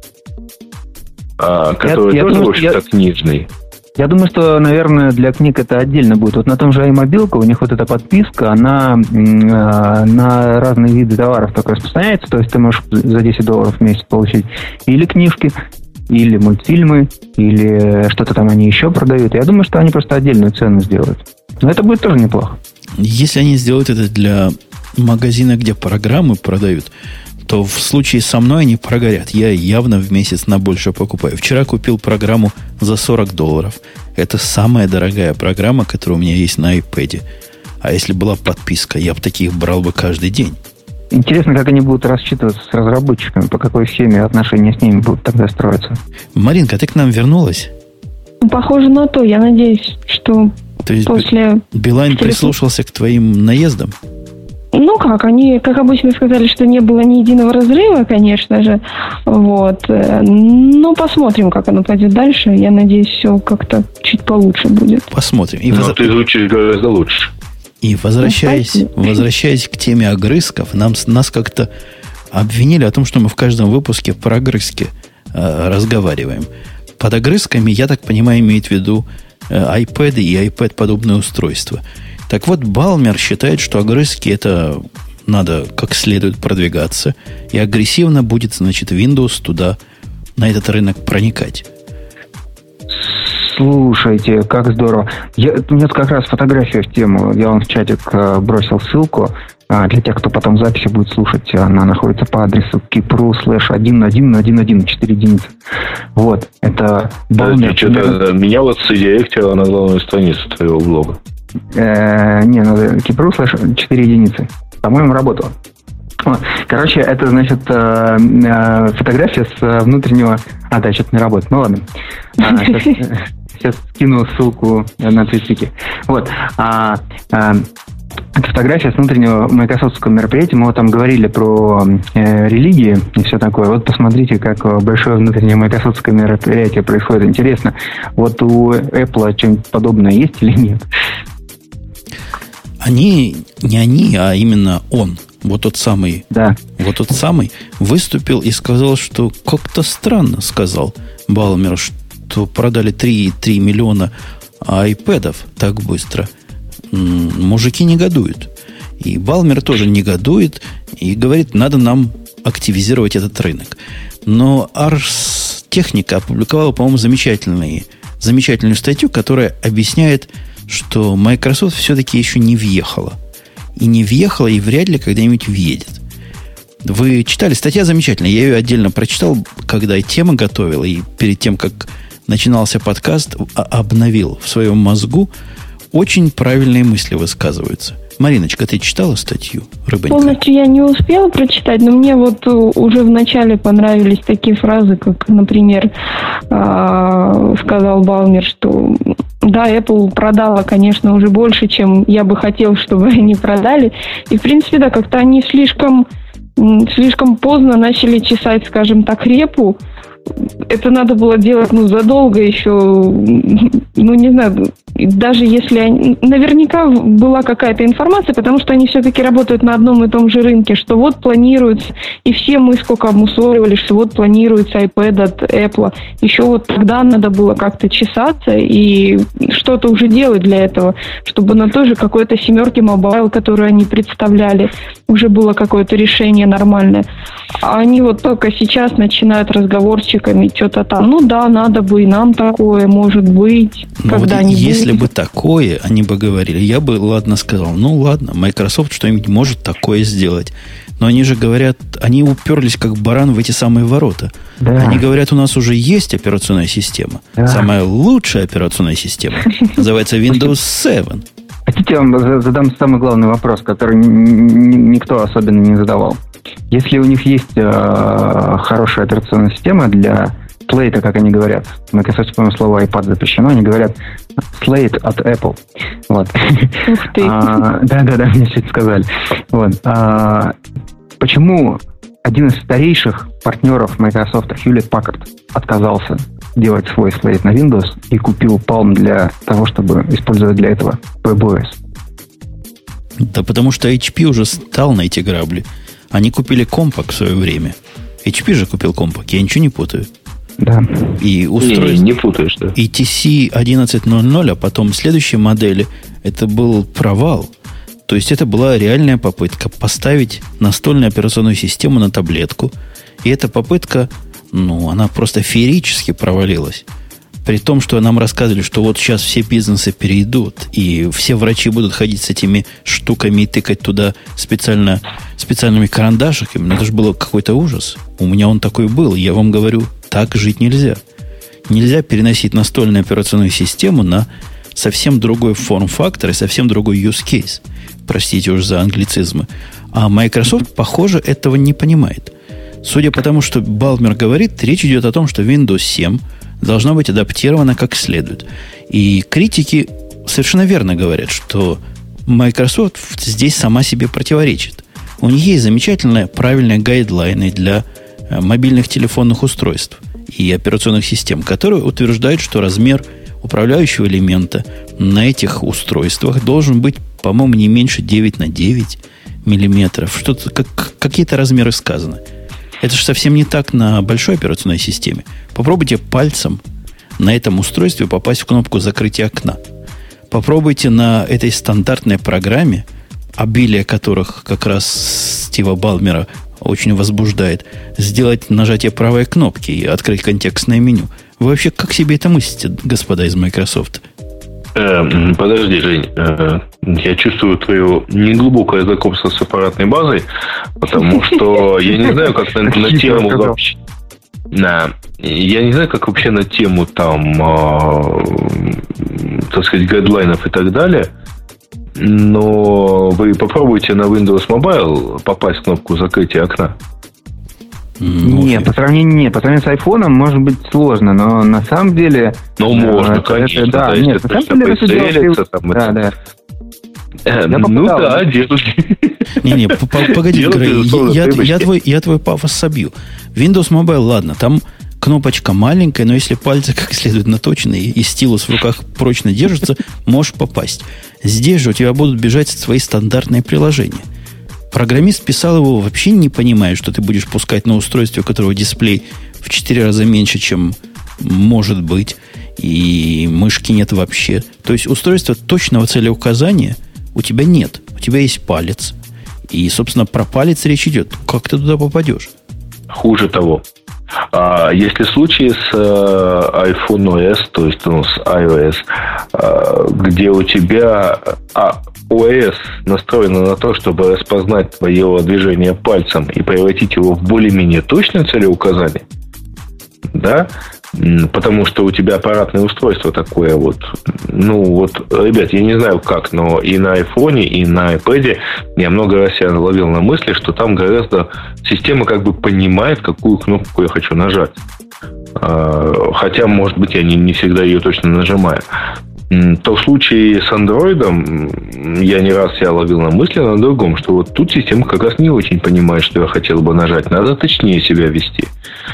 а, который я, тоже я очень я... так нижний. Я думаю, что, наверное, для книг это отдельно будет. Вот на том же iMobile у них вот эта подписка, она э, на разные виды товаров так распространяется. То есть ты можешь за десять долларов в месяц получить или книжки, или мультфильмы, или что-то там они еще продают. Я думаю, что они просто отдельную цену сделают. Но это будет тоже неплохо. Если они сделают это для магазина, где программы продают, то в случае со мной они прогорят. Я явно в месяц на больше покупаю. Вчера купил программу за сорок долларов. Это самая дорогая программа, которая у меня есть на iPad. А если была подписка, я бы таких брал бы каждый день. Интересно, как они будут рассчитываться с разработчиками, по какой схеме отношения с ними будут тогда строиться. Маринка, ты к нам вернулась? Похоже на то. Я надеюсь, что то есть после... Билайн прислушался к твоим наездам? Ну как, они, как обычно, сказали, что не было ни единого разрыва, конечно же. Вот. Но посмотрим, как оно пойдет дальше. Я надеюсь, все как-то чуть получше будет. Посмотрим. И Но воз... ты звучишь гораздо лучше. И возвращаясь, возвращаясь к теме огрызков, нам, нас как-то обвинили о том, что мы в каждом выпуске про огрызки э, разговариваем. Под огрызками, я так понимаю, имеет в виду э, iPad и iPad-подобные устройства. Так вот, Балмер считает, что огрызки это надо как следует продвигаться, и агрессивно будет, значит, Windows туда, на этот рынок проникать. Слушайте, как здорово. Я, у меня тут как раз фотография в тему. Я вам в чатик э, бросил ссылку. А, для тех, кто потом записи будет слушать, она находится по адресу kipru слэш один один один один четыре единицы. Вот, это... Балмер, что-то меня вот средиректила на главную страницу твоего блога. Э, не, надо kipru слэш четыре единицы. По-моему, работало. Короче, это, значит, э, э, фотография с внутреннего... А, да, что-то не работает. Ну, ладно. А, сейчас, сейчас скину ссылку на твитике. Вот. А, а, это фотография с внутреннего майкрософтского мероприятия. Мы вот там говорили про э, религии и все такое. Вот посмотрите, как большое внутреннее майкрософтское мероприятие происходит. Интересно, вот у Apple что-нибудь подобное есть или нет? Они, не они, а именно он, вот тот самый, да. вот тот самый, выступил и сказал, что как-то странно, сказал Балмер, что продали три миллиона айпэдов так быстро. Мужики негодуют. И Балмер тоже негодует и говорит, надо нам активизировать этот рынок. Но Ars Technica опубликовала, по-моему, замечательную, замечательную статью, которая объясняет, что Microsoft все-таки еще не въехала. И не въехала, и вряд ли когда-нибудь въедет. Вы читали? Статья замечательная. Я ее отдельно прочитал, когда и тема готовил, и перед тем, как начинался подкаст, обновил в своем мозгу. Очень правильные мысли высказываются. Мариночка, ты читала статью, Рыбонька? Полностью я не успела прочитать, но мне вот уже в начале понравились такие фразы, как, например, сказал Балмер, что да, Apple продала, конечно, уже больше, чем я бы хотел, чтобы они продали. И, в принципе, да, как-то они слишком, слишком поздно начали чесать, скажем так, репу. Это надо было делать, ну, задолго еще, ну, не знаю, даже если они... Наверняка была какая-то информация, потому что они все-таки работают на одном и том же рынке, что вот планируется, и все мы сколько обмусоливали, что вот планируется iPad от Apple. Еще вот тогда надо было как-то чесаться и что-то уже делать для этого, чтобы на той же какой-то семерке мобайл, которую они представляли, уже было какое-то решение нормальное. А они вот только сейчас начинают разговорчиками что-то там. Ну да, надо бы и нам такое, может быть, ну когда-нибудь. Вот если бы такое, они бы говорили, я бы, ладно, сказал, ну ладно, Microsoft что-нибудь может такое сделать. Но они же говорят, они уперлись как баран в эти самые ворота. Да. Они говорят, у нас уже есть операционная система. Да. Самая лучшая операционная система. Называется Windows семь. Хотите, я вам задам самый главный вопрос, который никто особенно не задавал. Если у них есть э, хорошая операционная система для Slate, как они говорят, в Microsoft, по-моему, слово iPad запрещено, они говорят Slate от Apple. Вот. Ух ты. А, да-да-да, мне все это сказали. Вот. А, почему один из старейших партнеров Microsoft, Hewlett Packard, отказался делать свой Slate на Windows и купил Palm для того, чтобы использовать для этого пи би эс? Да потому что эйч пи уже стал на эти грабли. Они купили Compaq в свое время. эйч пи же купил Compaq, я ничего не путаю. Да. И устройство... Не, не, не путаешь, да. И ти си одиннадцать ноль ноль, а потом следующие модели, это был провал. То есть это была реальная попытка поставить настольную операционную систему на таблетку. И эта попытка, ну, она просто феерически провалилась. При том, что нам рассказывали, что вот сейчас все бизнесы перейдут, и все врачи будут ходить с этими штуками и тыкать туда специально, специальными карандашиками. Это же было какой-то ужас. У меня он такой был. Я вам говорю, так жить нельзя. Нельзя переносить настольную операционную систему на совсем другой форм-фактор и совсем другой use case. Простите уж за англицизмы. А Microsoft, похоже, этого не понимает. Судя по тому, что Балмер говорит, речь идет о том, что Windows семь должна быть адаптирована как следует. И критики совершенно верно говорят, что Microsoft здесь сама себе противоречит. У них есть замечательные, правильные гайдлайны для мобильных телефонных устройств и операционных систем, которые утверждают, что размер управляющего элемента на этих устройствах должен быть, по-моему, не меньше девять на девять миллиметров. Что-то, как, какие-то размеры сказаны. Это же совсем не так на большой операционной системе. Попробуйте пальцем на этом устройстве попасть в кнопку закрытия окна. Попробуйте на этой стандартной программе, обилие которых как раз Стива Балмера очень возбуждает, сделать нажатие правой кнопки и открыть контекстное меню. Вы вообще как себе это мыслите, господа из Microsoft? Э, подожди, Жень. Э, я чувствую твое неглубокое знакомство с аппаратной базой, потому что я не знаю, как на, на тему вообще... На, я не знаю, как вообще на тему там, э, так сказать, гайдлайнов и так далее, но вы попробуйте на Windows Mobile попасть в кнопку закрытия окна. Ну, нет, по сравнению, нет, по сравнению с айфоном может быть сложно, но на самом деле... Ну, можно, это, конечно. Это, да, да, нет, на самом деле это делается... Там, да, да. Э, ну да, делай. Не-не, погоди, я твой я твой пафос собью. Windows Mobile, ладно, там кнопочка маленькая, но если пальцы как следует наточены и стилус в руках прочно держится, можешь попасть. Здесь же у тебя будут бежать свои стандартные приложения. Программист писал его, вообще не понимая, что ты будешь пускать на устройстве, у которого дисплей в четыре раза меньше, чем может быть, и мышки нет вообще. То есть устройства точного целеуказания у тебя нет. У тебя есть палец. И, собственно, про палец речь идет. Как ты туда попадешь? Хуже того. А если случаи с iPhone о эс, то есть ну, с iOS, где у тебя а, о эс настроено на то, чтобы распознать твое движение пальцем и превратить его в более-менее точное целеуказание, да, потому что у тебя аппаратное устройство такое вот. Ну, вот, ребят, я не знаю как, но и на айфоне, и на iPad я много раз себя ловил на мысли, что там гораздо система как бы понимает, какую кнопку я хочу нажать. Хотя, может быть, я не, не всегда ее точно нажимаю. То в случае с андроидом я не раз себя ловил на мысли на другом, что вот тут система как раз не очень понимает, что я хотел бы нажать. Надо точнее себя вести.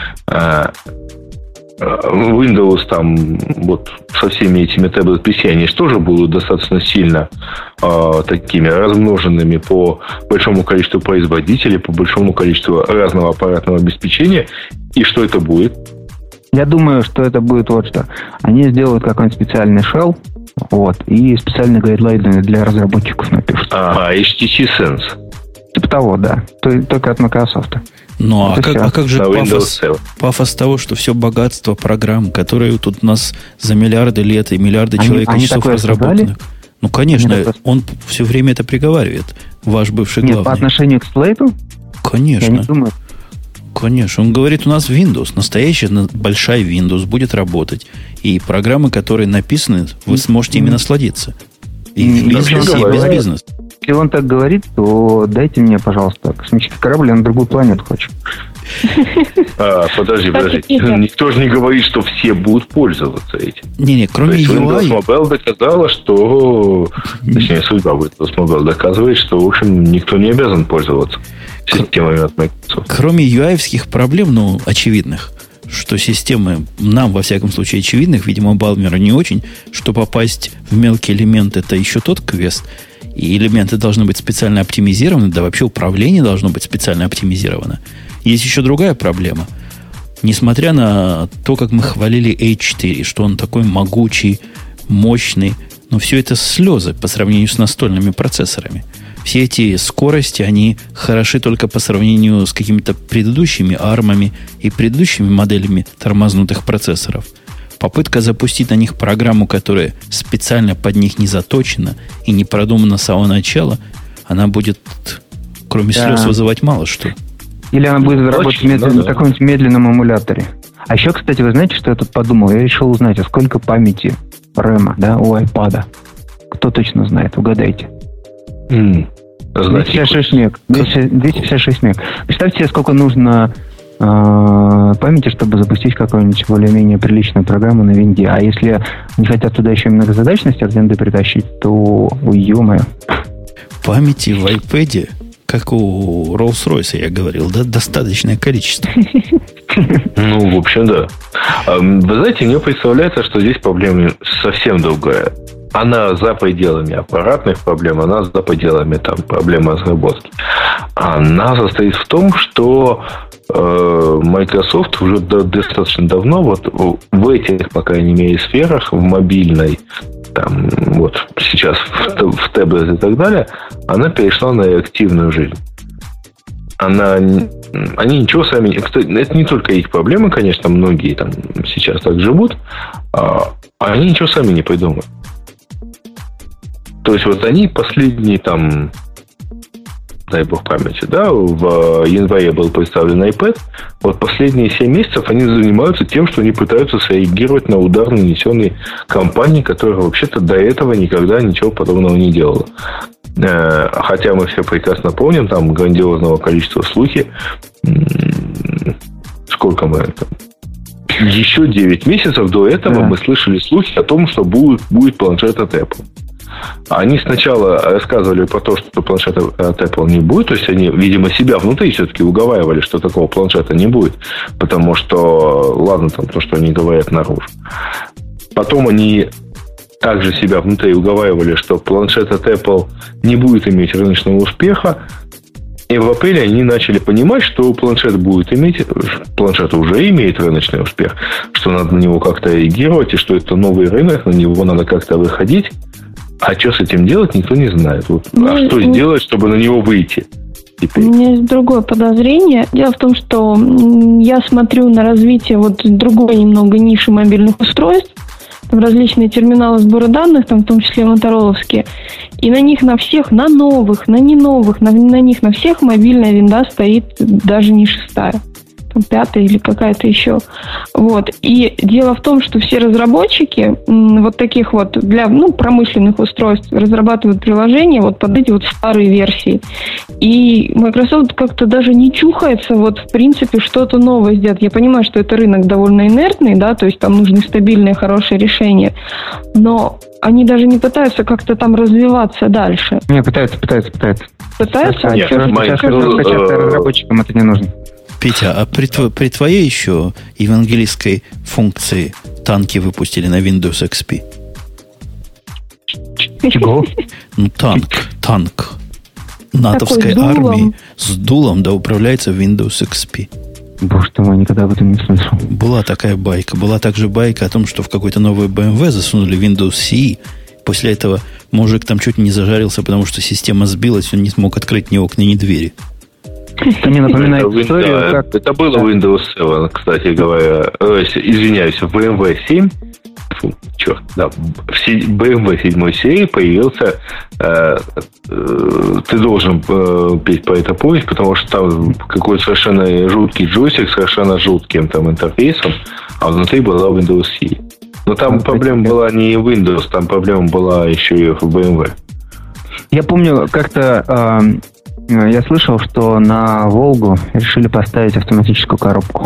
Windows там вот со всеми этими таблет пи си, они же тоже будут достаточно сильно э, такими размноженными по большому количеству производителей, по большому количеству разного аппаратного обеспечения. И что это будет? Я думаю, что это будет вот что. Они сделают какой-нибудь специальный shell, вот, и специальные гайдлайны для разработчиков напишут. А, эйч ти си Sense. Типа того, да. Только от Microsoft. Ну, а как, а как же пафос, пафос того, что все богатство программ, которые тут у нас за миллиарды лет и миллиарды они, человек и часов разработанных? Ну, конечно, он все время это приговаривает, ваш бывший главный. Нет, по отношению к Slate? Конечно. Я не думаю. Конечно. Он говорит, у нас Windows, настоящая большая Windows будет работать. И программы, которые написаны, вы сможете ими насладиться. И в бизнесе, и без бизнеса. Если он так говорит, то дайте мне, пожалуйста, космический корабль, я на другую планету хочу. А, подожди, подожди. Никто же не говорит, что все будут пользоваться этим. Не-не, кроме ю ай... Windows Mobile доказала, что... Точнее, судьба Windows Mobile доказывает, что, в общем, никто не обязан пользоваться системами от Microsoft. Кроме ю ай-овских проблем, ну, очевидных, что системы, нам, во всяком случае, очевидных, видимо, Балмеру не очень, что попасть в мелкий элемент, это еще тот квест, и элементы должны быть специально оптимизированы, да вообще управление должно быть специально оптимизировано. Есть еще другая проблема. Несмотря на то, как мы хвалили эйч четыре, что он такой могучий, мощный, но все это слезы по сравнению с настольными процессорами. Все эти скорости, они хороши только по сравнению с какими-то предыдущими армами и предыдущими моделями тормознутых процессоров. Попытка запустить на них программу, которая специально под них не заточена и не продумана с самого начала, она будет, кроме да. слез, вызывать мало что. Или она будет работать медленно, на каком-нибудь медленном эмуляторе. А еще, кстати, вы знаете, что я тут подумал? Я решил узнать, а сколько памяти рэма, да, у iPad? Кто точно знает? Угадайте. Mm. двести пятьдесят шесть мег. двести пятьдесят шесть мег. Представьте себе, сколько нужно э, памяти, чтобы запустить какую-нибудь более-менее приличную программу на винде. А если не хотят туда еще многозадачность от винды притащить, то, ой, ё-моё. Памяти в iPad, как у Rolls-Royce, я говорил, да, достаточное количество. Ну, в общем, да. Вы знаете, мне представляется, что здесь проблема совсем другая. Она за пределами аппаратных проблем, она за пределами там, проблем разработки. Она состоит в том, что э, Microsoft уже до, достаточно давно вот в этих, по крайней мере, сферах, в мобильной, там, вот сейчас в, в таблет и так далее, она перешла на активную жизнь. Она, они ничего сами... Это не только их проблемы, конечно, многие там сейчас так живут, а они ничего сами не придумают. То есть, вот они последние там, дай бог памяти, да, в январе был представлен iPad, вот последние семь месяцев они занимаются тем, что они пытаются среагировать на удар, нанесенный компанией, которая вообще-то до этого никогда ничего подобного не делала. Хотя мы все прекрасно помним, там грандиозного количества слухи, сколько мы это... Еще девять месяцев до этого да. мы слышали слухи о том, что будет, будет планшет от Apple. Они сначала рассказывали про то, что планшета от Apple не будет. То есть они, видимо, себя внутри все-таки уговаривали, что такого планшета не будет. Потому что, ладно, там то, что они говорят наружу. Потом они также себя внутри уговаривали, что планшет от Apple не будет иметь рыночного успеха. И в апреле они начали понимать, что планшет будет иметь, планшет уже имеет рыночный успех, что надо на него как-то реагировать, и что это новый рынок, на него надо как-то выходить. А что с этим делать, никто не знает. Вот. Ну, а что ну, сделать, чтобы на него выйти? теперь? У меня есть другое подозрение. Дело в том, что я смотрю на развитие вот другой немного ниши мобильных устройств, там различные терминалы сбора данных, там в том числе мотороловские, и на них на всех, на новых, на не новых, на, на них на всех мобильная винда стоит даже не шестая, там пятая или какая-то еще. Вот. И дело в том, что все разработчики м, вот таких вот для ну, промышленных устройств разрабатывают приложения вот под эти вот старые версии. И Microsoft как-то даже не чухается вот в принципе что-то новое сделать. Я понимаю, что это рынок довольно инертный, да, то есть там нужны стабильные, хорошие решения, но они даже не пытаются как-то там развиваться дальше. Не, пытаются, пытаются, пытаются. Пытаются? А Нет, что же мои- сейчас э, часто разработчикам это не нужно. Петя, а при, тво- при твоей еще евангелийской функции танки выпустили на Windows икс пи? Чего? Ну, танк, танк натовской Такой с дулом. армии с дулом, да, управляется в Windows икс пи. Боже ты мой, никогда об этом не слышал. Была такая байка. Была также байка о том, что в какой-то новый би эм дабл ю засунули Windows си. После этого мужик там чуть не зажарился, потому что система сбилась, он не смог открыть ни окна, ни двери. Это мне напоминает Это, историю, да, как... это было Да. Windows семь, кстати говоря. Э, извиняюсь, в би эм дабл ю семь, фу, черт, да, в си- би эм дабл ю седьмой серии появился э, э, ты должен э, петь по этой повесть, потому что там какой-то совершенно жуткий джойстик, совершенно жутким там интерфейсом, а внутри была Windows си. Но там Ну, проблема кстати, была не в Windows, там проблема была еще и в би эм дабл ю. Я помню, как-то э, я слышал, что на Волгу решили поставить автоматическую коробку.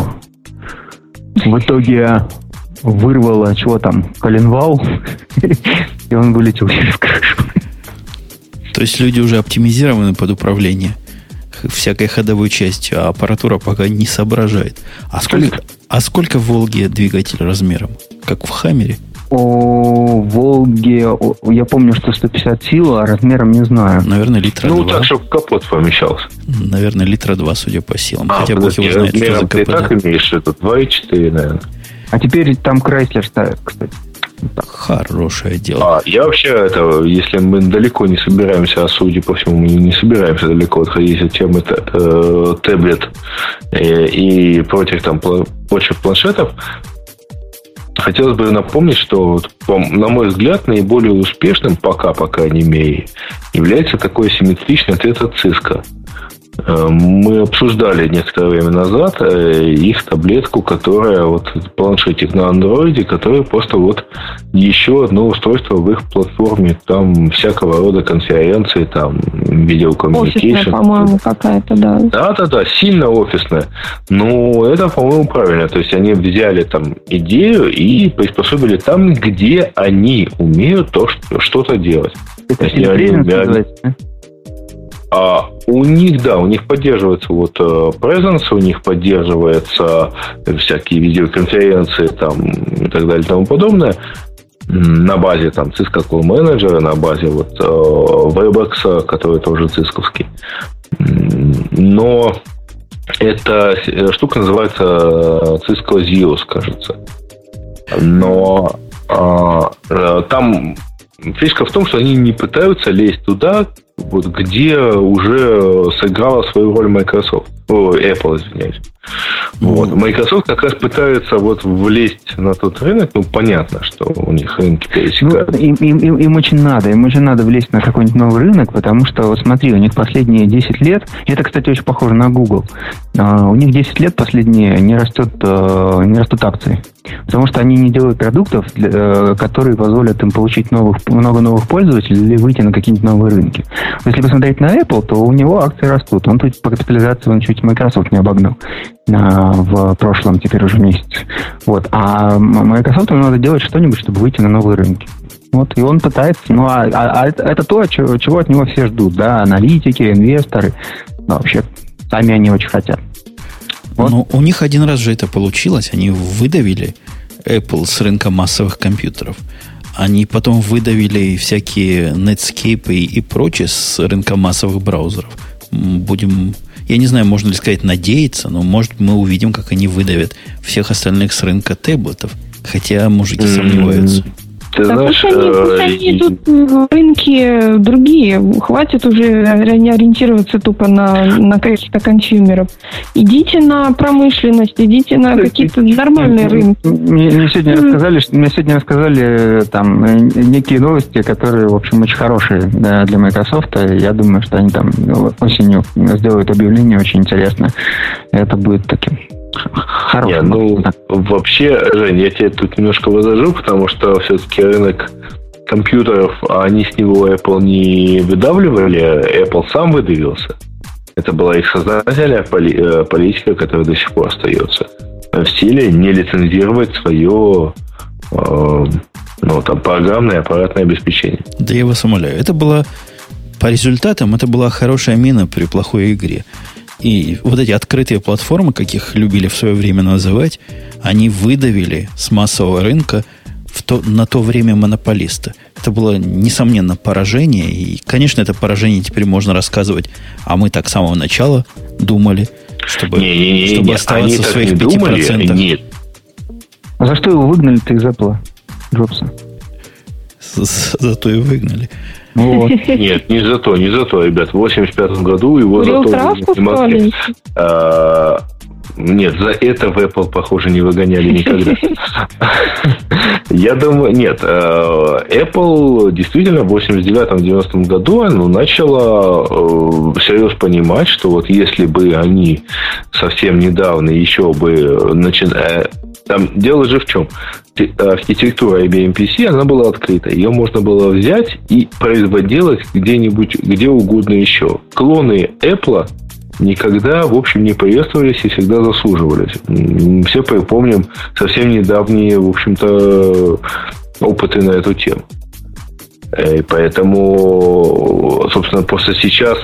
В итоге вырвало, чего там, коленвал, и он вылетел через крышу. То есть люди уже оптимизированы под управление х- всякой ходовой частью, а аппаратура пока не соображает. А сколько, а сколько в Волге двигатель размером? Как в Хаммере? О Волге, о, я помню, что сто пятьдесят сил, а размером не знаю. Наверное, литра Ну, два. так, чтобы в капот помещался. Наверное, литра два, судя по силам. А, Хотя бог подожди, его знает, что за размером ты так КПД. имеешь, это два и четыре, наверное. А теперь там Крайслер ставят, кстати. Хорошее дело. А, я вообще, это, если мы далеко не собираемся, а судя по всему, мы не собираемся далеко отходить от темы т- э, таблет э, и прочих там пла- прочих планшетов, хотелось бы напомнить, что, вот, по- на мой взгляд, наиболее успешным, пока, по крайней мере, является такой асимметричный ответ от Cisco. Э, Мы обсуждали некоторое время назад э, их таблетку, которая вот планшетик на андроиде, который просто вот еще одно устройство в их платформе, там всякого рода конференции, там Офисная, видеокоммуникейшн. по-моему, какая-то, да. Да-да-да, сильно офисная. Ну, это, по-моему, правильно. То есть они взяли там идею и приспособили там, где они умеют то, что, что-то делать. Это Если они синхронизм умеют- называется, да? А у них, да, у них поддерживается вот э, Presence, у них поддерживается всякие видеоконференции там, и так далее и тому подобное. М, На базе там Cisco Call Manager, на базе вот э, WebEx, который тоже цисковский. М, Но эта с- штука называется Cisco Zeus, кажется. Но а, э, там фишка в том, что они не пытаются лезть туда, вот, где уже сыграла свою роль Microsoft. Ой, Apple, извиняюсь. Вот. Microsoft как раз пытается вот влезть на тот рынок. Ну, понятно, что у них рынки Ну, пересекаются. им, им, им, им очень надо, им очень надо влезть на какой-нибудь новый рынок, потому что, вот смотри, у них последние десять лет, и это, кстати, очень похоже на Google, а, у них десять лет последние не растет, а, не растут акции, потому что они не делают продуктов, для- э, которые позволят им получить новых, много новых пользователей или выйти на какие-нибудь новые рынки. Если посмотреть на Apple, то у него акции растут, он тут по капитализации он чуть Microsoft не обогнал а, в прошлом, теперь уже месяце. Вот. А Microsoft надо делать что-нибудь, чтобы выйти на новые рынки. Вот, и он пытается. Ну, а, а- а это, это то, чего, чего от него все ждут, да, аналитики, инвесторы. Ну, вообще, сами они очень хотят. Вот. Но у них один раз же это получилось. Они выдавили Apple с рынка массовых компьютеров. Они потом выдавили всякие Netscape и, и прочее с рынка массовых браузеров. М, Будем, я не знаю, можно ли сказать надеяться, но может мы увидим, как они выдавят всех остальных с рынка таблетов. Хотя мужики М. сомневаются. Ты да знаешь, пусть они, пусть они тут в рынке другие. Хватит уже не ориентироваться тупо на, на каких-то консюмеров. Идите на промышленность, идите на какие-то нормальные рынки. Мне, мне сегодня рассказали, что мне сегодня рассказали там некие новости, которые, в общем, очень хорошие для, для Microsoft. Я думаю, что они там осенью сделают объявление очень интересно. Это будет таким хорошим. Не, ну, вообще, Жень, я тебе тут немножко возражу, потому что все-таки рынок компьютеров, они с него Apple не выдавливали, Apple сам выдавился. Это была их сознательная поли- политика, которая до сих пор остается. В стиле не лицензировать свое э, ну, там, программное аппаратное обеспечение. Да я вас умоляю. Это было по результатам, это была хорошая мина при плохой игре. И вот эти открытые платформы, как их любили в свое время называть, они выдавили с массового рынка в то, на то время монополиста. Это было, несомненно, поражение. И, конечно, это поражение теперь можно рассказывать. А мы так с самого начала думали, чтобы, не, не, не, чтобы не, оставаться в своих пяти процентах. Нет. А за что его выгнали-то из Apple, Джобса? Зато и выгнали. Вот. Нет, не за то, не за то, ребят. В восемьдесят пятом году его Курил за то... травку, что ли? А, нет, за это в Apple, похоже, не выгоняли никогда. Я думаю, нет. Apple действительно в восемьдесят девятом — девяностом году ну, начала всерьез понимать, что вот если бы они совсем недавно еще бы начинали... Там дело же в чем? Архитектура ай би эм пи си, она была открыта. Ее можно было взять и производилась где-нибудь, где угодно еще. Клоны Apple никогда, в общем, не приветствовались и всегда заслуживались. Все помним совсем недавние, в общем-то, опыты на эту тему. И поэтому, собственно, просто сейчас...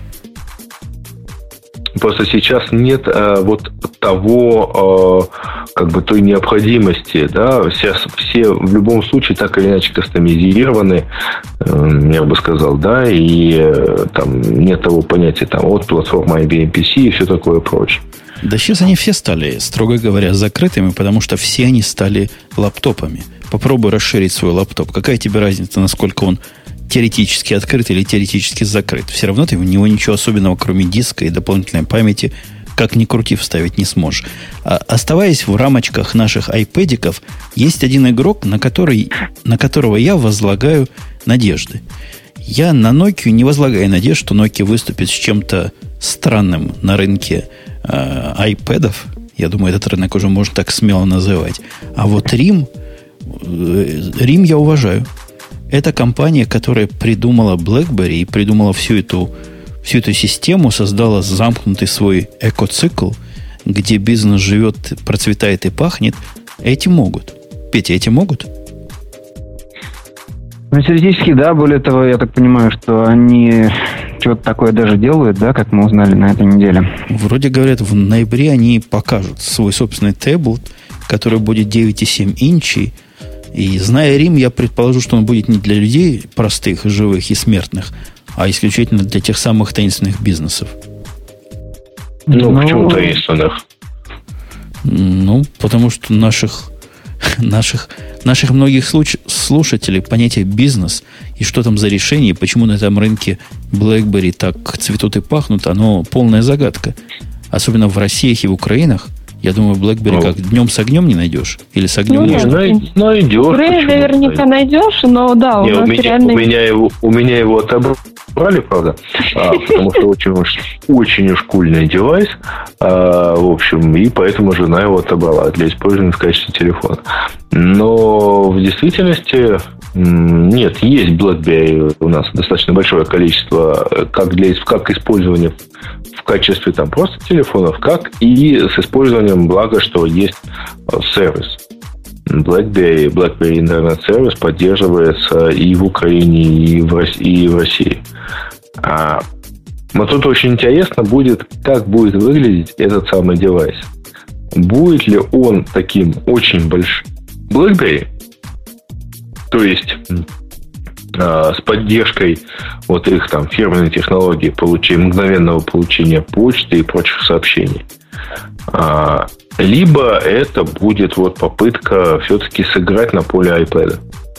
Просто сейчас нет а, вот того, а, как бы той необходимости, да, все, все в любом случае так или иначе кастомизированы, э, я бы сказал, да, и э, там нет того понятия там от платформы ай би эм пи си и все такое прочее. Да сейчас они все стали, строго говоря, закрытыми, потому что все они стали лаптопами. Попробуй расширить свой лаптоп. Какая тебе разница, насколько он теоретически открыт или теоретически закрыт? Все равно ты в него ничего особенного, кроме диска и дополнительной памяти, как ни крути, вставить не сможешь. А, оставаясь в рамочках наших айпэдиков, есть один игрок, на, который, на которого я возлагаю надежды. Я на Nokia не возлагаю надежд, что Nokia выступит с чем-то странным на рынке э, айпэдов. Я думаю, этот рынок уже можно так смело называть. А вот Рим, э, Рим я уважаю. Это компания, которая придумала BlackBerry и придумала всю эту, всю эту систему, создала замкнутый свой экоцикл, где бизнес живет, процветает и пахнет. Эти могут. Петя, эти могут? Ну, теоретически, да. Более того, я так понимаю, что они что-то такое даже делают, да, как мы узнали на этой неделе. Вроде говорят, в ноябре они покажут свой собственный таблет, который будет девять и семь инчей. И зная Рим, я предположу, что он будет не для людей простых, живых и смертных, а исключительно для тех самых таинственных бизнесов. Ну, ну почему таинственных? Ну, потому что наших, наших, наших многих случ- слушателей понятие бизнес и что там за решение, почему на этом рынке BlackBerry так цветут и пахнут, оно полная загадка. Особенно в России и в Украинах. Я думаю, BlackBerry ну, как днем с огнем не найдешь? Или с огнем ну, можно? Найдешь. Грей наверняка найдешь, но да, у не, нас у меня, реально... У меня, его, у меня его отобрали, правда, а, потому что очень уж, очень уж кульный девайс, а, в общем, и поэтому жена его отобрала для использования в качестве телефона. Но в действительности нет, есть BlackBerry у нас достаточно большое количество как для как использования в качестве там просто телефонов, как и с использованием, благо, что есть сервис. BlackBerry, BlackBerry Internet Service поддерживается и в Украине, и в России. И в России. А, но тут очень интересно будет, как будет выглядеть этот самый девайс. Будет ли он таким очень большим BlackBerry, то есть с поддержкой вот их там фирменной технологии получения, мгновенного получения почты и прочих сообщений. А, либо это будет вот попытка все-таки сыграть на поле iPad.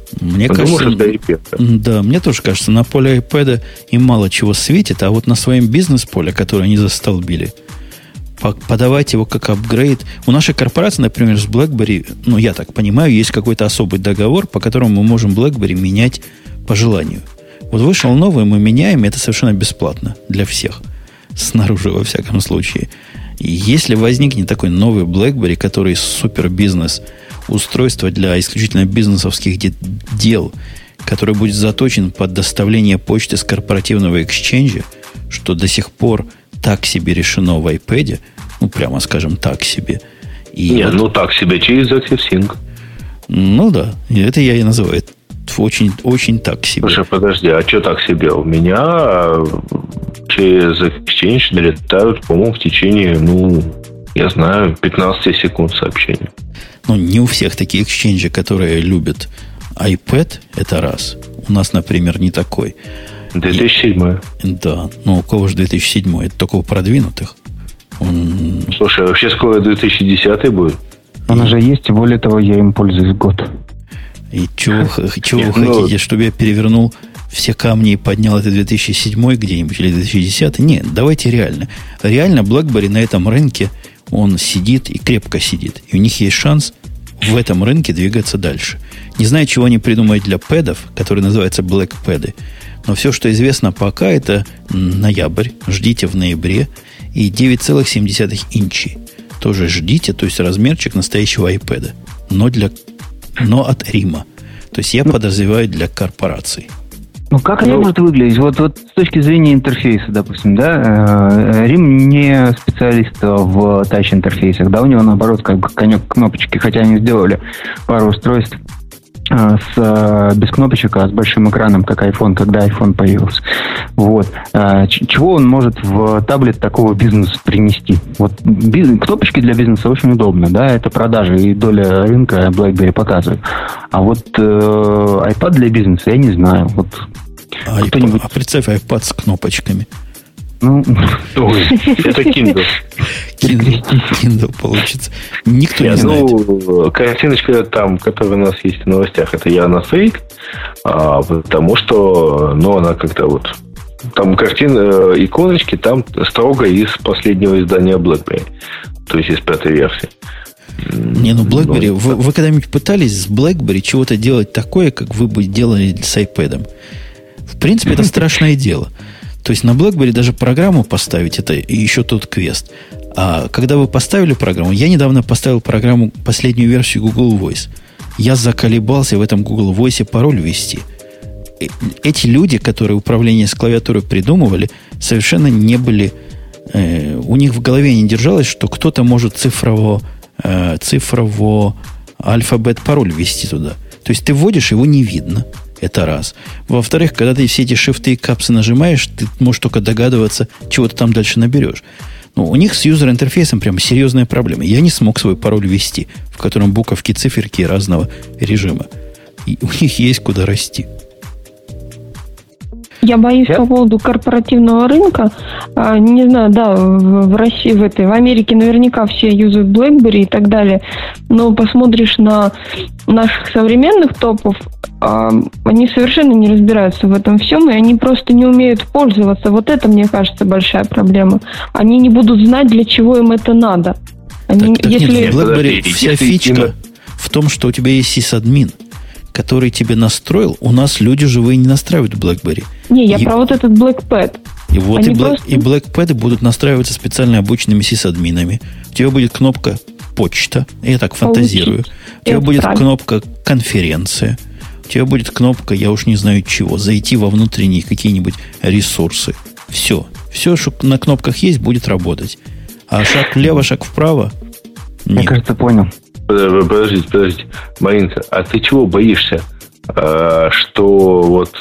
Мне ну, кажется, думаю, для iPad. Да, мне тоже кажется, на поле iPad им мало чего светит, а вот на своем бизнес-поле, которое они застолбили, подавать его как апгрейд. У нашей корпорации, например, с BlackBerry, ну, я так понимаю, есть какой-то особый договор, по которому мы можем BlackBerry менять по желанию. Вот вышел новый, мы меняем, и это совершенно бесплатно для всех. Снаружи, во всяком случае. И если возникнет такой новый BlackBerry, который супер бизнес, устройство для исключительно бизнесовских дел, который будет заточен под доставление почты с корпоративного эксченджа, что до сих пор так себе решено в iPad, ну, прямо скажем, так себе. И Нет, вот, ну так себе, через ActiveSync. Ну да, это я и называю очень, очень так себе. Слушай, подожди, а что так себе? У меня через Exchange долетают, по-моему, в течение, ну, я знаю, пятнадцать секунд сообщения. Ну, не у всех такие эксченджи, которые любят iPad, это раз. У нас, например, не такой. две тысячи седьмой. И, да, ну у кого же две тысячи седьмой? Это только у продвинутых. Он... Слушай, а вообще скоро две тысячи десятый будет? Он уже есть, и более того, я им пользуюсь год. И чего, чего Нет, вы ну... хотите, чтобы я перевернул все камни и поднял это две тысячи седьмой где-нибудь или две тысячи десятый? Нет, давайте реально. Реально BlackBerry на этом рынке, он сидит и крепко сидит. И у них есть шанс в этом рынке двигаться дальше. Не знаю, чего они придумают для пэдов, которые называются BlackPad. Но все, что известно пока, это ноябрь. Ждите в ноябре. И девять целых семь десятых инчей. Тоже ждите, то есть размерчик настоящего iPad. Но, для, но от Рима. То есть я ну, подозреваю для корпораций. Ну, как это может выглядеть? Вот, вот с точки зрения интерфейса, допустим, да, Рим не специалист в тач-интерфейсах, да, у него, наоборот, как бы конек кнопочки, хотя они сделали пару устройств с, без кнопочек, а с большим экраном, как iPhone, когда iPhone появился. Вот. Чего он может в таблет такого бизнеса принести? Вот бизнес, кнопочки для бизнеса очень удобно, да, это продажи, и доля рынка BlackBerry показывает. А вот э, iPad для бизнеса, я не знаю. Вот а, кто-нибудь... а представь iPad с кнопочками. Ну, Ой, это Kindle. Kindle. Kindle получится. Никто Нет, не знает. Ну, картиночка там, которая у нас есть в новостях, это явно фейк, а, потому что, ну, она как-то вот... Там картины, иконочки там строго из последнего издания BlackBerry. То есть из пятой версии. Не, ну BlackBerry... Ну, вы, вы когда-нибудь пытались с BlackBerry чего-то делать такое, как вы бы делали с iPad? В принципе, это страшное дело. То есть на BlackBerry даже программу поставить, это еще тот квест. А когда вы поставили программу, я недавно поставил программу, последнюю версию Google Voice. Я заколебался в этом Google Voice пароль ввести. Эти люди, которые управление с клавиатурой придумывали, совершенно не были... Э, у них в голове не держалось, что кто-то может цифрово, э, цифрово альфабет пароль ввести туда. То есть ты вводишь, его не видно. Это раз. Во-вторых, когда ты все эти шифты и капсы нажимаешь, ты можешь только догадываться, чего ты там дальше наберешь. Ну, у них с юзер-интерфейсом прям серьезная проблема. Я не смог свой пароль ввести, в котором буковки, циферки разного режима. И у них есть куда расти. Я боюсь yeah. по поводу корпоративного рынка. А, не знаю, да, в, в России, в этой, в Америке наверняка все юзают BlackBerry и так далее. Но посмотришь на наших современных топов, а, они совершенно не разбираются в этом всем, и они просто не умеют пользоваться. Вот это, мне кажется, большая проблема. Они не будут знать, для чего им это надо. Они, так, так если... нет, в BlackBerry вся фичка в том, что у тебя есть сисадмин, который тебе настроил. У нас люди живые не настраивают BlackBerry. Не, я и, про вот этот BlackPad. И вот и, Black, просто... и BlackPad будут настраиваться специально обученными сисадминами. У тебя будет кнопка почта. Я так фантазирую. Получить. У тебя Это будет правильно. Кнопка конференция. У тебя будет кнопка, я уж не знаю чего, зайти во внутренние какие-нибудь ресурсы. Все. Все, что на кнопках есть, будет работать. А шаг влево, шаг вправо? Нет. Я, кажется, понял. Подождите, подождите. Маринка, а ты чего боишься? Что вот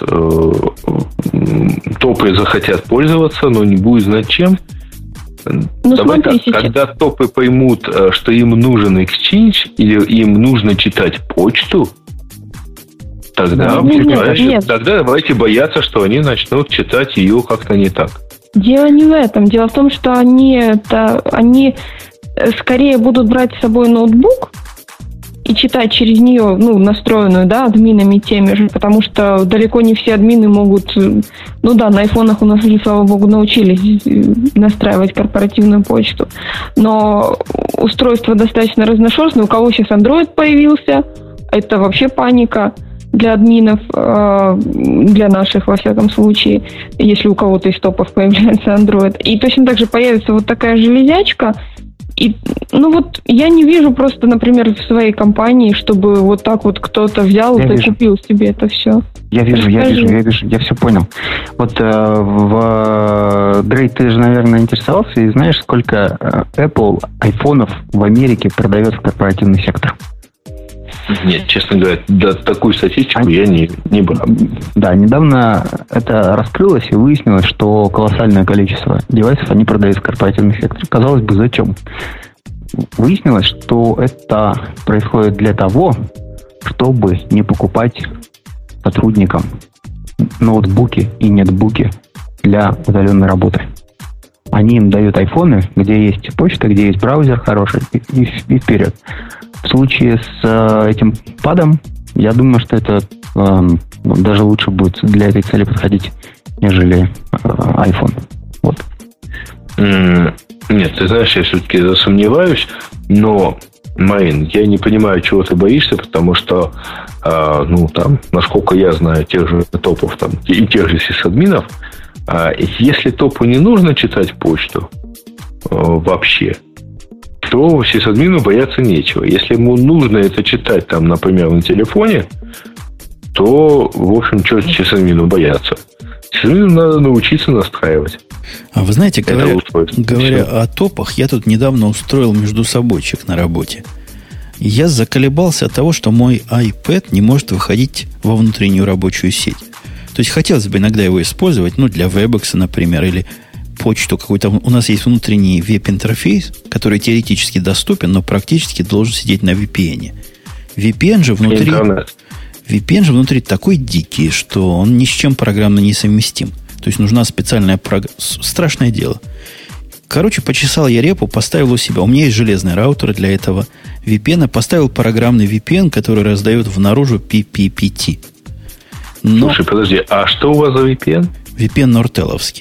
топы захотят пользоваться, но не будут знать чем? Ну, Давай смотри, так, сейчас. Когда топы поймут, что им нужен Exchange или им нужно читать почту, тогда, нет, нет, нет. тогда давайте бояться, что они начнут читать ее как-то не так. Дело не в этом. Дело в том, что они, это, они скорее будут брать с собой ноутбук и читать через нее, ну, настроенную, да, админами теми же, потому что далеко не все админы могут, ну да, на айфонах у нас уже, слава богу, научились настраивать корпоративную почту, но устройство достаточно разношерстное, у кого сейчас Android появился, это вообще паника для админов, для наших, во всяком случае, если у кого-то из топов появляется Android. И точно так же появится вот такая железячка. И, ну вот, я не вижу просто, например, в своей компании, чтобы вот так вот кто-то взял и купил себе это все. Я вижу, Расскажи. я вижу, я вижу, я все понял. Вот э, в Дрей, ты же, наверное, интересовался и знаешь, сколько Apple айфонов в Америке продает в корпоративный сектор? Нет, честно говоря, да, такую статистику Они... я не, не брал. Да, недавно это раскрылось и выяснилось, что колоссальное количество девайсов они продают в корпоративный сектор. Казалось бы, зачем? Выяснилось, что это происходит для того, чтобы не покупать сотрудникам ноутбуки и нетбуки для удаленной работы. Они им дают айфоны, где есть почта, где есть браузер хороший, и, и, и вперед. В случае с э, этим падом, я думаю, что это э, даже лучше будет для этой цели подходить, нежели э, iPhone. Вот. Mm, нет, ты знаешь, я все-таки засомневаюсь, но, Марин, я не понимаю, чего ты боишься, потому что, э, ну, там, насколько я знаю тех же топов там, и тех же сисадминов, э, если топу не нужно читать почту э, вообще, то сисадмину бояться нечего. Если ему нужно это читать, там, например, на телефоне, то, в общем, что сисадмину бояться? Сисадмину надо научиться настраивать. А вы знаете, говоря, говоря о топах, я тут недавно устроил междусобойчик на работе. Я заколебался от того, что мой iPad не может выходить во внутреннюю рабочую сеть. То есть хотелось бы иногда его использовать, ну, для Webex, например, или почту какую-то. У нас есть внутренний веб-интерфейс, который теоретически доступен, но практически должен сидеть на ви пи эн. ви пи эн же внутри, ви пи эн же внутри такой дикий, что он ни с чем программно не совместим. То есть нужна специальная программа. Страшное дело. Короче, почесал я репу, поставил у себя. У меня есть железный раутер для этого ви пи эн. Поставил программный ви пи эн, который раздает в наружу пи пи пи ти. Но... Слушай, подожди, а что у вас за ви пи эн? ви пи эн нортеловский.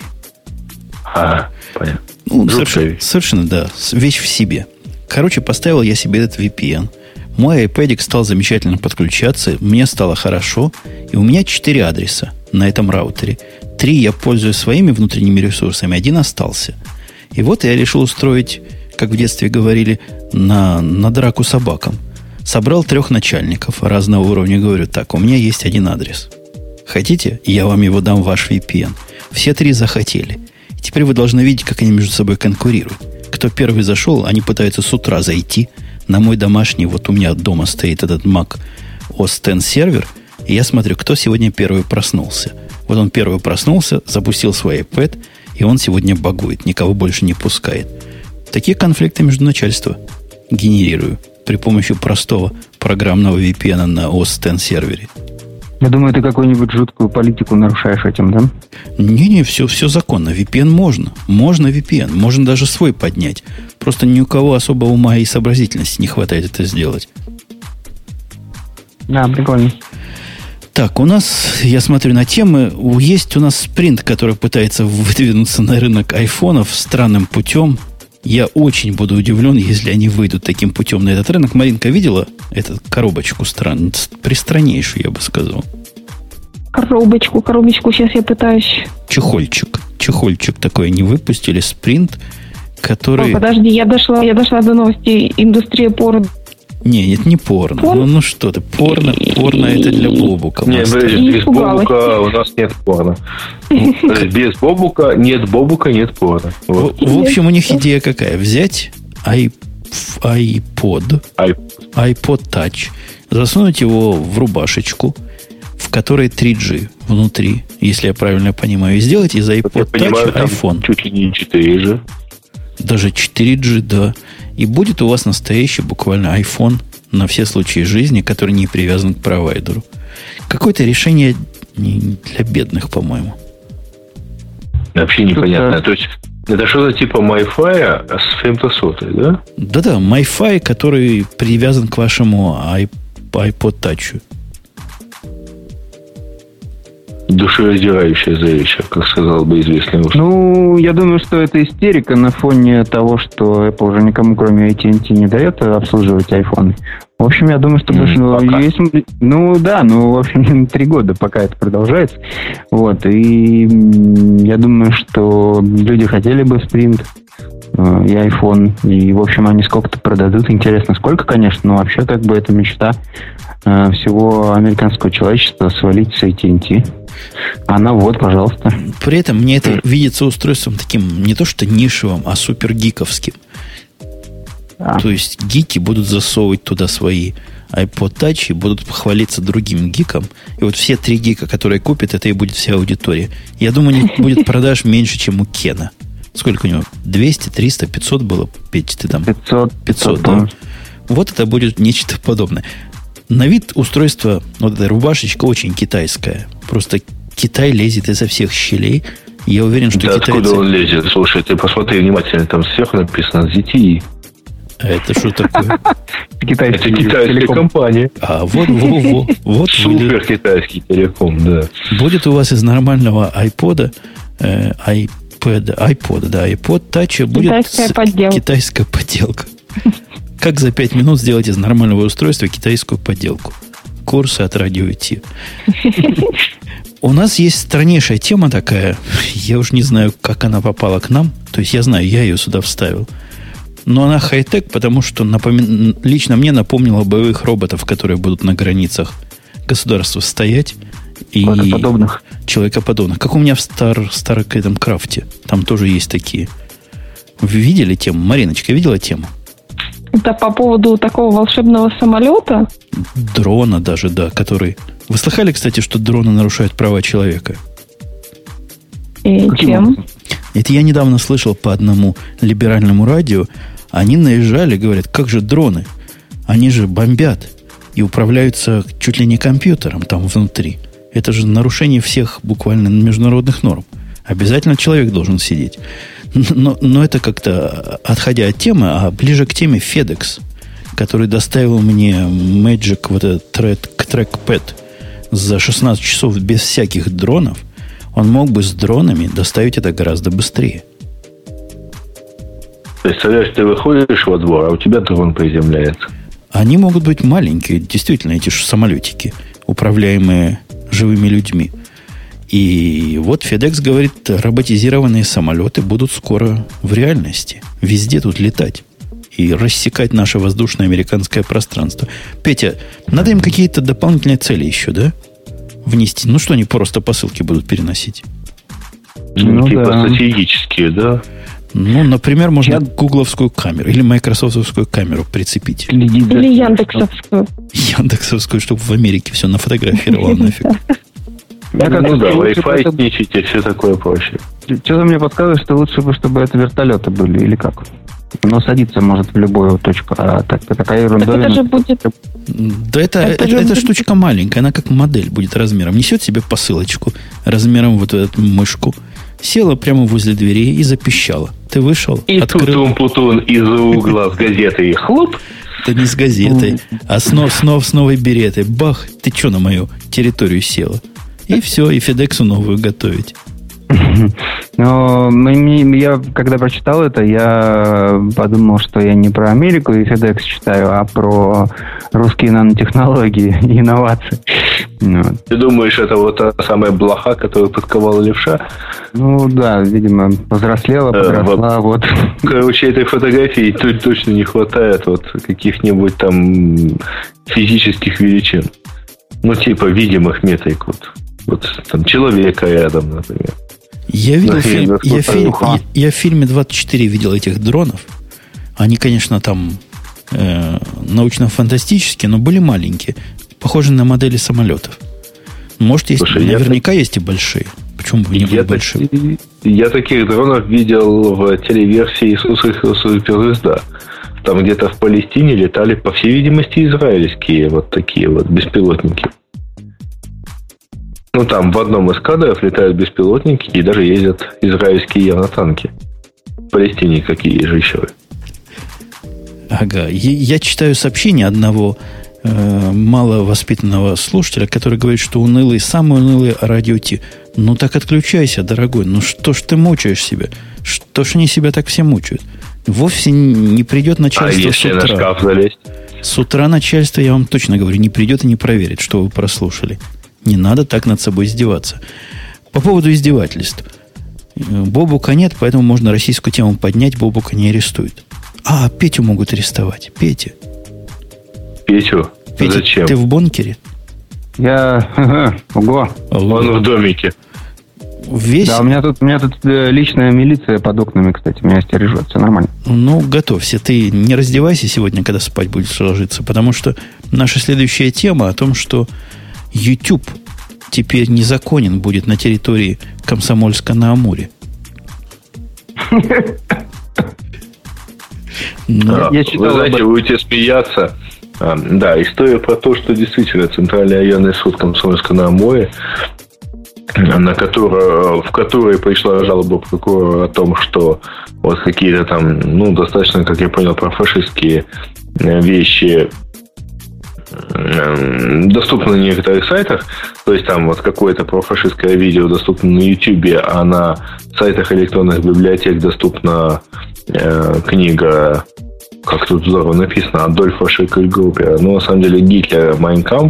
А, понятно. Ну, совершенно, совершенно, да, вещь в себе. Короче, поставил я себе этот ви пи эн. Мой iPad стал замечательно подключаться, мне стало хорошо, и у меня четыре адреса на этом раутере. Три я пользуюсь своими внутренними ресурсами, один остался. И вот я решил устроить, как в детстве говорили, на, на драку собакам. Собрал трех начальников разного уровня, говорю, так, у меня есть один адрес. Хотите, я вам его дам в ваш ви пи эн? Все три захотели. Теперь вы должны видеть, как они между собой конкурируют. Кто первый зашел, они пытаются с утра зайти на мой домашний, вот у меня дома стоит этот Mac о эс X сервер, и я смотрю, кто сегодня первый проснулся. Вот он первый проснулся, запустил свой iPad, и он сегодня багует, никого больше не пускает. Такие конфликты между начальством генерирую при помощи простого программного ви пи эн на о эс X сервере. Я думаю, ты какую-нибудь жуткую политику нарушаешь этим, да? Не-не, все, все законно. ви пи эн можно. Можно ви пи эн. Можно даже свой поднять. Просто ни у кого особо ума и сообразительности не хватает это сделать. Да, прикольно. Так, у нас, я смотрю на темы, есть у нас спринт, который пытается выдвинуться на рынок айфонов странным путем. Я очень буду удивлен, если они выйдут таким путем на этот рынок. Маринка видела эту коробочку стран, пристраннейшую, я бы сказал. Коробочку, коробочку сейчас я пытаюсь. Чехольчик. Чехольчик такой они выпустили, спринт, который... О, подожди, я дошла, я дошла до новости индустрия порно. Не, это не порно. порно? Ну, ну что ты, порно, порно это для Бобука. Нет, без Бобука у нас нет порно. Без Бобука нет Бобука, нет порно. Вот. В, в общем, у них идея какая? Взять iPod, iPod Touch, засунуть его в рубашечку, в которой три джи внутри, если я правильно понимаю, и сделать из iPod Touch iPhone. Чуть ли не четыре джи. Даже четыре джи, да. И будет у вас настоящий буквально iPhone на все случаи жизни, который не привязан к провайдеру. Какое-то решение для бедных, по-моему. Вообще непонятно. То есть Это что-то типа MiFi с фемтосотой, да? Да-да, MiFi, который привязан к вашему iPod Touch. Душераздирающее зрелище, как сказал бы известный муж. Ну, я думаю, что это истерика на фоне того, что Apple уже никому, кроме эй ти энд ти, не дает обслуживать iPhone. В общем, я думаю, что mm, есть... Ну, да, ну, в общем, три года, пока это продолжается. Вот, и я думаю, что люди хотели бы Sprint и iPhone, и, в общем, они сколько-то продадут. Интересно, сколько, конечно, но вообще, как бы, это мечта всего американского человечества свалить с эй ти энд ти. Она вот, пожалуйста. При этом мне это видится устройством таким не то что нишевым, а супер гиковским. А. То есть гики будут засовывать туда свои iPod Touch и будут хвалиться другим гикам. И вот все три гика, которые купят, это и будет вся аудитория. Я думаю, не будет продаж меньше, чем у Кена. Сколько у него? двести, триста, пятьсот было? Петь, ты там? пятьсот. пятьсот, да? Вот это будет нечто подобное. На вид устройство, вот эта рубашечка очень китайская. Просто Китай лезет изо всех щелей. Я уверен, что да китайцы... откуда он лезет? Слушай, ты посмотри внимательно, там сверху написано зет ти и. А это что такое? Это китайская компания. А вот, вот, вот, вот. Супер китайский телеком, да. Будет у вас из нормального iPod, э, iPad, iPod, да, iPod Touch будет китайская подделка. Китайская подделка. Как за пять минут сделать из нормального устройства китайскую подделку? Курсы от радио ти. У нас есть страннейшая тема такая. Я уж не знаю, как она попала к нам. То есть я знаю, я ее сюда вставил. Но она хай-тек, потому что напоми... лично мне напомнила боевых роботов, которые будут на границах государства стоять. И человекоподобных. Человекоподобных. Как у меня в стар... старом крафте. Там тоже есть такие. Вы видели тему? Мариночка, видела тему? Это по поводу такого волшебного самолета? Дрона даже, да, который... Вы слыхали, кстати, что дроны нарушают права человека? И чем? Это я недавно слышал по одному либеральному радио. Они наезжали, говорят, как же дроны? Они же бомбят и управляются чуть ли не компьютером там внутри. Это же нарушение всех буквально международных норм. Обязательно человек должен сидеть. Но, но это как-то, отходя от темы, а ближе к теме FedEx, который доставил мне Magic, вот этот трекпэд за шестнадцать часов без всяких дронов, он мог бы с дронами доставить это гораздо быстрее. Представляешь, ты выходишь во двор, а у тебя дрон приземляется. Они могут быть маленькие, действительно, эти же самолетики, управляемые живыми людьми. И вот FedEx говорит, роботизированные самолеты будут скоро в реальности. Везде тут летать. И рассекать наше воздушное американское пространство. Петя, надо им какие-то дополнительные цели еще, да? Внести. Ну что, они просто посылки будут переносить? Ну, типа да. Стратегические, да? Ну, например, можно Я... гугловскую камеру или майкрософтовскую камеру прицепить. Или яндексовскую. Яндексовскую, чтобы в Америке все нафотографировало нафиг. Я как ну да, Wi-Fi сничить и все такое прочее. Что-то мне подсказывает, что лучше бы, чтобы это вертолеты были, или как? Но садиться может в любую точку. А так, такая ерундовина. Это же будет... Да это, это, это, это штучка маленькая, она как модель будет размером. Несет себе посылочку размером вот эту мышку. Села прямо возле двери и запищала. Ты вышел, и открыл... И тутум-путун из-за угла с газетой хлоп. Это не с газетой, а снова, снова с новой беретой. Бах, ты что на мою территорию села? И все, и Федексу новую готовить. Но я, когда прочитал это, я подумал, что я не про Америку и FedEx читаю, а про русские нанотехнологии и инновации. Вот. Ты думаешь, это вот та самая блоха, которую подковала левша? Ну да, видимо, повзрослела, подросла. Э, вот. Короче, этой фотографии тут точно не хватает вот каких-нибудь там физических величин. Ну, типа видимых метрик. Вот, вот там человека рядом, например. Я видел фильм, я, фильм, я, я в фильме двадцать четыре видел этих дронов. Они, конечно, там э, научно-фантастические, но были маленькие. Похожи на модели самолетов. Может, есть, Слушай, наверняка я... есть и большие. Почему бы не были большие? Я таких дронов видел в телеверсии «Иисуса Христа суперзвезда». Там где-то в Палестине летали, по всей видимости, израильские вот такие вот беспилотники. Ну, там в одном из кадров летают беспилотники и даже ездят израильские явно танки. Палестине какие же еще? Ага. Я читаю сообщение одного э, маловоспитанного слушателя, который говорит, что унылый, самый унылый радио Ти. Ну так отключайся, дорогой. Ну что ж ты мучаешь себя? Что ж они себя так все мучают? Вовсе не придет начальство а если с утра. На шкаф залезть? С утра начальство, я вам точно говорю, не придет и не проверит, что вы прослушали. Не надо так над собой издеваться. По поводу издевательств. Бобука нет, поэтому можно российскую тему поднять, Бобука не арестуют. А, Петю могут арестовать. Петя. Петю? Петя, зачем? Ты в бункере? Я... Ого. Он в домике. Весь... Да, у меня тут, у меня тут личная милиция под окнами, кстати, меня стережет, все нормально. Ну, готовься. Ты не раздевайся сегодня, когда спать будешь ложиться, потому что наша следующая тема о том, что YouTube теперь незаконен будет на территории Комсомольска-на-Амуре. Но, я читал, вы знаете, вы будете смеяться. А, да, история про то, что действительно Центральный районный суд Комсомольска-на-Амуре, на которую, в которой пришла жалоба прокурора о том, что вот какие-то там, ну, достаточно, как я понял, профашистские вещи доступны на некоторых сайтах. То есть там вот какое-то профашистское видео доступно на YouTube, а на сайтах электронных библиотек доступна э, книга, как тут здорово написано, Адольфа Шекельгруппера. Ну, на самом деле, Гитлер «Майн кампф».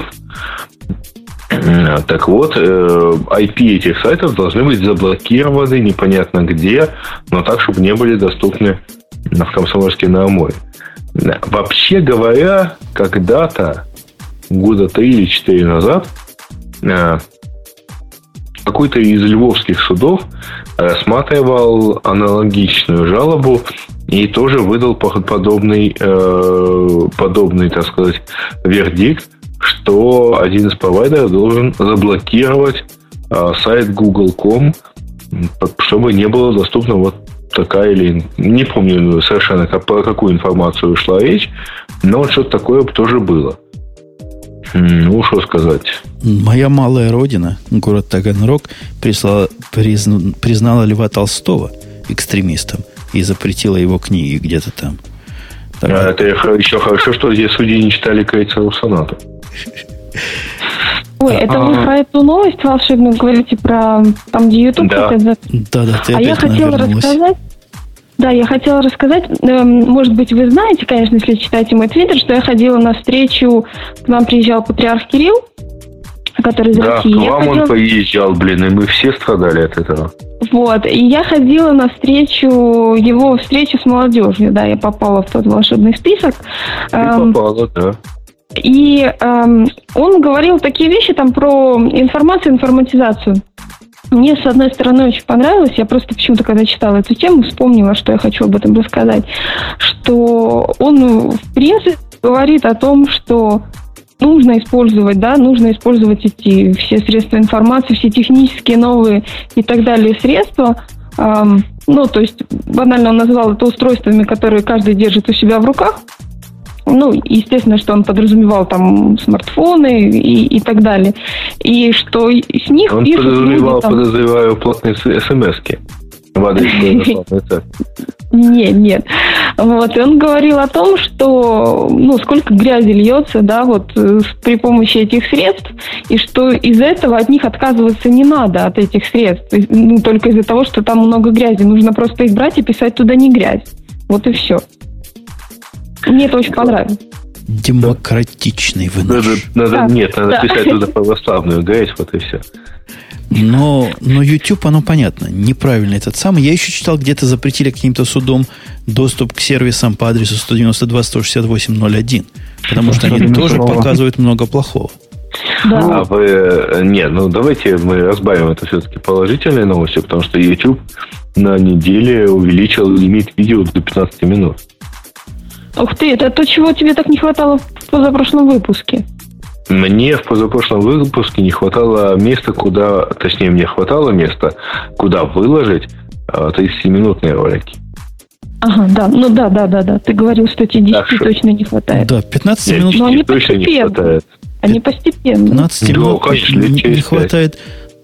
Так вот, ай пи этих сайтов должны быть заблокированы непонятно где, но так, чтобы не были доступны в Комсомольске-на-Амуре. Вообще говоря, когда-то, года три или четыре назад, какой-то из львовских судов рассматривал аналогичную жалобу и тоже выдал подобный, подобный, так сказать, вердикт, что один из провайдеров должен заблокировать а, сайт гугл точка ком, чтобы не было доступна вот такая или... Не помню совершенно, как, про какую информацию шла речь, но вот что-то такое тоже было. Ну, что сказать. Моя малая родина, город Таганрог, прислала, призна, признала Льва Толстого экстремистом и запретила его книги где-то там. Так, а, это еще хорошо, что здесь судьи не читали Крейцеров сонату. Ой, это вы про эту новость волшебную говорите, про там, где YouTube? Да, это... да, да, ты а опять я хотела навернулась. рассказать, да, я хотела рассказать, э, может быть, вы знаете, конечно, если читаете мой твиттер, что я ходила на встречу, к нам приезжал патриарх Кирилл, который из да, России. Да, к я вам ходила... он поезжал, блин, и мы все страдали от этого. Вот, и я ходила на встречу, его встречу с молодежью, да, я попала в тот волшебный список. Ты эм, попала, да. И эм, он говорил такие вещи там про информацию, информатизацию. Мне, с одной стороны, очень понравилось. Я просто почему-то, когда читала эту тему, вспомнила, что я хочу об этом рассказать. Что он, в принципе, говорит о том, что нужно использовать, да, нужно использовать эти все средства информации, все технические новые и так далее средства. Эм, ну, то есть, банально он назвал это устройствами, которые каждый держит у себя в руках. Ну, естественно, что он подразумевал там смартфоны и, и так далее. И что с них он пишут подразумевал, люди, там... подозреваю, плотные смс-ки. Нет, нет. Вот, и он говорил о том, что, ну, сколько грязи льется, да, вот, при помощи этих средств, и что из этого от них отказываться не надо, от этих средств, ну, только из-за того, что там много грязи. Нужно просто их брать и писать туда не грязь. Вот и все. Мне это очень понравилось. Демократичный вы наш. Надо, надо, да, нет, надо да. писать туда православную грязь, вот и все. Но, но YouTube, оно понятно, неправильно этот самый. Я еще читал, где-то запретили каким-то судом доступ к сервисам по адресу сто девяносто два сто шестьдесят восемь ноль один, потому что они тоже показывают много плохого. Да. А вы... Нет, ну давайте мы разбавим это все-таки положительной новостью, потому что YouTube на неделе увеличил лимит видео до пятнадцати минут. Ух ты, это то, чего тебе так не хватало в позапрошлом выпуске. Мне в позапрошлом выпуске не хватало места, куда... Точнее, мне хватало места, куда выложить тридцатиминутные ролики. Ага, да, ну да, да, да, да. Ты говорил, что тебе десяти точно не хватает. Да, пятнадцать минут Но они точно не хватает. Они постепенно. пятнадцать минут конечно, не, через не хватает.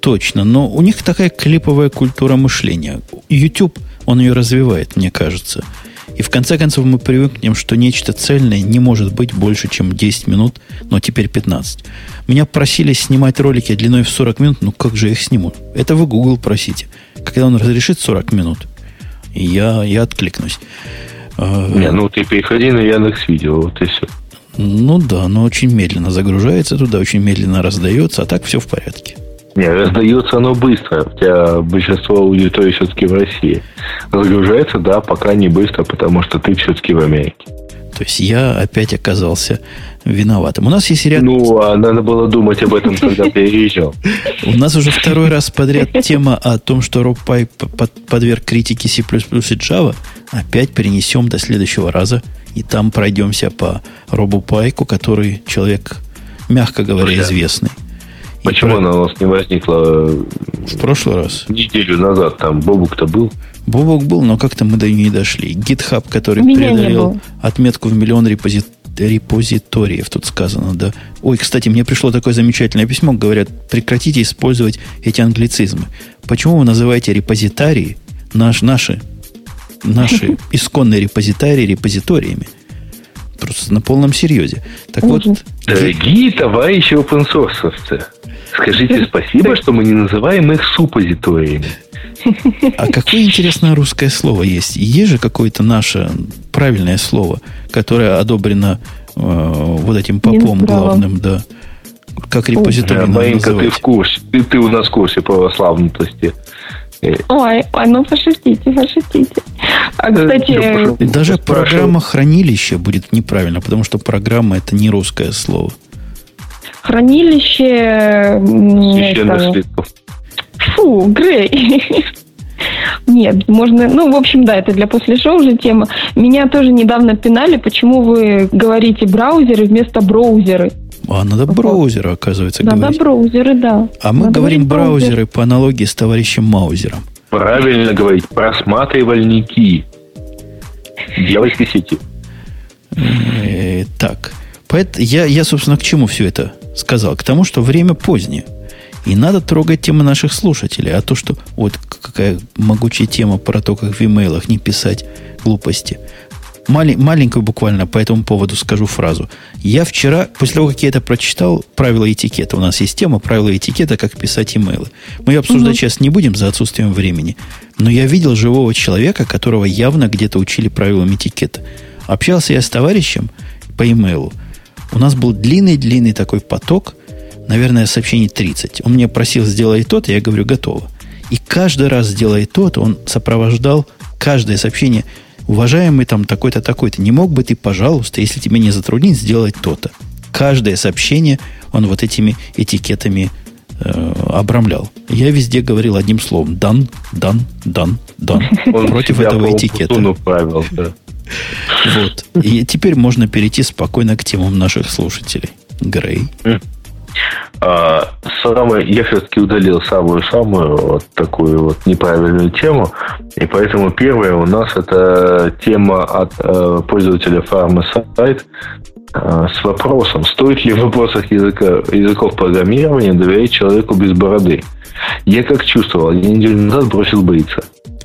точно. Но у них такая клиповая культура мышления. YouTube, он ее развивает, мне кажется. И в конце концов мы привыкнем, что нечто цельное не может быть больше, чем десять минут, но теперь пятнадцать. Меня просили снимать ролики длиной в сорок минут, ну как же их снимут? Это вы Google просите. Когда он разрешит сорок минут, я, я откликнусь. Не, ну ты переходи на Яндекс.Видео, вот и все. Ну да, но очень медленно загружается туда, очень медленно раздается, а так все в порядке. Не, раздается оно быстро, хотя большинство аудитории все-таки в России. Загружается, да, пока не быстро, потому что ты все-таки в Америке. То есть я опять оказался виноватым. У нас есть ряд... Ну, а надо было думать об этом, когда переезжал. У нас уже второй раз подряд тема о том, что RobPie подверг критике C++ и Java. Опять перенесем до следующего раза. И там пройдемся по RobPie, который человек, мягко говоря, известный. Почему про... она у нас не возникла в прошлый раз? Неделю назад там Бобук-то был. Бобук был, но как-то мы до нее не дошли. GitHub, который преодолел отметку в миллион репози... репозиториев, тут сказано, да. Ой, кстати, мне пришло такое замечательное письмо, говорят, прекратите использовать эти англицизмы. Почему вы называете репозитарии наш, наши, наши исконные репозитарии репозиториями? Просто на полном серьезе. Так вот, дорогие товарищи опенсорсовцы, скажите спасибо, что мы не называем их суппозиториями. А какое интересное русское слово есть? Есть же какое-то наше правильное слово, которое одобрено э, вот этим попом главным, да. Как репозиторий надо называть. Ты в курсе, ты, ты у нас в курсе православности. Ой, ой, ну пошутите, пошутите. А, кстати... Даже программа хранилища будет неправильно, потому что программа это не русское слово. Хранилище... Священных слитков. Фу, Грей. Нет, можно... Ну, в общем, да, это для после шоу уже тема. Меня тоже недавно пинали, почему вы говорите браузеры вместо браузеры. А надо браузеры, оказывается, надо говорить. Надо браузеры, да. А мы надо говорим браузеры браузер. по аналогии с товарищем Маузером. Правильно говорить, просматривальники. Дьявольской сети. Э, так. Поэтому я, я, собственно, к чему все это сказал? К тому, что время позднее. И надо трогать темы наших слушателей. А то, что вот какая могучая тема про то, как в имейлах не писать глупости. Мали, маленькую буквально по этому поводу скажу фразу. Я вчера, после того, как я это прочитал, правила этикета. У нас есть тема правила этикета, как писать имейлы. Мы ее обсуждать угу. сейчас не будем за отсутствием времени. Но я видел живого человека, которого явно где-то учили правилам этикета. Общался я с товарищем по имейлу. У нас был длинный-длинный такой поток, наверное, сообщений тридцать. Он меня просил сделать то-то, я говорю, готово. И каждый раз сделай то-то, он сопровождал каждое сообщение. Уважаемый там такой-то, такой-то, не мог бы ты, пожалуйста, если тебя не затруднит, сделать то-то. Каждое сообщение он вот этими этикетами э, обрамлял. Я везде говорил одним словом. Дан, дан, дан, дан. Против этого этикета. Правил, да. Вот. И теперь можно перейти спокойно к темам наших слушателей. Грей. А, самое, я все-таки удалил самую-самую вот такую вот неправильную тему. И поэтому первая у нас это тема от э, пользователя FarmSite э, с вопросом, стоит ли в вопросах языка, языков программирования доверять человеку без бороды. Я как чувствовал, один неделю назад бросил бриться.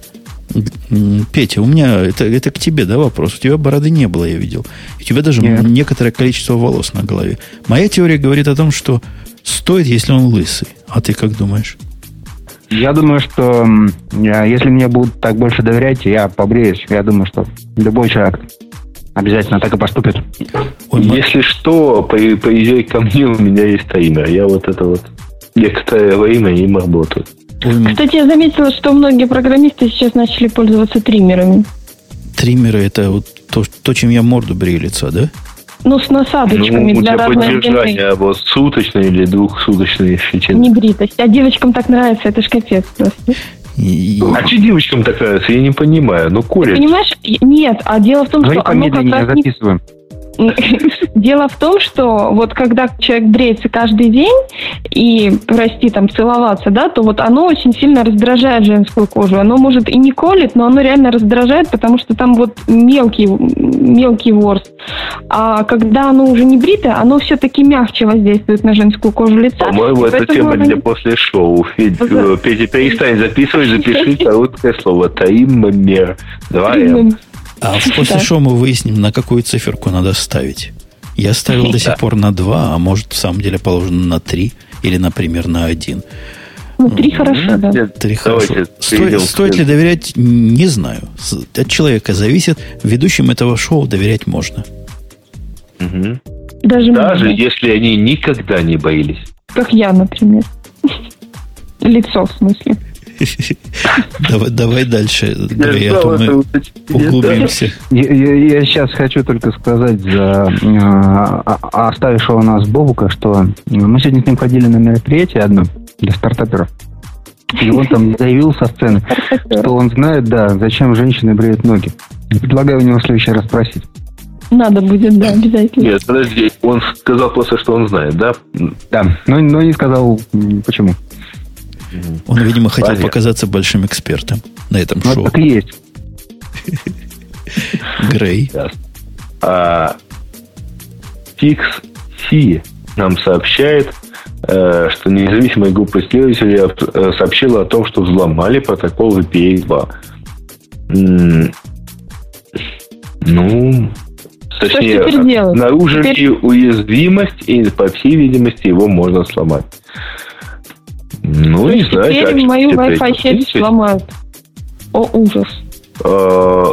Петя, у меня это, это к тебе, да, вопрос. У тебя бороды не было, я видел. У тебя даже Нет. некоторое количество волос на голове. Моя теория говорит о том, что стоит, если он лысый. А ты как думаешь? Я думаю, что если мне будут так больше доверять, я побреюсь. Я думаю, что любой человек обязательно так и поступит. Ой, если что, поезжай ко мне, у меня есть таймер. Я вот это вот некоторое время им работаю. Кстати, я заметила, что многие программисты сейчас начали пользоваться триммерами. Триммеры это вот то, то чем я морду брею лица, да? Ну, с насадочками ну, для разных длины. Вот суточные или двухсуточные щетины. Не бритость. А девочкам так нравится, это ж капец просто. И... А что девочкам так нравится? Я не понимаю. Ну, Коля... Ты понимаешь? Нет, а дело в том, Говори что оно как раз не... записываем. Дело в том, что вот когда человек бреется каждый день и, прости, там, целоваться, да, то вот оно очень сильно раздражает женскую кожу. Оно, может, и не колет, но оно реально раздражает, потому что там вот мелкий, мелкий ворс. А когда оно уже не бритое, оно все-таки мягче воздействует на женскую кожу лица. По-моему, это тема оно... для после шоу. Федь, За... Петя, перестань записывать, запиши короткое слово. Таиммер. Давай. А после шоу мы выясним, на какую циферку надо ставить. Я ставил до сих пор на два, а может, в самом деле положено на три или, например, на один. Ну, три хорошо, да. Три хорошо. Стоит, стоит ли доверять, не знаю. От человека зависит. Ведущим этого шоу доверять можно. Угу. Даже, Даже если они никогда не боились. Как я, например. Лицо, в смысле. Давай, давай дальше, Грей, а то мы углубимся. Я, я, я сейчас хочу только сказать за э, оставившего нас Бобука, что мы сегодня с ним ходили на мероприятие одно для стартаперов. И он там заявил со сцены, что он знает, да, зачем женщины бреют ноги. Предлагаю у него в следующий раз спросить. Надо будет, да, обязательно. Нет, подожди, он сказал просто, что он знает, да? Да, но, но не сказал, почему. Он, видимо, хотел Понятно. показаться большим экспертом на этом вот шоу. Так и есть. Грей. А, Фикс Си нам сообщает, э, что независимая группа исследователей э, сообщила о том, что взломали протокол ви пи эй два. М- ну, точнее, обнаружили теперь... уязвимость, и, по всей видимости, его можно сломать. Ну, то не знаю. Теперь как мою Wi-Fi сеть сломают. О, ужас. А,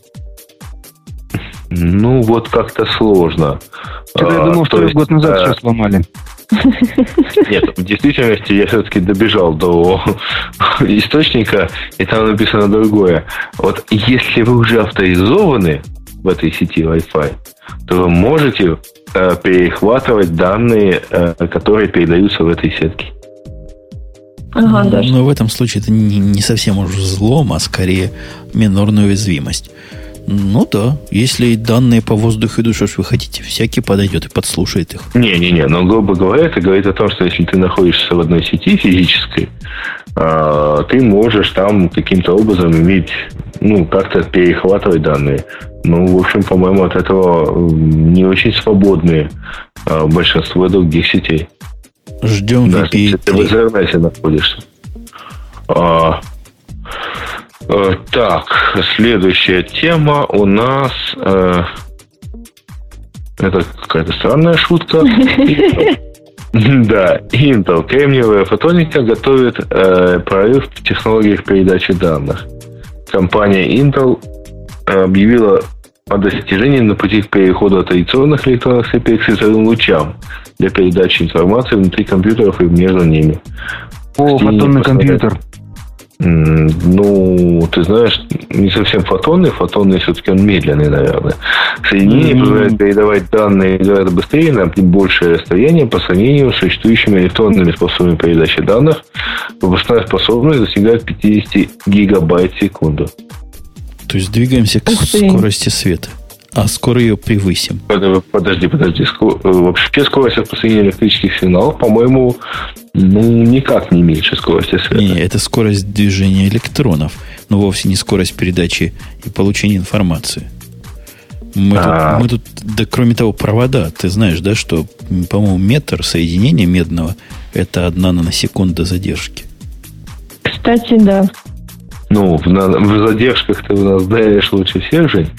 ну, вот как-то сложно. Что-то я думал, что год назад а... все сломали. Нет, в действительности я все-таки добежал до источника, и там написано другое. Вот если вы уже авторизованы в этой сети Wi-Fi, то вы можете э, перехватывать данные, э, которые передаются в этой сетке. Ага, но, но в этом случае это не, не совсем уж взлом, а скорее минорная уязвимость. Ну да, если данные по воздуху идут, что ж вы хотите, всякий подойдет и подслушает их. Не-не-не, но грубо говоря, это говорит о том, что если ты находишься в одной сети физической, э, ты можешь там каким-то образом иметь, ну, как-то перехватывать данные. Ну, в общем, по-моему, от этого не очень свободные э, большинство других сетей. Ждем да, ви пи эй три. Ты в интернете находишься. А, а, так, следующая тема у нас... А, это какая-то странная шутка. Да, Intel, кремниевая фотоника, готовит прорыв в технологиях передачи данных. Компания Intel объявила о достижении на пути к переходу от традиционных электронных цепей к световым лучам для передачи информации внутри компьютеров и между ними. О, фотонный компьютер. Ну, ты знаешь, не совсем фотонный. Фотонный все-таки он медленный, наверное. Соединение mm-hmm. позволяет передавать данные гораздо быстрее на большее расстояние по сравнению с существующими электронными способами передачи данных. Пропускная способность достигает пятьдесят гигабайт в секунду. То есть двигаемся к скорости света. А скоро ее превысим. Подожди, подожди. Вообще скорость распространения электрических сигналов, по-моему, ну, никак не меньше скорости света. Не, это скорость движения электронов, но вовсе не скорость передачи и получения информации. Мы, а... тут, мы тут, да кроме того, провода. Ты знаешь, да, что, по-моему, метр соединения медного – это одна наносекунда задержки. Кстати, да. Ну, в, на, в задержках ты у нас знаешь лучше всех, Жень.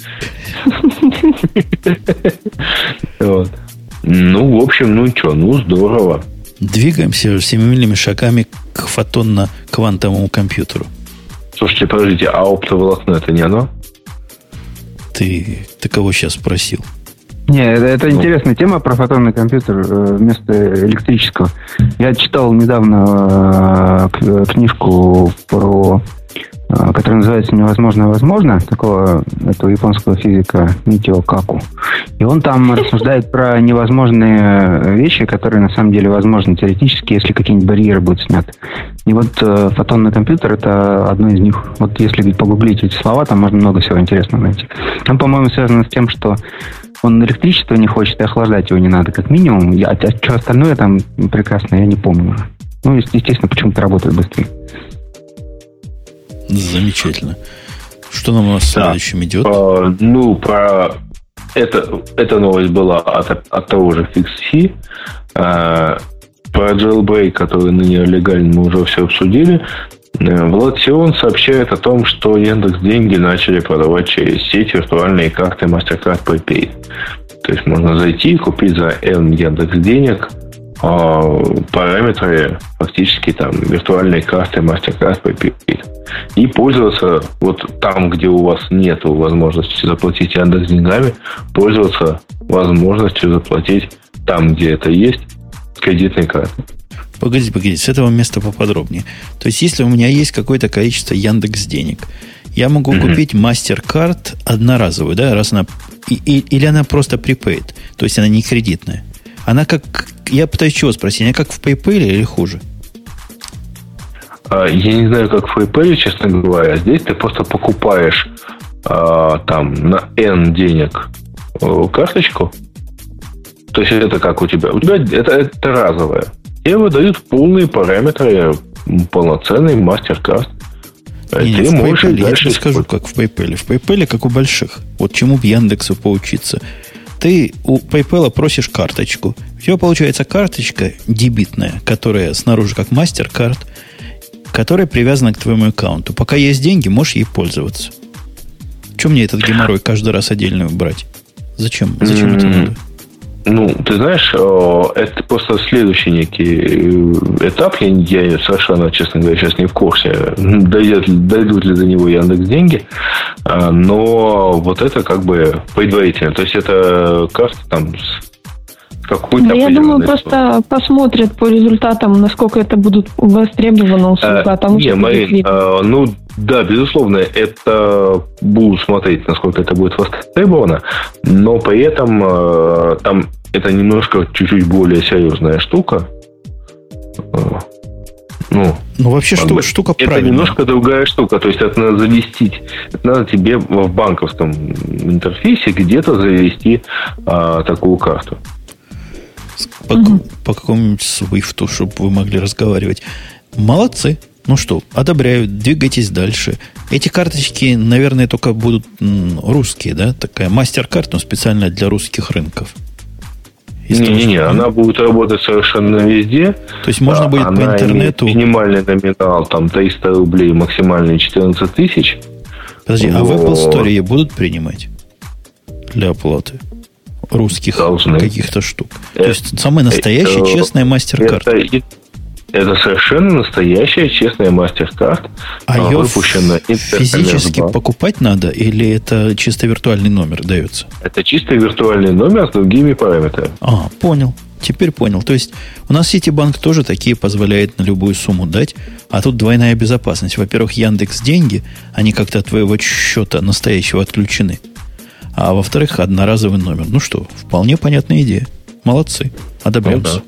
Ну, в общем, ну что, ну здорово. Двигаемся семимильными шагами к фотонно-квантовому компьютеру. Слушайте, подождите, а оптоволокно это не оно? Ты, ты кого сейчас спросил? Не, это, это ну. интересная тема про фотонный компьютер э, вместо электрического. Я читал недавно э, книжку про... который называется «Невозможно возможно», такого этого японского физика Митио Каку. И он там рассуждает про невозможные вещи, которые на самом деле возможны теоретически, если какие-нибудь барьеры будут сняты. И вот э, фотонный компьютер – это одно из них. Вот если погуглить эти слова, там можно много всего интересного найти. Там, по-моему, связано с тем, что Он электричество не хочет, и охлаждать его не надо, как минимум. А, а что остальное там прекрасно, я не помню уже. Ну, естественно, почему-то работает быстрее. Замечательно. Что нам у нас да. следующим идет? А, ну, про... Это, эта новость была от, от того же Fixi. А, про jailbreak, который ныне легальный, мы уже все обсудили. Влад Сион сообщает о том, что Яндекс.Деньги начали продавать через сеть виртуальные карты MasterCard Prepaid. То есть можно зайти и купить за N Яндекс.Денег параметры фактически там виртуальной карты MasterCard Prepaid. И пользоваться вот там, где у вас нет возможности заплатить Яндекс.Деньгами, пользоваться возможностью заплатить там, где это есть, кредитной картой. Погодите, погодите, с этого места поподробнее. То есть, если у меня есть какое-то количество Яндекс денег, я могу mm-hmm. купить MasterCard одноразовую, да, раз она... И, и, или она просто prepaid, то есть она не кредитная. Она как... Я пытаюсь чего спросить, она как в PayPal или хуже? Я не знаю, как в PayPal, честно говоря. Здесь ты просто покупаешь а, там на N денег карточку. То есть это как у тебя? У тебя это, это разовое. И выдают полные параметры полноценный MasterCard. Не, ты в можешь PayPal, я тебе скажу, как в PayPal. В PayPal, как у больших. Вот чему бы Яндексу поучиться. Ты у PayPal просишь карточку. У тебя получается карточка дебитная, которая снаружи как MasterCard, которая привязана к твоему аккаунту. Пока есть деньги, можешь ей пользоваться. Чего мне этот геморрой каждый раз отдельно брать? Зачем? Зачем mm-hmm. это надо? Ну, ты знаешь, это просто следующий некий этап. Я, я совершенно, честно говоря, сейчас не в курсе, дойдет, дойдут ли до него Яндекс.Деньги. Но вот это как бы предварительно. То есть это карта там с какой-то... Да, я думаю, просто посмотрят по результатам, насколько это будут востребованы услуги. А, там не, Марин, а, ну да, безусловно, это будут смотреть, насколько это будет востребовано, но при этом а, там это немножко чуть-чуть более серьезная штука. А, ну, ну, вообще штука, бы, штука это правильная. Это немножко другая штука. То есть это надо завести, это надо тебе в банковском интерфейсе где-то завести а, такую карту. По, угу. по какому-нибудь свифту, чтобы вы могли разговаривать. Молодцы. Ну что, одобряю, двигайтесь дальше. Эти карточки, наверное, только будут м, русские, да? Такая MasterCard, но специально для русских рынков. Не-не-не, она будет работать совершенно везде. То есть можно будет она по интернету... Минимальный номинал там триста рублей, максимальный четырнадцать тысяч. Подожди, вот. А в Apple Store ее будут принимать для оплаты? Русских Должны. Каких-то штук. Это, То есть самая настоящая, это, честная MasterCard. Это, это совершенно настоящая, честная MasterCard. А ее физически покупать надо или это чисто виртуальный номер дается? Это чисто виртуальный номер с другими параметрами. А, понял. Теперь понял. То есть у нас Ситибанк тоже такие позволяет на любую сумму дать, а тут двойная безопасность. Во-первых, Яндекс.Деньги, они как-то от твоего счета настоящего отключены. А во-вторых, одноразовый номер. Ну что, вполне понятная идея. Молодцы. Одобряемся.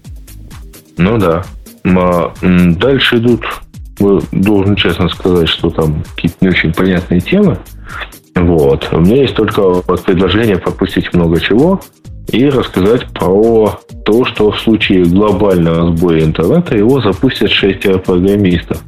Ну да. Ну да. Дальше идут, должен честно сказать, что там какие-то не очень понятные темы. Вот. У меня есть только вот предложение пропустить много чего и рассказать про то, что в случае глобального сбоя интернета его запустят шестеро программистов.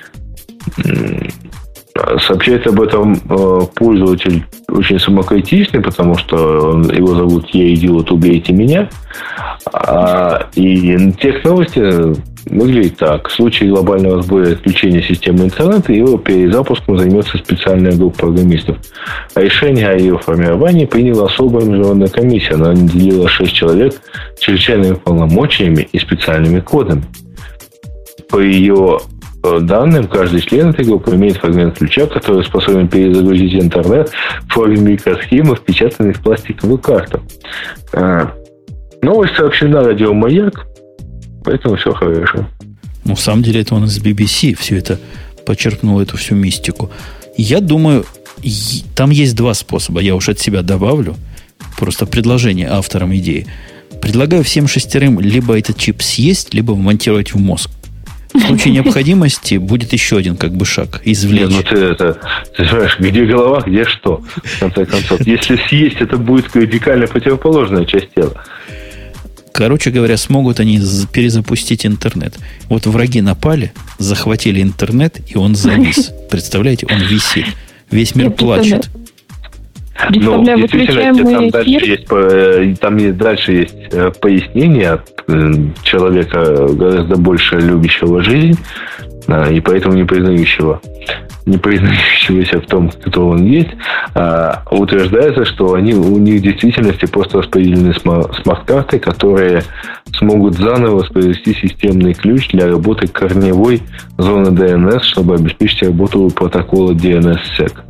Сообщает об этом э, пользователь очень самокритичный, потому что его зовут «Я идиот, убейте меня». А, и текст новости выглядит так. В случае глобального сбоя отключения системы интернета его перезапуском займется специальная группа программистов. Решение о ее формировании приняла особая международная комиссия. Она наделила шесть человек чрезвычайными полномочиями и специальными кодами. По ее данным, каждый член этой группы имеет фрагмент ключа, который способен перезагрузить интернет в форме микросхемы, впечатанной в пластиковую карту. Новость сообщена радио «Маяк», поэтому все хорошо. Ну, в самом деле, это он из би би си все это подчеркнул, эту всю мистику. Я думаю, там есть два способа. Я уж от себя добавлю. Просто предложение авторам идеи. Предлагаю всем шестерым либо этот чип съесть, либо вмонтировать в мозг. В случае необходимости будет еще один как бы шаг. Извлечь. Нет, ну ты это, ты знаешь, где голова, где что, в конце концов. Если съесть, это будет радикально противоположная часть тела. Короче говоря, смогут они перезапустить интернет. Вот враги напали, захватили интернет, и он завис. Представляете, он висит. Весь мир плачет. Представляю, ну, выключаем мы там эфир. Дальше есть, там есть, дальше есть пояснение от человека гораздо больше любящего жизнь, и поэтому не признающего, не признающегося в том, кто он есть, а утверждается, что они, у них в действительности просто распределены смарт-карты, которые смогут заново воспроизвести системный ключ для работы корневой зоны ди эн эс, чтобы обеспечить работу протокола ди эн эс-сек.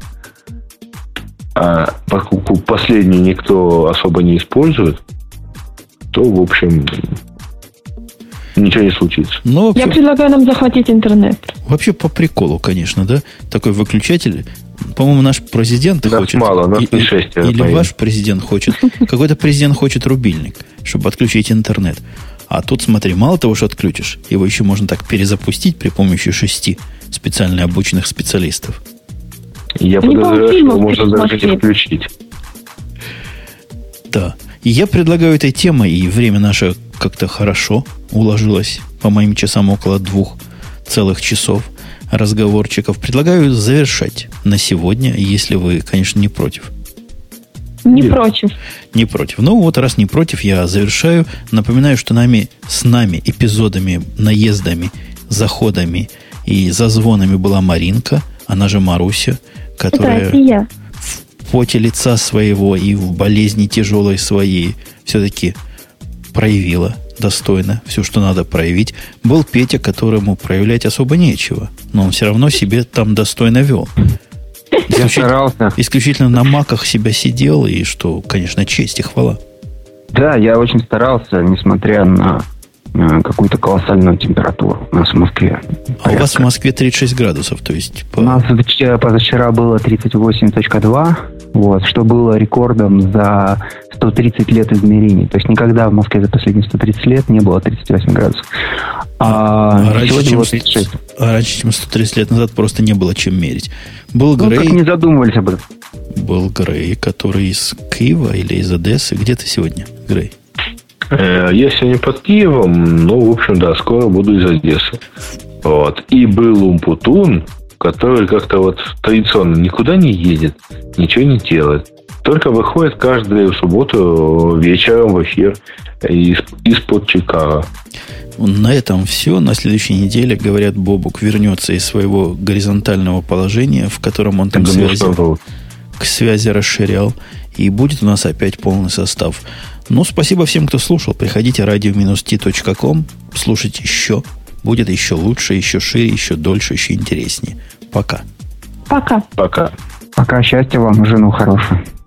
А поскольку последний никто особо не использует, то, в общем, ничего не случится. Но вообще, я предлагаю нам захватить интернет. Вообще по приколу, конечно, да? Такой выключатель. По-моему, наш президент нас хочет. Мало, нас и, не шесть, или понимаю. Ваш президент хочет. Какой-то президент хочет рубильник, чтобы отключить интернет. А тут, смотри, мало того, что отключишь, его еще можно так перезапустить при помощи шести специально обученных специалистов. Я Они, подозреваю, что фильмов можно даже не пересмотреть. включить. Да. И я предлагаю этой темой, и время наше как-то хорошо уложилось, по моим часам, около двух целых часов разговорчиков. Предлагаю завершать на сегодня, если вы, конечно, не против. Не Нет. против. Не против. Ну вот, раз не против, я завершаю. Напоминаю, что нами, с нами эпизодами, наездами, заходами и зазвонами была Маринка, она же Маруся, которая Да, и я. в поте лица своего и в болезни тяжелой своей все-таки проявила достойно все, что надо проявить. Был Петя, которому проявлять особо нечего, но он все равно себе там достойно вел. Я старался. Исключительно на маках себя сидел, и что, конечно, честь и хвала. Да, я очень старался, несмотря на э, какую-то колоссальную температуру у нас в Москве. А у вас в Москве тридцать шесть градусов, то есть... По... У нас вчера- позавчера было тридцать восемь целых два, вот, что было рекордом за сто тридцать лет измерений. То есть никогда в Москве за последние сто тридцать лет не было тридцать восемь градусов. А, А раньше, сегодня чем, было тридцать шесть. а раньше, чем сто тридцать лет назад, просто не было чем мерить. Был Ну, Грей, как не задумывались об этом. был Грей, который из Киева или из Одессы. Где ты сегодня, Грей? Э, Я сегодня под Киевом, ну, в общем, да, скоро буду из Одессы. Вот. И был Умпутун, который как-то вот традиционно никуда не едет, ничего не делает. Только выходит каждую субботу вечером в эфир из, из-под Чикаго. На этом все. На следующей неделе, говорят, Бобук вернется из своего горизонтального положения, в котором он там Да, связи, ну, к связи расширял. И будет у нас опять полный состав. Ну, спасибо всем, кто слушал. Приходите радио ти точка ком, слушайте еще. Будет еще лучше, еще шире, еще дольше, еще интереснее. Пока. Пока. Пока. Пока, счастья вам, жену хорошую.